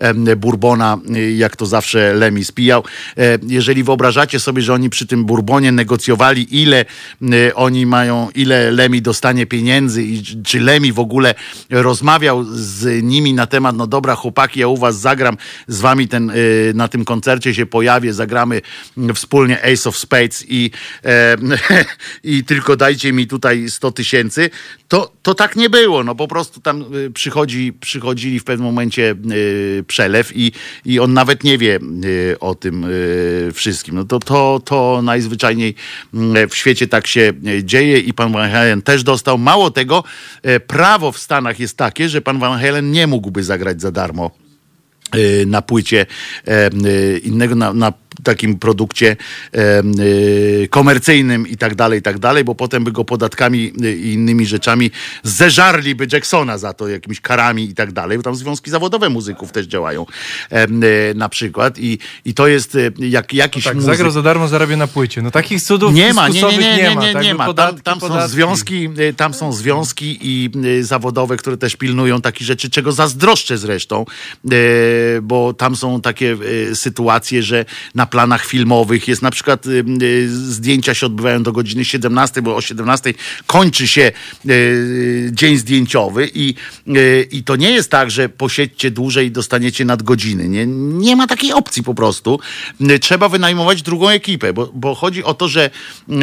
e, bourbona, e, jak to zawsze Lemi spijał. E, jeżeli wyobrażacie sobie, że oni przy tym bourbonie negocjowali, ile e, oni mają, ile Lemi dostanie pieniędzy i czy Lemi w ogóle rozmawiał z nimi na temat, no dobra chłopaki, ja u was zagram, z wami ten, e, na tym koncercie się pojawię, zagramy wspólnie Ace of Spades i, e, i tylko dajcie mi tutaj sto tysięcy, to, to tak nie było. No po prostu tam y, przychodzi, przychodzili w pewnym momencie y, przelew i, i on nawet nie wie y, o tym y, wszystkim. No to, to, to najzwyczajniej y, w świecie tak się y, dzieje i pan Van Halen też dostał. Mało tego, y, prawo w Stanach jest takie, że pan Van Halen nie mógłby zagrać za darmo y, na płycie y, innego, na, na takim produkcie e, e, komercyjnym i tak dalej, i tak dalej, bo potem by go podatkami i innymi rzeczami zeżarliby Jacksona za to, jakimiś karami i tak dalej, bo tam związki zawodowe muzyków też działają e, e, na przykład i, i to jest e, jak, jakiś no tak, muzyk... zagrał za darmo, zarabia na płycie. No takich cudów nie ma, nie, nie, nie, nie, nie ma. nie, Tak? nie ma. Podatki, Tam, tam są podatki. związki, e, tam są związki i e, zawodowe, które też pilnują takich rzeczy, czego zazdroszczę zresztą, e, bo tam są takie e, sytuacje, że na planach filmowych jest na przykład y, y, zdjęcia się odbywają do godziny siedemnastej, bo o siedemnastej kończy się y, dzień zdjęciowy i, y, i to nie jest tak, że posiedźcie dłużej i dostaniecie nadgodziny. Nie, nie ma takiej opcji po prostu. Y, trzeba wynajmować drugą ekipę, bo, bo chodzi o to, że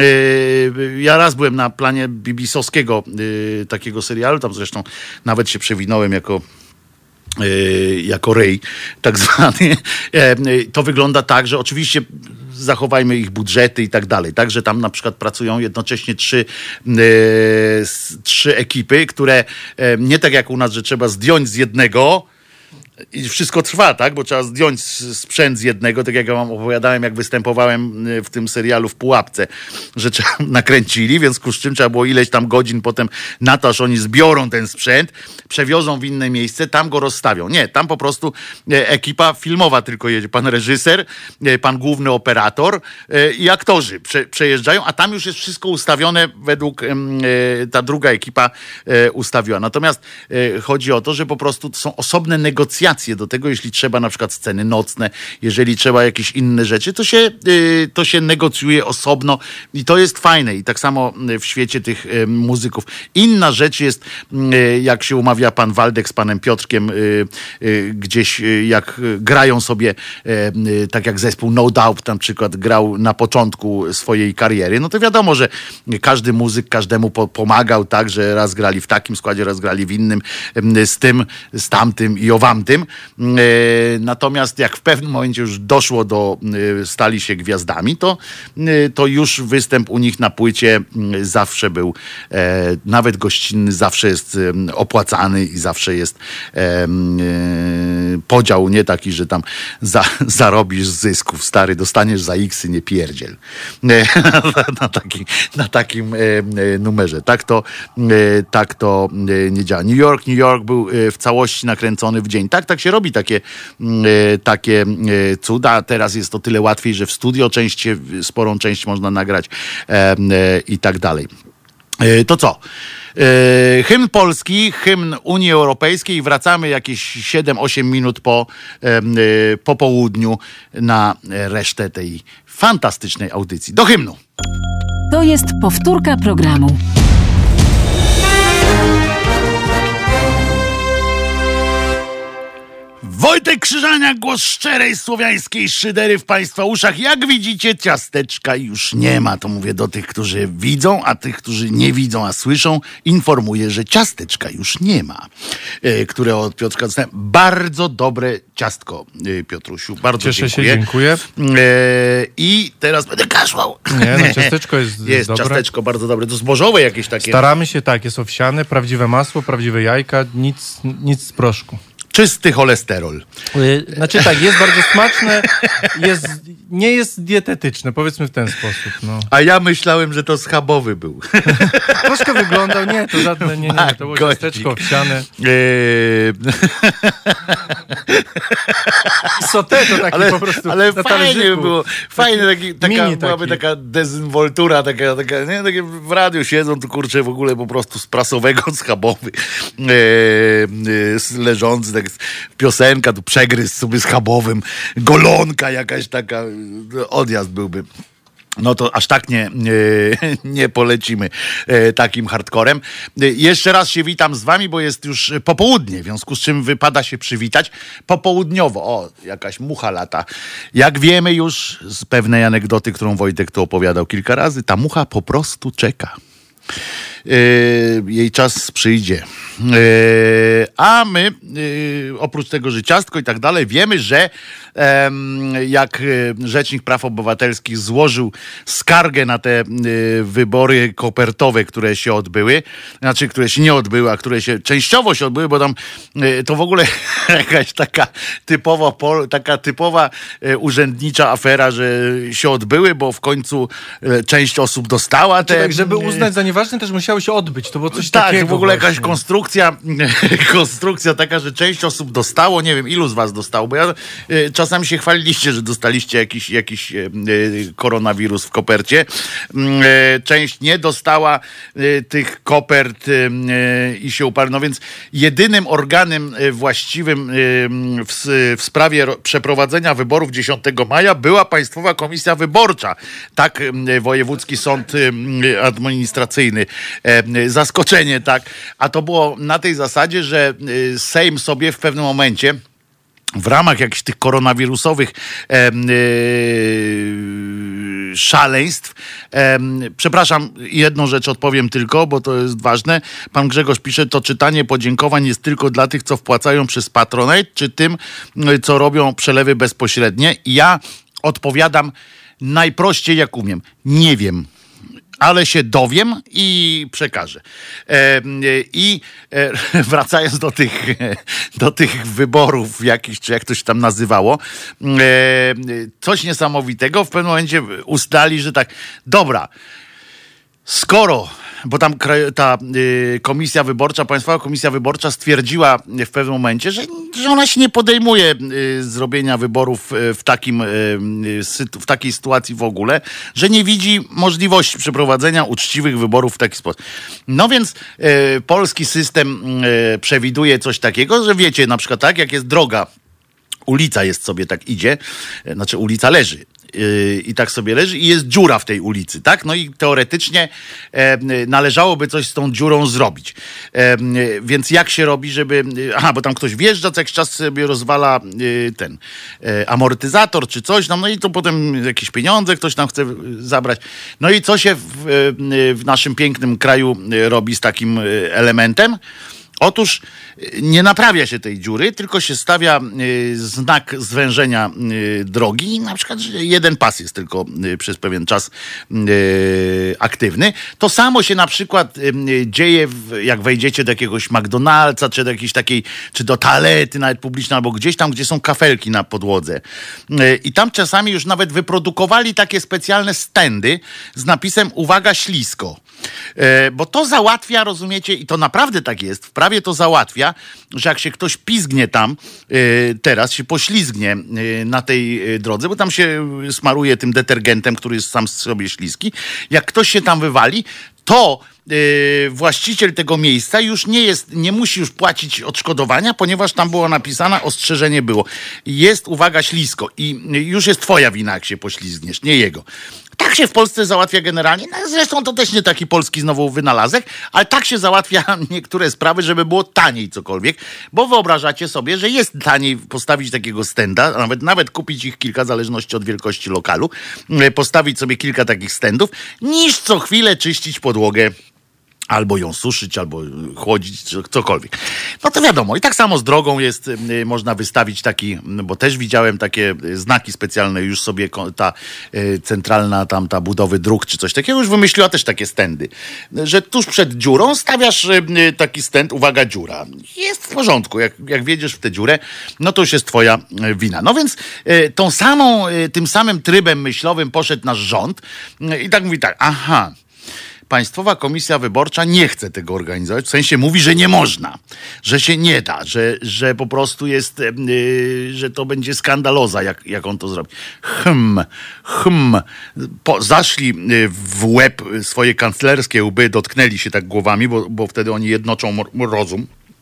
y, ja raz byłem na planie B B C-owskiego y, takiego serialu, tam zresztą nawet się przewinąłem jako jako Ray, tak zwany. To wygląda tak, że oczywiście zachowajmy ich budżety i tak dalej. Także tam na przykład pracują jednocześnie trzy, e, trzy ekipy, które e, nie tak jak u nas, że trzeba zdjąć z jednego i wszystko trwa, tak? Bo trzeba zdjąć sprzęt z jednego, tak jak ja wam opowiadałem, jak występowałem w tym serialu w Pułapce, że trzeba, nakręcili, więc z czym trzeba było ileś tam godzin potem na to, aż oni zbiorą ten sprzęt, przewiozą w inne miejsce, tam go rozstawią. Nie, tam po prostu ekipa filmowa tylko jedzie. Pan reżyser, pan główny operator i aktorzy prze, przejeżdżają, a tam już jest wszystko ustawione według ta druga ekipa ustawiła. Natomiast chodzi o to, że po prostu są osobne negocjacje do tego, jeśli trzeba na przykład sceny nocne, jeżeli trzeba jakieś inne rzeczy, to się, yy, to się negocjuje osobno i to jest fajne. I tak samo w świecie tych yy, muzyków. Inna rzecz jest, yy, jak się umawia pan Waldek z panem Piotrkiem, yy, yy, gdzieś yy, jak grają sobie, yy, tak jak zespół No Doubt na przykład grał na początku swojej kariery, no to wiadomo, że każdy muzyk każdemu po- pomagał, tak, że raz grali w takim składzie, raz grali w innym, yy, z tym, z tamtym i owamtym. Natomiast jak w pewnym momencie już doszło do, stali się gwiazdami, to, to już występ u nich na płycie zawsze był, nawet gościnny, zawsze jest opłacany i zawsze jest podział nie taki, że tam za, zarobisz z zysków, stary, dostaniesz za iksy, nie pierdziel. Na, taki, na takim numerze. Tak to, tak to nie działa. New York, New York był w całości nakręcony w dzień. Tak, tak się robi takie, takie cuda. Teraz jest to tyle łatwiej, że w studio część, sporą część można nagrać i tak dalej. To co? Hymn polski, hymn Unii Europejskiej. Wracamy jakieś siedem osiem minut po, po południu na resztę tej fantastycznej audycji. Do hymnu. To jest powtórka programu. Wojtek Krzyżaniak, głos szczerej słowiańskiej szydery w państwa uszach. Jak widzicie, ciasteczka już nie ma. To mówię do tych, którzy widzą, a tych, którzy nie widzą, a słyszą, informuję, że ciasteczka już nie ma. E, które od Piotrka dostałem. Bardzo dobre ciastko, e, Piotrusiu. Bardzo Cieszę dziękuję. się, dziękuję. E, I teraz będę kaszłał. Nie, no ciasteczko jest, Jest dobre. ciasteczko bardzo dobre. To zbożowe jakieś takie. Staramy się, tak, jest owsiane, prawdziwe masło, prawdziwe jajka, nic, nic z proszku. Czysty cholesterol. Znaczy tak, jest bardzo smaczne, jest, nie jest dietetyczne, powiedzmy w ten sposób. No. A ja myślałem, że to schabowy był. Troszkę wyglądał, nie, to żadne, nie, nie, to było Gościk. ciasteczko owsiane. Eee... Sauté to taki ale, po prostu ale na fajnie by talerzyku. było. Fajnie, taki, taka, mini byłaby taki. taka dezynwoltura, taka, taka, nie, takie w radiu siedzą, tu kurczę w ogóle po prostu z prasowego schabowy, eee, e, leżący, tak piosenka, tu przegryz sobie schabowym, golonka jakaś taka, odjazd byłby. No to aż tak nie, nie, nie polecimy e, takim hardcorem. E, jeszcze raz się witam z wami, bo jest już popołudnie, w związku z czym wypada się przywitać popołudniowo. O, jakaś mucha lata. Jak wiemy już z pewnej anegdoty, którą Wojtek tu opowiadał kilka razy, ta mucha po prostu czeka. Yy, jej czas przyjdzie. Yy, a my, yy, oprócz tego, że ciastko i tak dalej, wiemy, że yy, jak Rzecznik Praw Obywatelskich złożył skargę na te yy, wybory kopertowe, które się odbyły, znaczy, które się nie odbyły, a które się częściowo się odbyły, bo tam yy, to w ogóle jakaś taka typowa, pol, taka typowa yy, urzędnicza afera, że się odbyły, bo w końcu yy, część osób dostała te... Tak, żeby uznać za nieważne, też musiały się odbyć. To było coś tak, takiego. w ogóle właśnie. jakaś konstrukcja, konstrukcja taka, że część osób dostało, nie wiem ilu z was dostało, bo ja y, czasami się chwaliliście, że dostaliście jakiś, jakiś y, koronawirus w kopercie. Y, część nie dostała y, tych kopert y, y, i się uparł. No więc jedynym organem y, właściwym y, w, w sprawie ro, przeprowadzenia wyborów dziesiątego maja była Państwowa Komisja Wyborcza. Tak y, Wojewódzki Sąd y, Administracyjny. Y, zaskoczenie, tak. A to było na tej zasadzie, że y, Sejm sobie w pewnym momencie w ramach jakichś tych koronawirusowych e, yy, szaleństw, e, przepraszam, jedną rzecz odpowiem tylko, bo to jest ważne. Pan Grzegorz pisze, to czytanie podziękowań jest tylko dla tych, co wpłacają przez Patronite, czy tym, co robią przelewy bezpośrednie. Ja odpowiadam najprościej jak umiem. Nie wiem. Ale się dowiem i przekażę. E, I e, wracając do tych, do tych wyborów jakichś, czy jak to się tam nazywało, e, coś niesamowitego. W pewnym momencie ustali, że tak, dobra, skoro, bo tam ta y, komisja wyborcza, Państwowa Komisja Wyborcza stwierdziła w pewnym momencie, że, że ona się nie podejmuje y, zrobienia wyborów y, w, takim, y, y, w takiej sytuacji w ogóle, że nie widzi możliwości przeprowadzenia uczciwych wyborów w taki sposób. No więc y, polski system y, przewiduje coś takiego, że wiecie, na przykład tak, jak jest droga, ulica jest sobie tak idzie, znaczy ulica leży. I tak sobie leży i jest dziura w tej ulicy, tak? No i teoretycznie e, należałoby coś z tą dziurą zrobić. E, więc jak się robi, żeby... Aha, bo tam ktoś wjeżdża, co jakiś czas sobie rozwala e, ten e, amortyzator czy coś, no, no i to potem jakieś pieniądze ktoś tam chce zabrać. No i co się w, w naszym pięknym kraju robi z takim elementem? Otóż nie naprawia się tej dziury, tylko się stawia y, znak zwężenia y, drogi. Na przykład, że jeden pas jest tylko y, przez pewien czas y, aktywny. To samo się na przykład y, dzieje, w, jak wejdziecie do jakiegoś McDonald'sa, czy do jakiejś takiej, czy do toalety nawet publicznej, albo gdzieś tam, gdzie są kafelki na podłodze. Y, I tam czasami już nawet wyprodukowali takie specjalne stędy z napisem uwaga, ślisko. Y, bo to załatwia, rozumiecie, i to naprawdę tak jest, w prawie to załatwia, że jak się ktoś pizgnie tam, y, teraz się poślizgnie y, na tej y, drodze, bo tam się smaruje tym detergentem, który jest sam sobie śliski. Jak ktoś się tam wywali, to y, właściciel tego miejsca już nie jest, nie musi już płacić odszkodowania, ponieważ tam było napisane, ostrzeżenie było. Jest, uwaga, ślisko i już jest twoja wina, jak się poślizgniesz, nie jego. Tak się w Polsce załatwia generalnie. No, zresztą to też nie taki polski znowu wynalazek, ale tak się załatwia niektóre sprawy, żeby było taniej cokolwiek, bo wyobrażacie sobie, że jest taniej postawić takiego stenda, a nawet, nawet kupić ich kilka, w zależności od wielkości lokalu, postawić sobie kilka takich stendów, niż co chwilę czyścić podłogę. Albo ją suszyć, albo chłodzić, czy cokolwiek. No to wiadomo. I tak samo z drogą jest, y, można wystawić taki, bo też widziałem takie znaki specjalne, już sobie ta y, centralna tam ta budowy dróg, czy coś takiego już wymyśliła też takie stędy. Że tuż przed dziurą stawiasz y, taki stęd, uwaga, dziura. Jest w porządku. Jak, jak wjedziesz w tę dziurę, no to już jest twoja y, wina. No więc y, tą samą, y, tym samym trybem myślowym poszedł nasz rząd y, i tak mówi tak, aha, Państwowa Komisja Wyborcza nie chce tego organizować, w sensie mówi, że nie można, że się nie da, że, że po prostu jest, yy, że to będzie skandaloza, jak, jak on to zrobi. Hm, hm. Po, zaszli w łeb swoje kanclerskie łby, dotknęli się tak głowami, bo, bo wtedy oni jednoczą rozum.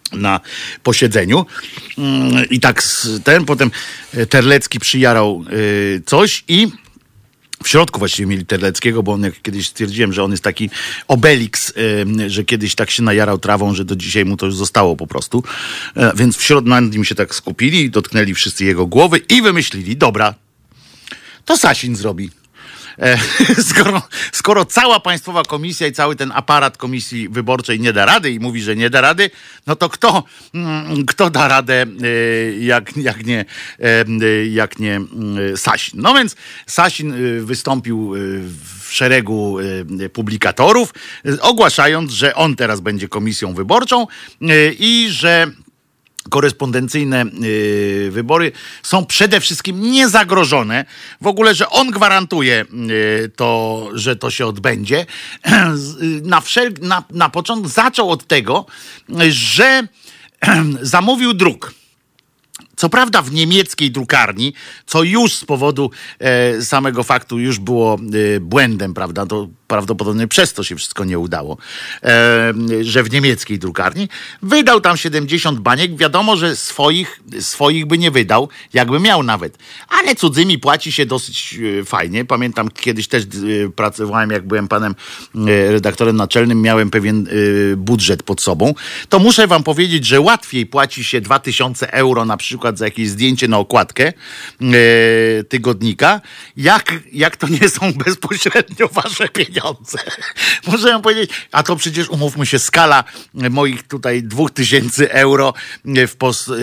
na posiedzeniu. I tak ten, potem Terlecki przyjarał coś i w środku właściwie mieli Terleckiego, bo on, jak kiedyś stwierdziłem, że on jest taki Obelix, że kiedyś tak się najarał trawą, że do dzisiaj mu to już zostało po prostu. Więc w środku nad nim się tak skupili, dotknęli wszyscy jego głowy i wymyślili, dobra, to Sasin zrobi. Skoro, skoro cała Państwowa Komisja i cały ten aparat Komisji Wyborczej nie da rady i mówi, że nie da rady, no to kto, kto da radę, jak, jak, nie, jak nie Sasin. No więc Sasin wystąpił w szeregu publikatorów, ogłaszając, że on teraz będzie Komisją Wyborczą i że korespondencyjne y, wybory są przede wszystkim niezagrożone. W ogóle, że on gwarantuje y, to, że to się odbędzie. Na, wszel- na, na początku zaczął od tego, że zamówił druk. Co prawda w niemieckiej drukarni, co już z powodu e, samego faktu już było e, błędem, prawda? To prawdopodobnie przez to się wszystko nie udało, e, że w niemieckiej drukarni wydał tam siedemdziesiąt baniek. Wiadomo, że swoich, swoich by nie wydał, jakby miał nawet. Ale cudzymi płaci się dosyć e, fajnie. Pamiętam, kiedyś też e, pracowałem, jak byłem panem e, redaktorem naczelnym, miałem pewien e, budżet pod sobą. To muszę wam powiedzieć, że łatwiej płaci się dwa tysiące euro na przykład za jakieś zdjęcie na okładkę e, tygodnika, jak, jak to nie są bezpośrednio wasze pieniądze. Muszę wam powiedzieć, a to przecież umówmy się, skala moich tutaj dwóch tysięcy euro w, pos, e,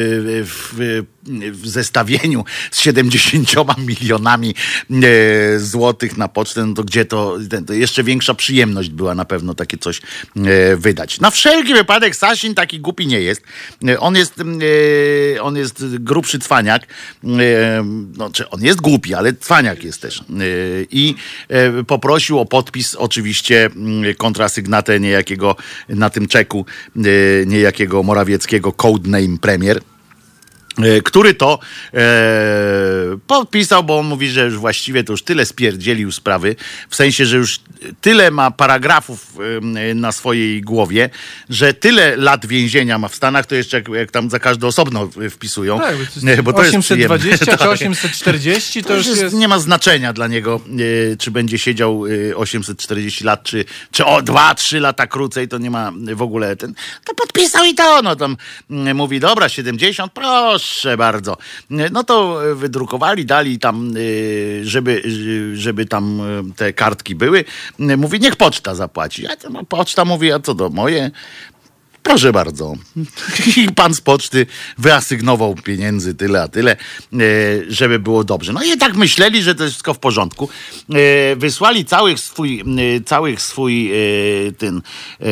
w, w zestawieniu z siedemdziesięcioma milionami e, złotych na pocztę, no to gdzie to, to jeszcze większa przyjemność była na pewno takie coś e, wydać. Na wszelki wypadek Sasin taki głupi nie jest. E, on jest e, on jest grubszy cwaniak. E, no, czy on jest głupi, ale cwaniak jest też. E, I e, poprosił o podpis oczywiście kontrasygnatę niejakiego na tym czeku e, niejakiego Morawieckiego codename premier, który to e, podpisał, bo on mówi, że już właściwie to już tyle spierdzielił sprawy, w sensie, że już tyle ma paragrafów e, na swojej głowie, że tyle lat więzienia ma w Stanach, to jeszcze jak, jak tam za każde osobno wpisują. Tak, bo to jest nie, bo to osiemset dwadzieścia jest czy osiemset czterdzieści, to, to już jest, jest... nie ma znaczenia dla niego, e, czy będzie siedział e, osiemset czterdzieści lat, czy, czy o dwa trzy lata krócej, to nie ma w ogóle ten. To podpisał i to, no tam e, mówi, dobra, siedemdziesiąt, proszę. Proszę bardzo. No to wydrukowali, dali tam, żeby, żeby tam te kartki były. Mówi, niech poczta zapłaci. A to poczta mówi, a co do moje? Proszę bardzo. I pan z poczty wyasygnował pieniędzy tyle a tyle, żeby było dobrze. No i tak myśleli, że to jest wszystko w porządku. Wysłali cały swój, cały swój ten,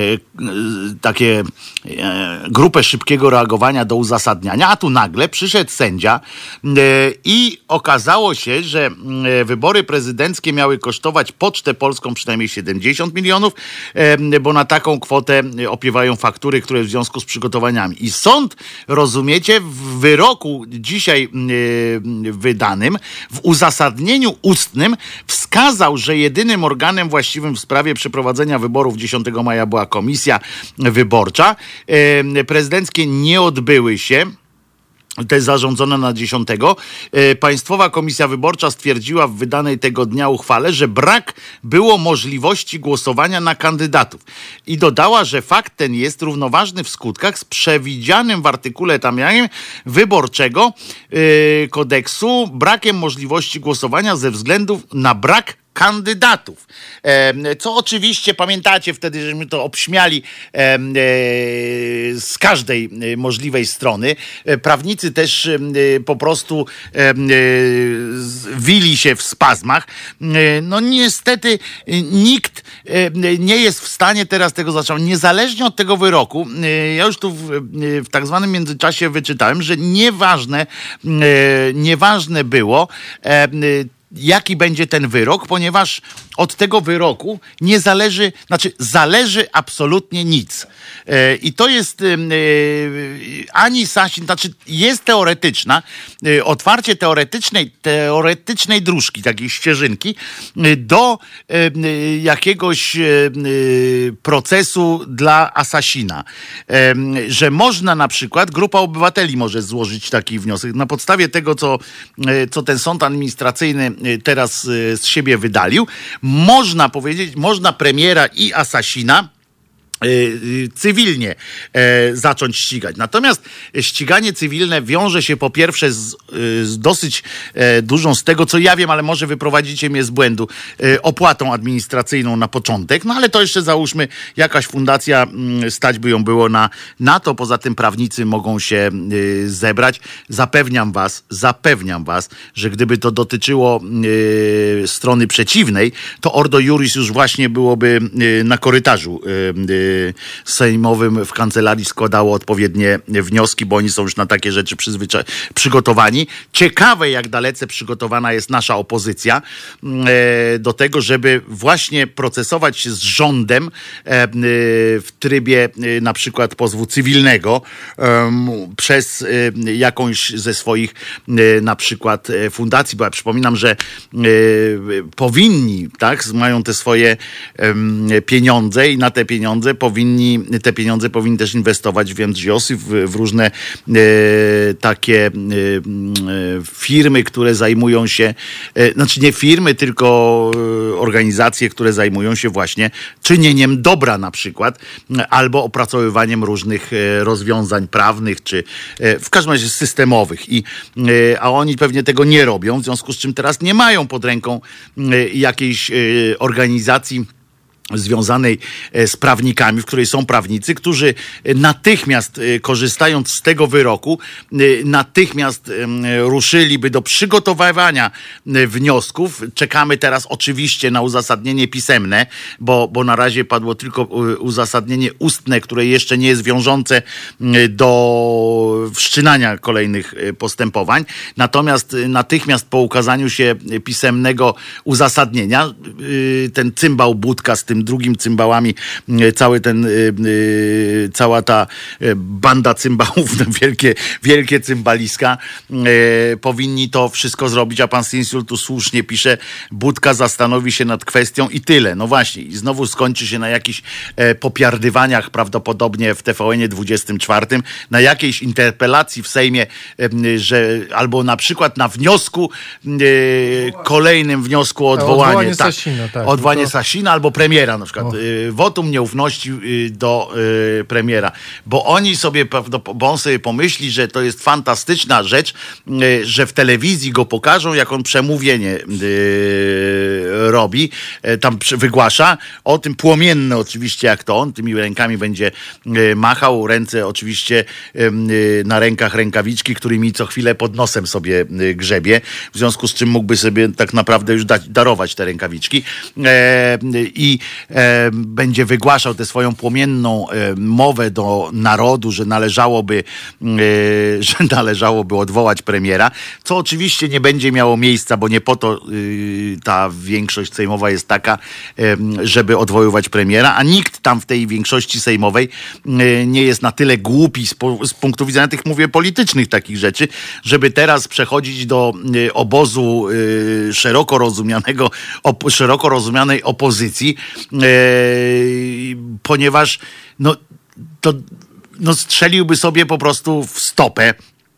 takie grupę szybkiego reagowania do uzasadniania, a tu nagle przyszedł sędzia i okazało się, że wybory prezydenckie miały kosztować Pocztę Polską przynajmniej siedemdziesiąt milionów, bo na taką kwotę opiewają faktury, które w związku z przygotowaniami. I sąd, rozumiecie, w wyroku dzisiaj yy, wydanym, w uzasadnieniu ustnym wskazał, że jedynym organem właściwym w sprawie przeprowadzenia wyborów dziesiątego maja była komisja wyborcza. Yy, prezydenckie nie odbyły się. Te zarządzone na dziesiątego. Państwowa Komisja Wyborcza stwierdziła w wydanej tego dnia uchwale, że brak było możliwości głosowania na kandydatów. I dodała, że fakt ten jest równoważny w skutkach z przewidzianym w artykule tam wyborczego yy, kodeksu brakiem możliwości głosowania ze względu na brak kandydatów. E, co oczywiście pamiętacie wtedy, żeśmy to obśmiali e, e, z każdej możliwej strony. E, prawnicy też e, po prostu e, e, wili się w spazmach. E, no niestety e, nikt e, nie jest w stanie teraz tego zacząć. Niezależnie od tego wyroku, e, ja już tu w, w tak zwanym międzyczasie wyczytałem, że nieważne, e, nieważne było e, jaki będzie ten wyrok, ponieważ od tego wyroku nie zależy, znaczy zależy absolutnie nic. E, I to jest e, ani Sasin, znaczy jest teoretyczna, e, otwarcie teoretycznej, teoretycznej dróżki, takiej ścieżynki e, do e, jakiegoś e, procesu dla Asasina. E, że można na przykład, grupa obywateli może złożyć taki wniosek na podstawie tego, co, e, co ten sąd administracyjny teraz e, z siebie wydalił. Można powiedzieć, można premiera i Asasina cywilnie e, zacząć ścigać. Natomiast ściganie cywilne wiąże się po pierwsze z, z dosyć e, dużą, z tego co ja wiem, ale może wyprowadzicie mnie z błędu, e, opłatą administracyjną na początek, no ale to jeszcze załóżmy jakaś fundacja, m, stać by ją było na, na to, poza tym prawnicy mogą się e, zebrać. Zapewniam was, zapewniam was, że gdyby to dotyczyło e, strony przeciwnej, to Ordo Iuris już właśnie byłoby e, na korytarzu e, e, sejmowym w kancelarii składało odpowiednie wnioski, bo oni są już na takie rzeczy przyzwycza- przygotowani. Ciekawe, jak dalece przygotowana jest nasza opozycja e, do tego, żeby właśnie procesować się z rządem e, w trybie e, na przykład pozwu cywilnego e, przez e, jakąś ze swoich e, na przykład e, fundacji, bo ja przypominam, że e, powinni, tak, mają te swoje e, pieniądze i na te pieniądze powinni, te pieniądze powinni też inwestować w N G O sy, w, w różne e, takie e, firmy, które zajmują się, e, znaczy nie firmy, tylko e, organizacje, które zajmują się właśnie czynieniem dobra na przykład, albo opracowywaniem różnych e, rozwiązań prawnych, czy e, w każdym razie systemowych. I, e, a oni pewnie tego nie robią, w związku z czym teraz nie mają pod ręką e, jakiejś e, organizacji związanej z prawnikami, w której są prawnicy, którzy natychmiast, korzystając z tego wyroku, natychmiast ruszyliby do przygotowywania wniosków. Czekamy teraz oczywiście na uzasadnienie pisemne, bo, bo na razie padło tylko uzasadnienie ustne, które jeszcze nie jest wiążące do wszczynania kolejnych postępowań. Natomiast natychmiast po ukazaniu się pisemnego uzasadnienia ten cymbał Budka z tym drugim cymbałami, cały ten, cała ta banda cymbałów, wielkie, wielkie cymbaliska, powinni to wszystko zrobić, a pan Sinsul tu słusznie pisze, Budka zastanowi się nad kwestią i tyle. No właśnie, i znowu skończy się na jakichś popiardywaniach, prawdopodobnie w T V N dwudziestym czwartym, na jakiejś interpelacji w Sejmie, że albo na przykład na wniosku, kolejnym wniosku o odwołanie, odwołanie tak, Sasina, tak, odwołanie to... Sasina albo premiera, na przykład y, wotum nieufności y, do y, premiera, bo oni sobie, bo on sobie pomyśli, że to jest fantastyczna rzecz, y, że w telewizji go pokażą, jak on przemówienie y, robi, y, tam wygłasza, o tym płomienny oczywiście, jak to on, tymi rękami będzie y, machał, ręce oczywiście y, na rękach rękawiczki, którymi co chwilę pod nosem sobie y, grzebie, w związku z czym mógłby sobie tak naprawdę już dać, darować te rękawiczki e, i e, będzie wygłaszał tę swoją płomienną e, mowę do narodu, że należałoby, e, że należałoby odwołać premiera, co oczywiście nie będzie miało miejsca, bo nie po to e, ta większość sejmowa jest taka, e, żeby odwoływać premiera, a nikt tam w tej większości sejmowej e, nie jest na tyle głupi z, po, z punktu widzenia tych, mówię, politycznych takich rzeczy, żeby teraz przechodzić do e, obozu e, szeroko rozumianego, op, szeroko rozumianej opozycji, e, ponieważ no, to, no strzeliłby sobie po prostu w stopę.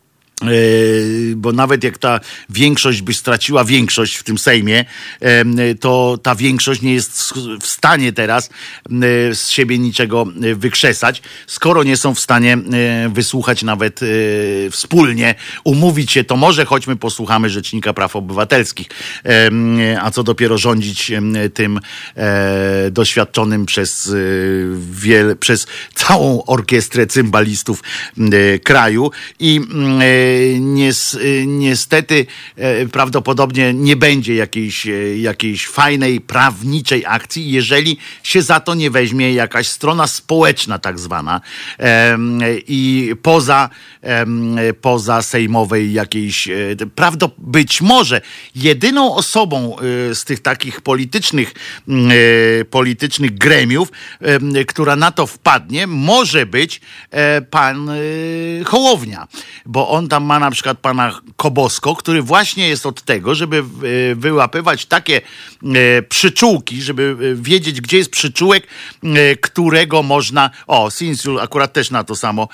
Bo nawet jak ta większość by straciła większość w tym Sejmie, to ta większość nie jest w stanie teraz z siebie niczego wykrzesać, skoro nie są w stanie wysłuchać nawet wspólnie, umówić się, to może chodźmy posłuchamy Rzecznika Praw Obywatelskich, a co dopiero rządzić tym doświadczonym przez, wiel, przez całą orkiestrę cymbalistów kraju. I nies, niestety prawdopodobnie nie będzie jakiejś, jakiejś fajnej, prawniczej akcji, jeżeli się za to nie weźmie jakaś strona społeczna tak zwana i poza, poza sejmowej jakiejś, prawdo, być może jedyną osobą z tych takich politycznych, politycznych gremiów, która na to wpadnie, może być pan Hołownia, bo on tam ma na przykład pana Kobosko, który właśnie jest od tego, żeby wyłapywać takie przyczółki, żeby wiedzieć, gdzie jest przyczółek, którego można, o, Sinsul akurat też na to samo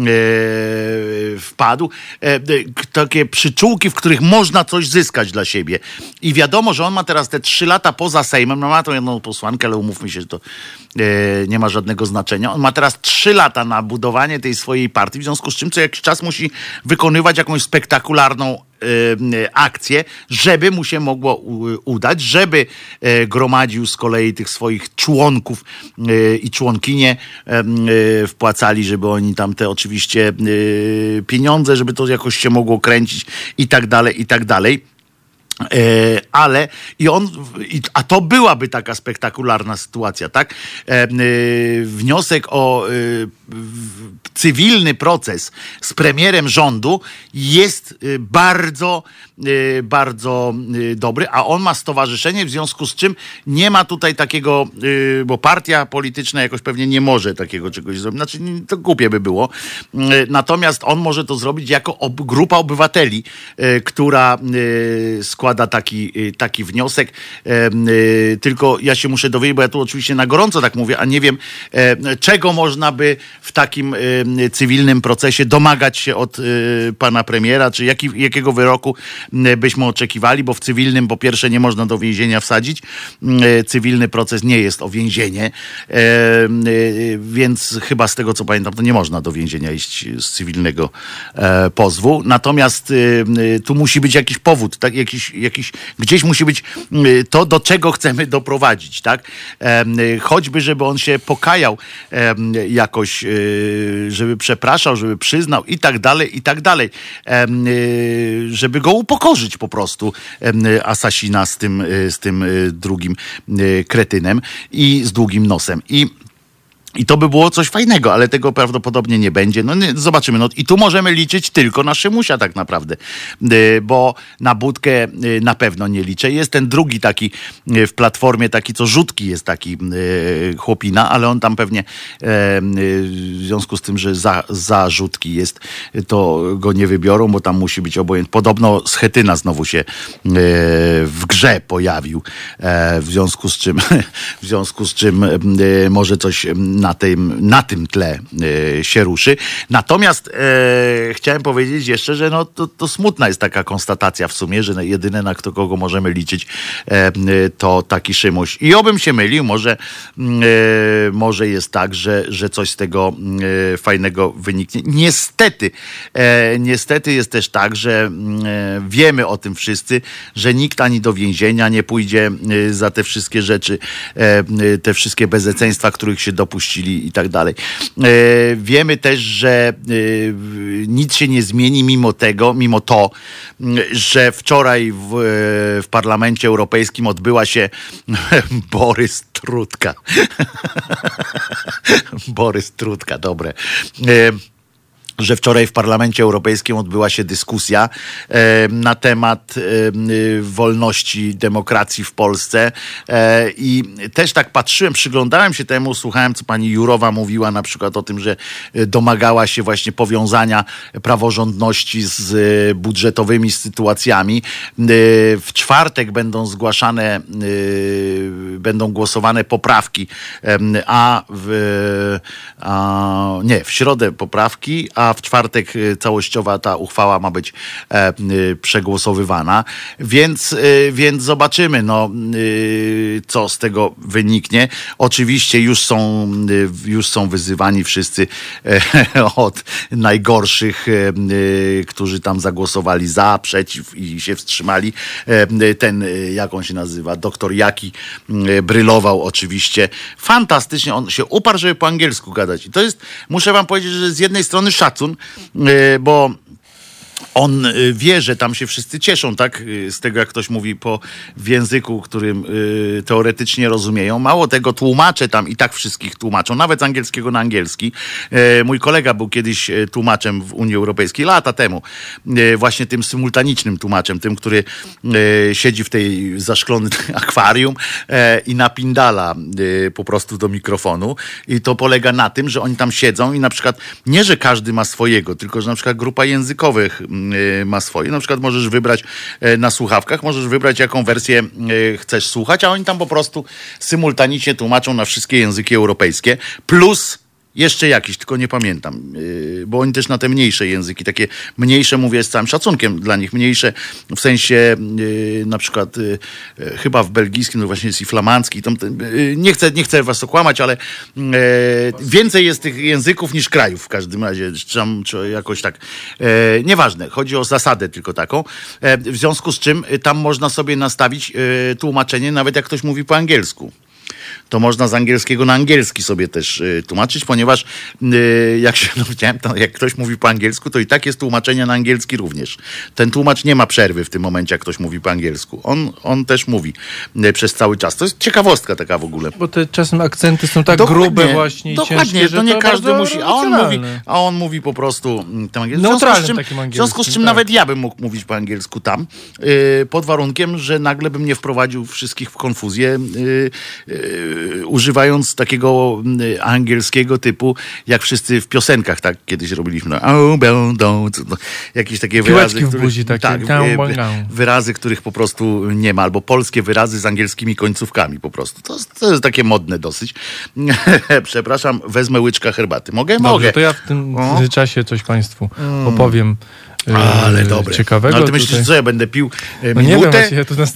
wpadł, takie przyczółki, w których można coś zyskać dla siebie. I wiadomo, że on ma teraz te trzy lata poza Sejmem, no ma to jedną posłankę, ale umówmy się, że to nie ma żadnego znaczenia. On ma teraz trzy lata na budowanie tej swojej partii, w związku z czym co jakiś czas musi wykonywać jakąś spektakularną akcję, żeby mu się mogło udać, żeby gromadził z kolei tych swoich członków i członkinie, wpłacali, żeby oni tam te oczywiście pieniądze, żeby to jakoś się mogło kręcić i tak dalej, i tak dalej. Ale i on, a to byłaby taka spektakularna sytuacja, tak? Wniosek o cywilny proces z premierem rządu jest bardzo, bardzo dobry, a on ma stowarzyszenie, w związku z czym nie ma tutaj takiego, bo partia polityczna jakoś pewnie nie może takiego czegoś zrobić, znaczy to głupie by było, natomiast on może to zrobić jako ob, grupa obywateli, która składa taki, taki wniosek, tylko ja się muszę dowiedzieć, bo ja tu oczywiście na gorąco tak mówię, a nie wiem, czego można by w takim cywilnym procesie domagać się od pana premiera, czy jaki, jakiego wyroku byśmy oczekiwali, bo w cywilnym po pierwsze nie można do więzienia wsadzić, cywilny proces nie jest o więzienie, więc chyba z tego co pamiętam, to nie można do więzienia iść z cywilnego pozwu, natomiast tu musi być jakiś powód, tak, jakiś, jakiś, gdzieś musi być to, do czego chcemy doprowadzić, tak, choćby, żeby on się pokajał jakoś, żeby przepraszał, żeby przyznał i tak dalej, i tak dalej, żeby go upokorzyć po prostu, Asasina z tym, z tym drugim kretynem i z długim nosem. I I to by było coś fajnego, ale tego prawdopodobnie nie będzie. No nie, zobaczymy. No, i tu możemy liczyć tylko na Szymusia tak naprawdę, bo na Budkę na pewno nie liczę. Jest ten drugi taki w Platformie, taki co rzutki jest taki chłopina, ale on tam pewnie w związku z tym, że za, za rzutki jest, to go nie wybiorą, bo tam musi być obojętny. Podobno Schetyna znowu się w grze pojawił, w związku z czym w związku z czym może coś na tym, na tym tle e, się ruszy. Natomiast e, chciałem powiedzieć jeszcze, że no, to, to smutna jest taka konstatacja w sumie, że jedyne na kto, kogo możemy liczyć e, to taki Szymuś. I obym się mylił, może, e, może jest tak, że, że coś z tego e, fajnego wyniknie. Niestety, e, niestety jest też tak, że e, wiemy o tym wszyscy, że nikt ani do więzienia nie pójdzie e, za te wszystkie rzeczy, e, te wszystkie bezeceństwa, których się dopuścili i tak dalej. Wiemy też, że nic się nie zmieni mimo tego, mimo to, że wczoraj w, w Parlamencie Europejskim odbyła się Borys Trudka. Borys Trudka, dobre. Że wczoraj w Parlamencie Europejskim odbyła się dyskusja e, na temat e, wolności, demokracji w Polsce e, i też tak patrzyłem, przyglądałem się temu, słuchałem, co pani Jurowa mówiła na przykład o tym, że domagała się właśnie powiązania praworządności z e, budżetowymi sytuacjami. E, w czwartek będą zgłaszane, e, będą głosowane poprawki, e, a w a, nie, w środę poprawki, a a w czwartek całościowa ta uchwała ma być e, przegłosowywana, więc, e, więc zobaczymy, no, e, co z tego wyniknie. Oczywiście już są, e, już są wyzywani wszyscy e, od najgorszych, e, którzy tam zagłosowali za, przeciw i się wstrzymali. E, ten, jak on się nazywa, doktor Jaki e, brylował oczywiście. Fantastycznie, on się uparł, żeby po angielsku gadać. I to jest, muszę wam powiedzieć, że z jednej strony szacun, bo on y, wie, że tam się wszyscy cieszą, tak? Y, Z tego, jak ktoś mówi po w języku, którym y, teoretycznie rozumieją. Mało tego, tłumacze tam i tak wszystkich tłumaczą, nawet z angielskiego na angielski. Y, mój kolega był kiedyś y, tłumaczem w Unii Europejskiej, lata temu. Y, właśnie tym symultanicznym tłumaczem, tym, który y, siedzi w tej zaszklonym akwarium y, i napindala y, po prostu do mikrofonu. I to polega na tym, że oni tam siedzą i na przykład, nie, że każdy ma swojego, tylko, że na przykład grupa językowych ma swoje. Na przykład możesz wybrać na słuchawkach, możesz wybrać, jaką wersję chcesz słuchać, a oni tam po prostu symultanicznie tłumaczą na wszystkie języki europejskie, plus jeszcze jakiś, tylko nie pamiętam, yy, bo oni też na te mniejsze języki, takie mniejsze, mówię z całym szacunkiem dla nich, mniejsze w sensie yy, na przykład yy, yy, chyba w belgijskim, no właśnie jest i flamandzki, tam, yy, nie, chcę, nie chcę was okłamać, ale yy, więcej jest tych języków niż krajów w każdym razie, czy, tam, czy jakoś tak, yy, nieważne, chodzi o zasadę tylko taką, yy, w związku z czym yy, tam można sobie nastawić yy, tłumaczenie, nawet jak ktoś mówi po angielsku. To można z angielskiego na angielski sobie też y, tłumaczyć, ponieważ y, jak się dowiedziałem, to jak ktoś mówi po angielsku, to i tak jest tłumaczenie na angielski również. Ten tłumacz nie ma przerwy w tym momencie, jak ktoś mówi po angielsku. On, on też mówi y, przez cały czas. To jest ciekawostka taka w ogóle. Bo te czasem akcenty są tak Dokładnie, grube właśnie i dokładnie, ciężkie, że to nie to każdy bardzo musi, a on mówi, emocjonalne. a on mówi po prostu mm, tam angielsku. Neutralnym W związku z czym, takim w związku z czym angielskim, nawet tak. ja bym mógł mówić po angielsku tam, y, pod warunkiem, że nagle bym nie wprowadził wszystkich w konfuzję, y, y, używając takiego y, angielskiego typu, jak wszyscy w piosenkach, tak kiedyś robiliśmy. No, oh, oh, oh, no, jakieś takie Piłeczki wyrazy, w których, buzi takie, tak, down, y, down, down. wyrazy, których po prostu nie ma, albo polskie wyrazy z angielskimi końcówkami po prostu. To, to jest takie modne dosyć. Przepraszam, wezmę łyczka herbaty. Mogę? Dobrze, Mogę. to ja w tym O. czasie coś państwu opowiem e, Ale dobre. ciekawego. No, ale ty myślisz, tutaj. co ja będę pił e, No nie wiem, minutę? właśnie, ja tu nas to,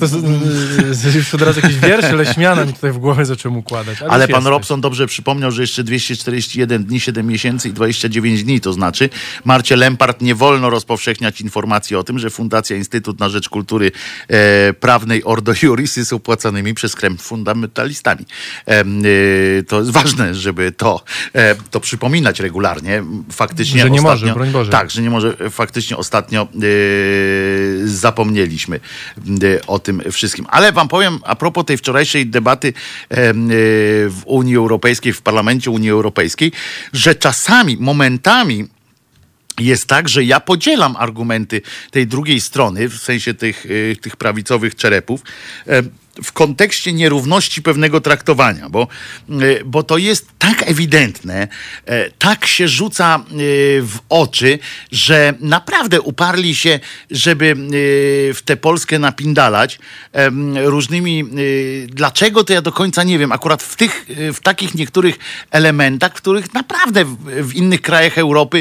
już od razu jakiś wiersz Leśmiana mi tutaj w głowę zacząłem układać. Ale, Ale już pan jesteś. Robson dobrze przypomniał, że jeszcze dwieście czterdzieści jeden dni, siedem miesięcy i dwadzieścia dziewięć dni, to znaczy Marcie Lempart nie wolno rozpowszechniać informacji o tym, że Fundacja Instytut na Rzecz Kultury e, Prawnej Ordo Iuris jest opłacanymi przez Kreml fundamentalistami. E, e, to jest ważne, żeby to, e, to przypominać regularnie. Faktycznie Że nie ostatnio, może, broń Boże. Tak, że nie może. Faktycznie ostatnio e, zapomnieliśmy e, o tym wszystkim. Ale wam powiem, a propos tej wczorajszej debaty e, e, w Unii Europejskiej, w Parlamencie Unii Europejskiej, że czasami, momentami jest tak, że ja podzielam argumenty tej drugiej strony, w sensie tych, y, tych prawicowych czerepów, e, w kontekście nierówności pewnego traktowania, bo, y, bo to jest tak ewidentne, e, tak się rzuca y, w oczy, że naprawdę uparli się, żeby y, w tę Polskę napindalać em, różnymi... y, Dlaczego, to ja do końca nie wiem. Akurat w tych, y, w takich niektórych elementach, w których naprawdę w, w innych krajach Europy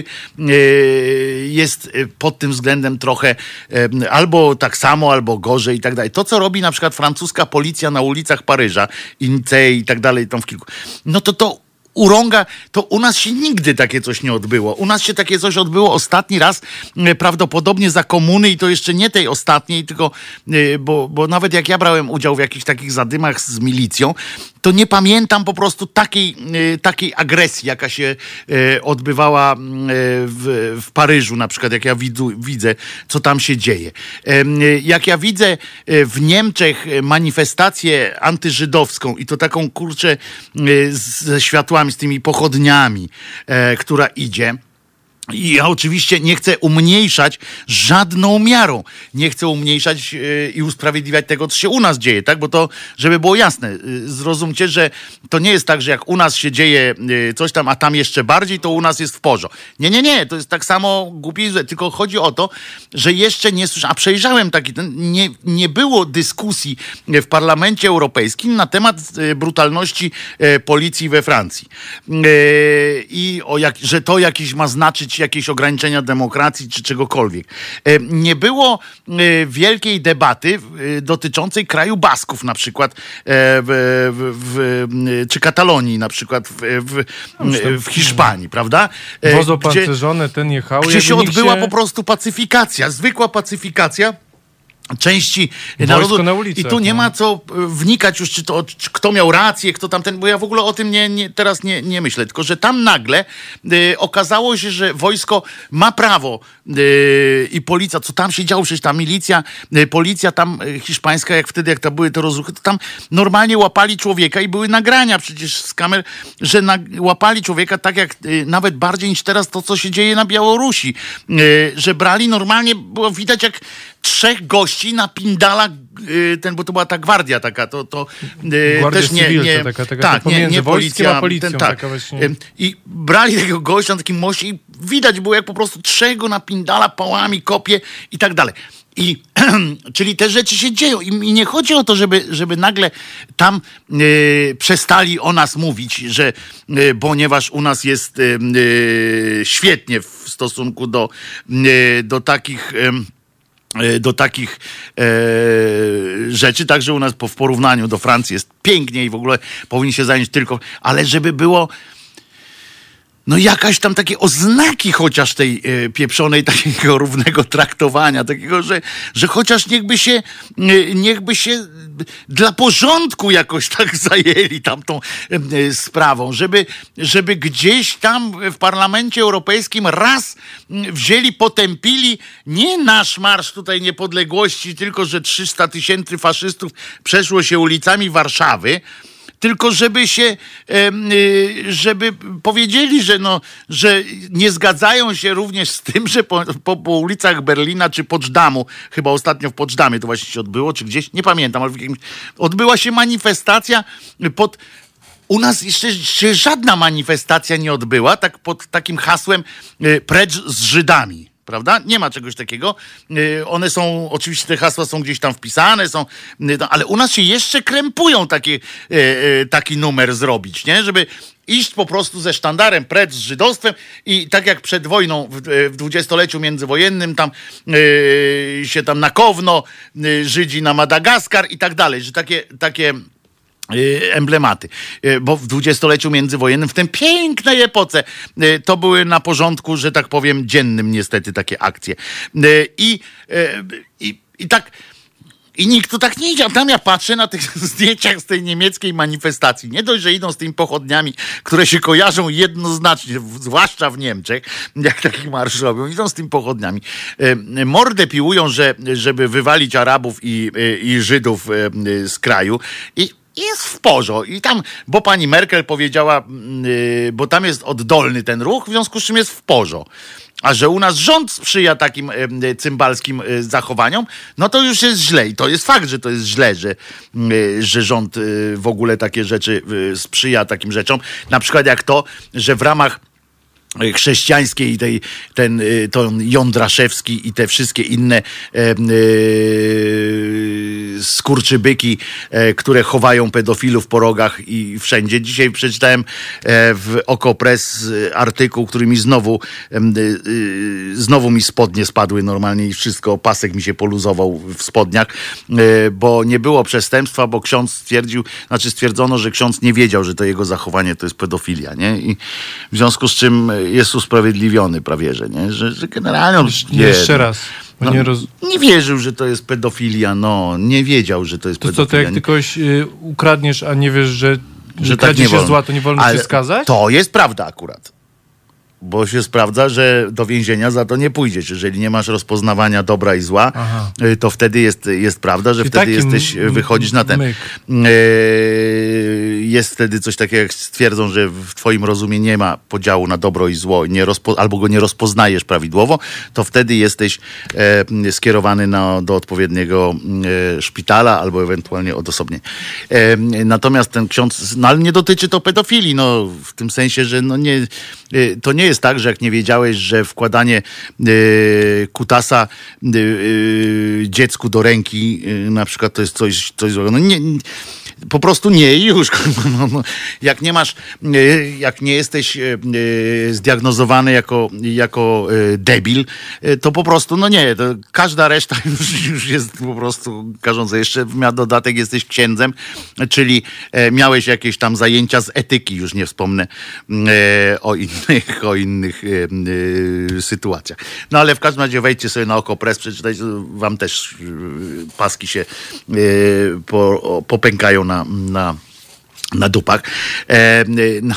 y, jest y, pod tym względem trochę y, albo tak samo, albo gorzej i tak dalej. To, co robi na przykład francuska policja na ulicach Paryża, Ince i tak dalej, tam w kilku, no to to urąga, to u nas się nigdy takie coś nie odbyło. U nas się takie coś odbyło ostatni raz e, prawdopodobnie za komuny i to jeszcze nie tej ostatniej, tylko, e, bo, bo nawet jak ja brałem udział w jakichś takich zadymach z milicją, to nie pamiętam po prostu takiej, e, takiej agresji, jaka się e, odbywała e, w, w Paryżu, na przykład, jak ja widzu, widzę, co tam się dzieje. E, jak ja widzę e, w Niemczech manifestację antyżydowską i to taką, kurczę, e, ze światłami, z tymi pochodniami, e, która idzie. I ja oczywiście nie chcę umniejszać żadną miarą. Nie chcę umniejszać yy, i usprawiedliwiać tego, co się u nas dzieje, tak? Bo to, żeby było jasne, yy, zrozumcie, że to nie jest tak, że jak u nas się dzieje yy, coś tam, a tam jeszcze bardziej, to u nas jest w porządku. Nie, nie, nie, to jest tak samo głupie, tylko chodzi o to, że jeszcze nie słyszałem, a przejrzałem taki, ten, nie, nie było dyskusji w Parlamencie Europejskim na temat yy, brutalności yy, policji we Francji. Yy, I o jak, że to jakieś ma znaczyć jakieś ograniczenia demokracji czy czegokolwiek. Nie było wielkiej debaty dotyczącej kraju Basków na przykład, w, w, w, czy Katalonii na przykład w, w, w Hiszpanii, prawda? Woz opancerzony, ten jechał. Gdzie się nikt odbyła się... po prostu pacyfikacja, zwykła pacyfikacja części Wojsko narodu. na ulicach, I tu nie no. ma co wnikać już, czy to, czy kto miał rację, kto tamten, bo ja w ogóle o tym nie, nie, teraz nie, nie myślę, tylko że tam nagle y, okazało się, że wojsko ma prawo y, i policja, co tam się działo, przecież ta milicja, y, policja tam y, hiszpańska, jak wtedy, jak to były te rozruchy, to tam normalnie łapali człowieka i były nagrania przecież z kamer, że na, łapali człowieka tak jak y, nawet bardziej niż teraz to, co się dzieje na Białorusi, y, że brali normalnie, było widać jak trzech gości napindala y, ten, bo to była ta gwardia taka, to, to y, Gwardia też nie, cywilna, nie, taka- taka tak, nie, pomiędzy nie wojskiem policja, a policją, ten, tak. taka właśnie. Y, I brali tego gościa na takim moście i widać było jak po prostu trzech go napindala pałami, kopie i tak dalej. I, czyli te rzeczy się dzieją i, i nie chodzi o to, żeby, żeby nagle tam y, przestali o nas mówić, że y, ponieważ u nas jest y, y, świetnie w stosunku do, y, do takich... Y, do takich e, rzeczy, także u nas po, w porównaniu do Francji jest pięknie i w ogóle powinni się zająć tylko, ale żeby było no jakaś tam takie oznaki chociaż tej e, pieprzonej takiego równego traktowania, takiego, że, że chociaż niechby się e, niechby się dla porządku jakoś tak zajęli tamtą e, sprawą, żeby, żeby gdzieś tam w Parlamencie Europejskim raz m, wzięli, potępili nie nasz Marsz tutaj Niepodległości, tylko że trzysta tysięcy faszystów przeszło się ulicami Warszawy, tylko żeby się, em, y, żeby powiedzieli, że, no, że nie zgadzają się również z tym, że po, po, po ulicach Berlina czy Poczdamu, chyba ostatnio w Poczdamie to właśnie się odbyło, czy gdzieś, nie pamiętam, ale w jakimś, odbyła się manifestacja pod... U nas jeszcze się żadna manifestacja nie odbyła, tak pod takim hasłem y, precz z Żydami. Prawda? Nie ma czegoś takiego. Yy, one są, oczywiście te hasła są gdzieś tam wpisane, są, yy, no, ale u nas się jeszcze krępują taki, yy, yy, taki numer zrobić, nie? Żeby iść po prostu ze sztandarem precz z żydostwem i tak jak przed wojną w, w dwudziestoleciu międzywojennym tam yy, się tam na Kowno, yy, Żydzi na Madagaskar i tak dalej, że takie, takie emblematy, bo w dwudziestoleciu międzywojennym, w tej pięknej epoce, to były na porządku, że tak powiem, dziennym niestety takie akcje. I, i, i tak i nikt tu tak nie idzie. A tam ja patrzę na tych zdjęciach z tej niemieckiej manifestacji. Nie dość, że idą z tymi pochodniami, które się kojarzą jednoznacznie, zwłaszcza w Niemczech, jak taki marsz robią, idą z tymi pochodniami. Mordę piłują, że, żeby wywalić Arabów i, i Żydów z kraju. I jest w porządku. I tam, bo pani Merkel powiedziała, yy, bo tam jest oddolny ten ruch, w związku z czym jest w porządku. A że u nas rząd sprzyja takim y, cymbalskim y, zachowaniom, no to już jest źle. I to jest fakt, że to jest źle, że, y, że rząd y, w ogóle takie rzeczy y, sprzyja takim rzeczom. Na przykład jak to, że w ramach chrześcijańskiej i tej, ten, to Jądraszewski i te wszystkie inne e, e, skurczybyki, e, które chowają pedofilów po rogach i wszędzie. Dzisiaj przeczytałem e, w Okopres artykuł, który mi znowu e, e, znowu mi spodnie spadły normalnie i wszystko, pasek mi się poluzował w spodniach, e, bo nie było przestępstwa, bo ksiądz stwierdził, znaczy stwierdzono, że ksiądz nie wiedział, że to jego zachowanie to jest pedofilia, nie? I w związku z czym jest usprawiedliwiony prawie, że nie, że, że generalnie on Nie, jeszcze raz. No, nie, roz... nie wierzył, że to jest pedofilia, no, nie wiedział, że to jest to pedofilia. co, to jak ty kogoś y, ukradniesz, a nie wiesz, że, że, że tak tak nie jest wolno. zła, to nie wolno Ale cię skazać? To jest prawda akurat. Bo się sprawdza, że do więzienia za to nie pójdziesz. Jeżeli nie masz rozpoznawania dobra i zła, Aha. to wtedy jest, jest prawda, że Czyli wtedy taki jesteś, m- wychodzisz na ten. myk. Jest wtedy coś takiego, jak stwierdzą, że w twoim rozumie nie ma podziału na dobro i zło, nie rozpo, albo go nie rozpoznajesz prawidłowo, to wtedy jesteś e, skierowany na, do odpowiedniego e, szpitala albo ewentualnie odosobnienie. E, natomiast ten ksiądz, no ale nie dotyczy to pedofilii, no w tym sensie, że no nie, e, to nie jest tak, że jak nie wiedziałeś, że wkładanie y, kutasa y, y, dziecku do ręki y, na przykład to jest coś, coś złego. No nie, po prostu nie i już. Jak nie masz, jak nie jesteś zdiagnozowany jako, jako debil, to po prostu, no nie, to każda reszta już, już jest po prostu karząca. Jeszcze w dodatek jesteś księdzem, czyli miałeś jakieś tam zajęcia z etyki, już nie wspomnę o innych, o innych sytuacjach. No ale w każdym razie wejdźcie sobie na OkoPress, przeczytajcie, wam też paski się po, popękają na, na na dupach. E, no,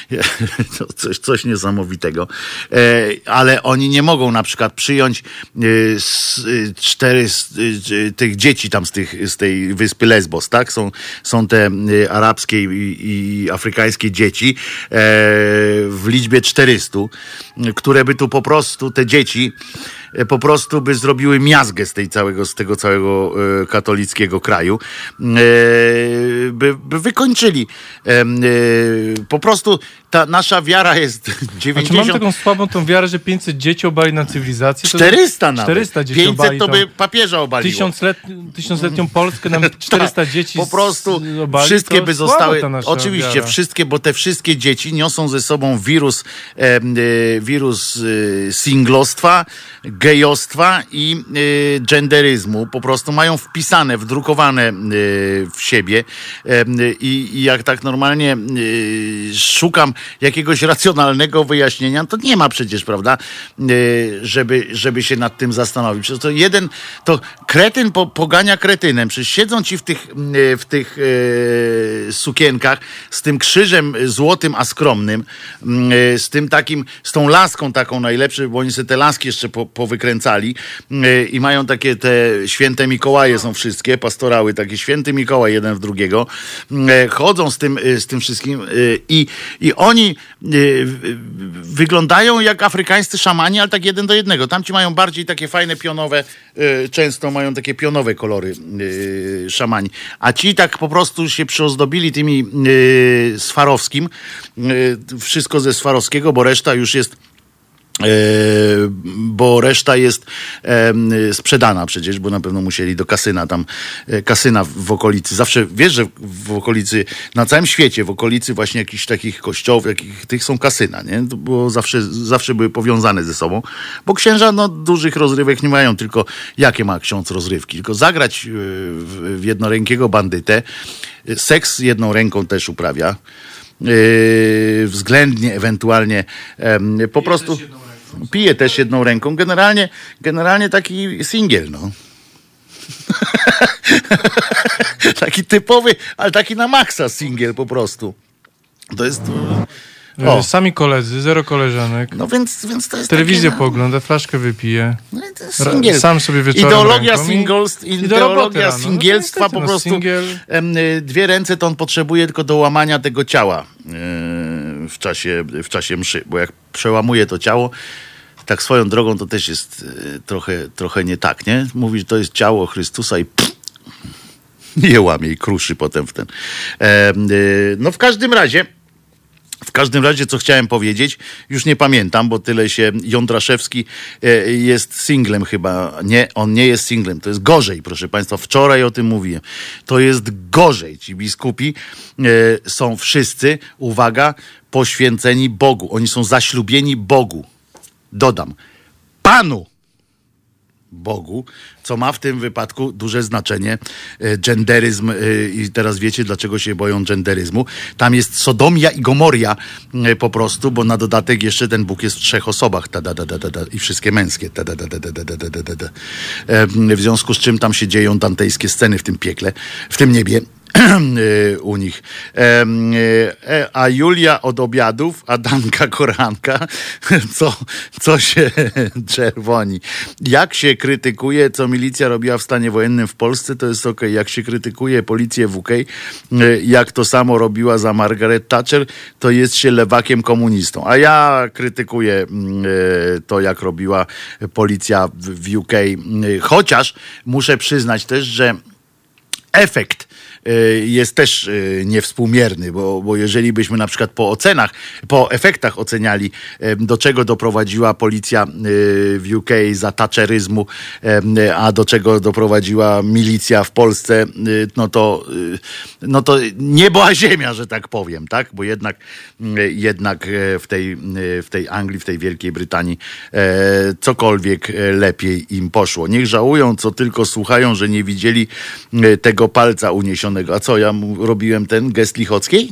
coś, coś niesamowitego. E, ale oni nie mogą na przykład przyjąć e, s, cztery z, e, tych dzieci tam z, tych, z tej wyspy Lesbos, tak? Są, są te e, arabskie i, i afrykańskie dzieci e, w liczbie czterysta, które by tu po prostu, te dzieci e, po prostu by zrobiły miazgę z tej całego, z tego całego e, katolickiego kraju. E, by, by wykończyli. Po prostu ta nasza wiara jest dziewięćdziesiąt... A czy mam taką słabą tą wiarę, że pięćset dzieci obali na cywilizację? To czterysta nawet. czterysta dzieci pięćset obali to by papieża obaliło. Tysiąclet, tysiącletnią Polskę nam czterysta tak, dzieci po prostu obali, wszystkie by zostały, oczywiście wiara. wszystkie, bo te wszystkie dzieci niosą ze sobą wirus e, e, wirus e, singlostwa, gejostwa i e, genderyzmu. Po prostu mają wpisane, wdrukowane e, w siebie e, i, i jak tak normalnie e, szukam jakiegoś racjonalnego wyjaśnienia, to nie ma przecież, prawda, e, żeby, żeby się nad tym zastanowić. Przecież to jeden, to kretyn po, pogania kretynem. Przecież siedzą ci w tych, w tych e, sukienkach z tym krzyżem złotym, a skromnym, e, z tym takim, z tą laską taką najlepszą, bo oni sobie te laski jeszcze po, powykręcali e, i mają takie te święte Mikołaje są wszystkie, pastorały, takie święty Mikołaj jeden w drugiego, e, chodzą z tym, e, z tym wszystkim e, i, i oni e, wyglądają jak afrykańscy szamani, ale tak jeden do jednego. Tamci mają bardziej takie fajne pionowe, e, często mają takie pionowe kolory e, szamani. A ci tak po prostu się przyozdobili tymi e, Swarowskim. E, wszystko ze Swarowskiego, bo reszta już jest E, bo reszta jest e, sprzedana przecież, bo na pewno musieli do kasyna tam, e, kasyna w, w okolicy, zawsze wiesz, że w okolicy, na całym świecie, w okolicy właśnie jakichś takich kościołów, jakich tych są kasyna, nie? To było zawsze, zawsze były powiązane ze sobą, bo księża no dużych rozrywek nie mają, tylko jakie ma ksiądz rozrywki, tylko zagrać w, w jednorękiego bandytę, seks jedną ręką też uprawia, Yy, względnie, ewentualnie yy, po prostu pije też jedną ręką. Generalnie, generalnie taki singiel, no. Taki typowy, ale taki na maksa singiel po prostu. To jest... O. Sami koledzy, zero koleżanek. No więc, więc to jest telewizję takie, no, poogląda, flaszkę wypije. No i to jest singiel. Sam sobie wieczorem Ideologia, singles, i, ideologia i singielstwa no, no, po no, prostu. singiel. Dwie ręce to on potrzebuje tylko do łamania tego ciała w czasie, w czasie mszy. Bo jak przełamuje to ciało, tak swoją drogą to też jest trochę, trochę nie tak, nie? Mówi, że to jest ciało Chrystusa i pff, je łamie i kruszy potem w ten. No w każdym razie W każdym razie, co chciałem powiedzieć, już nie pamiętam, bo tyle się Jądraszewski jest singlem chyba. Nie, on nie jest singlem. To jest gorzej, proszę państwa. Wczoraj o tym mówiłem. To jest gorzej. Ci biskupi są wszyscy, uwaga, poświęceni Bogu. Oni są zaślubieni Bogu. Dodam, Panu Bogu, co ma w tym wypadku duże znaczenie. Genderyzm i teraz wiecie, dlaczego się boją genderyzmu. Tam jest Sodomia i Gomoria po prostu, bo na dodatek jeszcze ten Bóg jest w trzech osobach ta, da, da, da, da, i wszystkie męskie. Ta, da, da, da, da, da, da, da, da. W związku z czym tam się dzieją dantejskie sceny w tym piekle, w tym niebie. U nich. A Julia od obiadów, a Danka koranka, co, co się czerwoni. Jak się krytykuje, co milicja robiła w stanie wojennym w Polsce, to jest okej. Jak się krytykuje policję w U K, jak to samo robiła za Margaret Thatcher, to jest się lewakiem komunistą. A ja krytykuję to, jak robiła policja w U K. Chociaż muszę przyznać też, że efekt jest też niewspółmierny, bo, bo jeżeli byśmy na przykład po ocenach, po efektach oceniali, do czego doprowadziła policja w U K za thatcheryzmu, a do czego doprowadziła milicja w Polsce, no to, no to niebo a ziemia, że tak powiem, tak? Bo jednak, jednak w tej, w tej Anglii, w tej Wielkiej Brytanii cokolwiek lepiej im poszło. Niech żałują, co tylko słuchają, że nie widzieli tego palca uniesionego. A co, ja mu robiłem ten gest Lichockiej?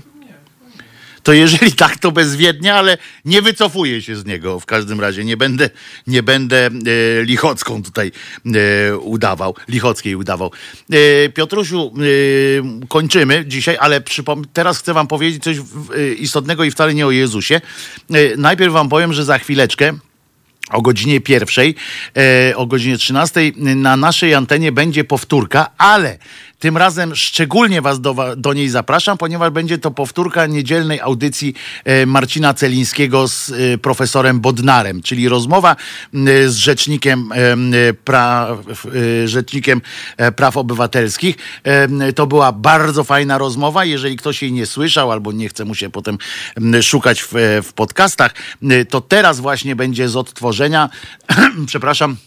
To jeżeli tak, to bezwiednie, ale nie wycofuję się z niego. W każdym razie nie będę, nie będę e, Lichocką tutaj e, udawał, Lichockiej udawał. E, Piotrusiu, e, kończymy dzisiaj, ale przypom- teraz chcę wam powiedzieć coś w, e, istotnego i wcale nie o Jezusie. E, najpierw wam powiem, że za chwileczkę o godzinie pierwszej, e, o godzinie trzynastej na naszej antenie będzie powtórka, ale tym razem szczególnie was do, do niej zapraszam, ponieważ będzie to powtórka niedzielnej audycji e, Marcina Celińskiego z e, profesorem Bodnarem, czyli rozmowa e, z rzecznikiem, e, pra, e, rzecznikiem e, praw obywatelskich. E, to była bardzo fajna rozmowa. Jeżeli ktoś jej nie słyszał albo nie chce mu się potem e, szukać w, w podcastach, e, to teraz właśnie będzie z odtworzenia, przepraszam,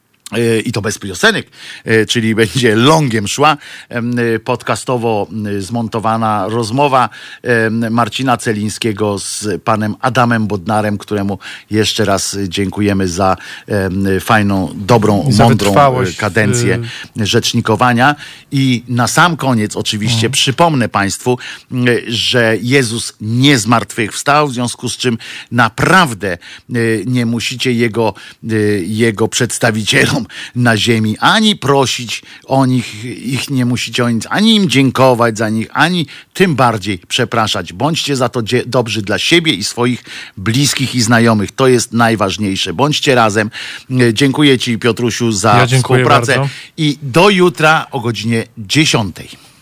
i to bez piosenek, czyli będzie longiem szła podcastowo zmontowana rozmowa Marcina Celińskiego z panem Adamem Bodnarem, któremu jeszcze raz dziękujemy za fajną, dobrą, za mądrą wytrwałość kadencję rzecznikowania. I na sam koniec oczywiście przypomnę państwu, że Jezus nie zmartwychwstał, w związku z czym naprawdę nie musicie jego, jego przedstawicielom na ziemi ani prosić o nich, ich nie musicie o nic, ani im dziękować za nich, ani tym bardziej przepraszać. Bądźcie za to dzie- dobrzy dla siebie i swoich bliskich i znajomych. To jest najważniejsze. Bądźcie razem. Dziękuję ci, Piotrusiu, za Ja dziękuję współpracę bardzo. i do jutra o godzinie dziesiątej.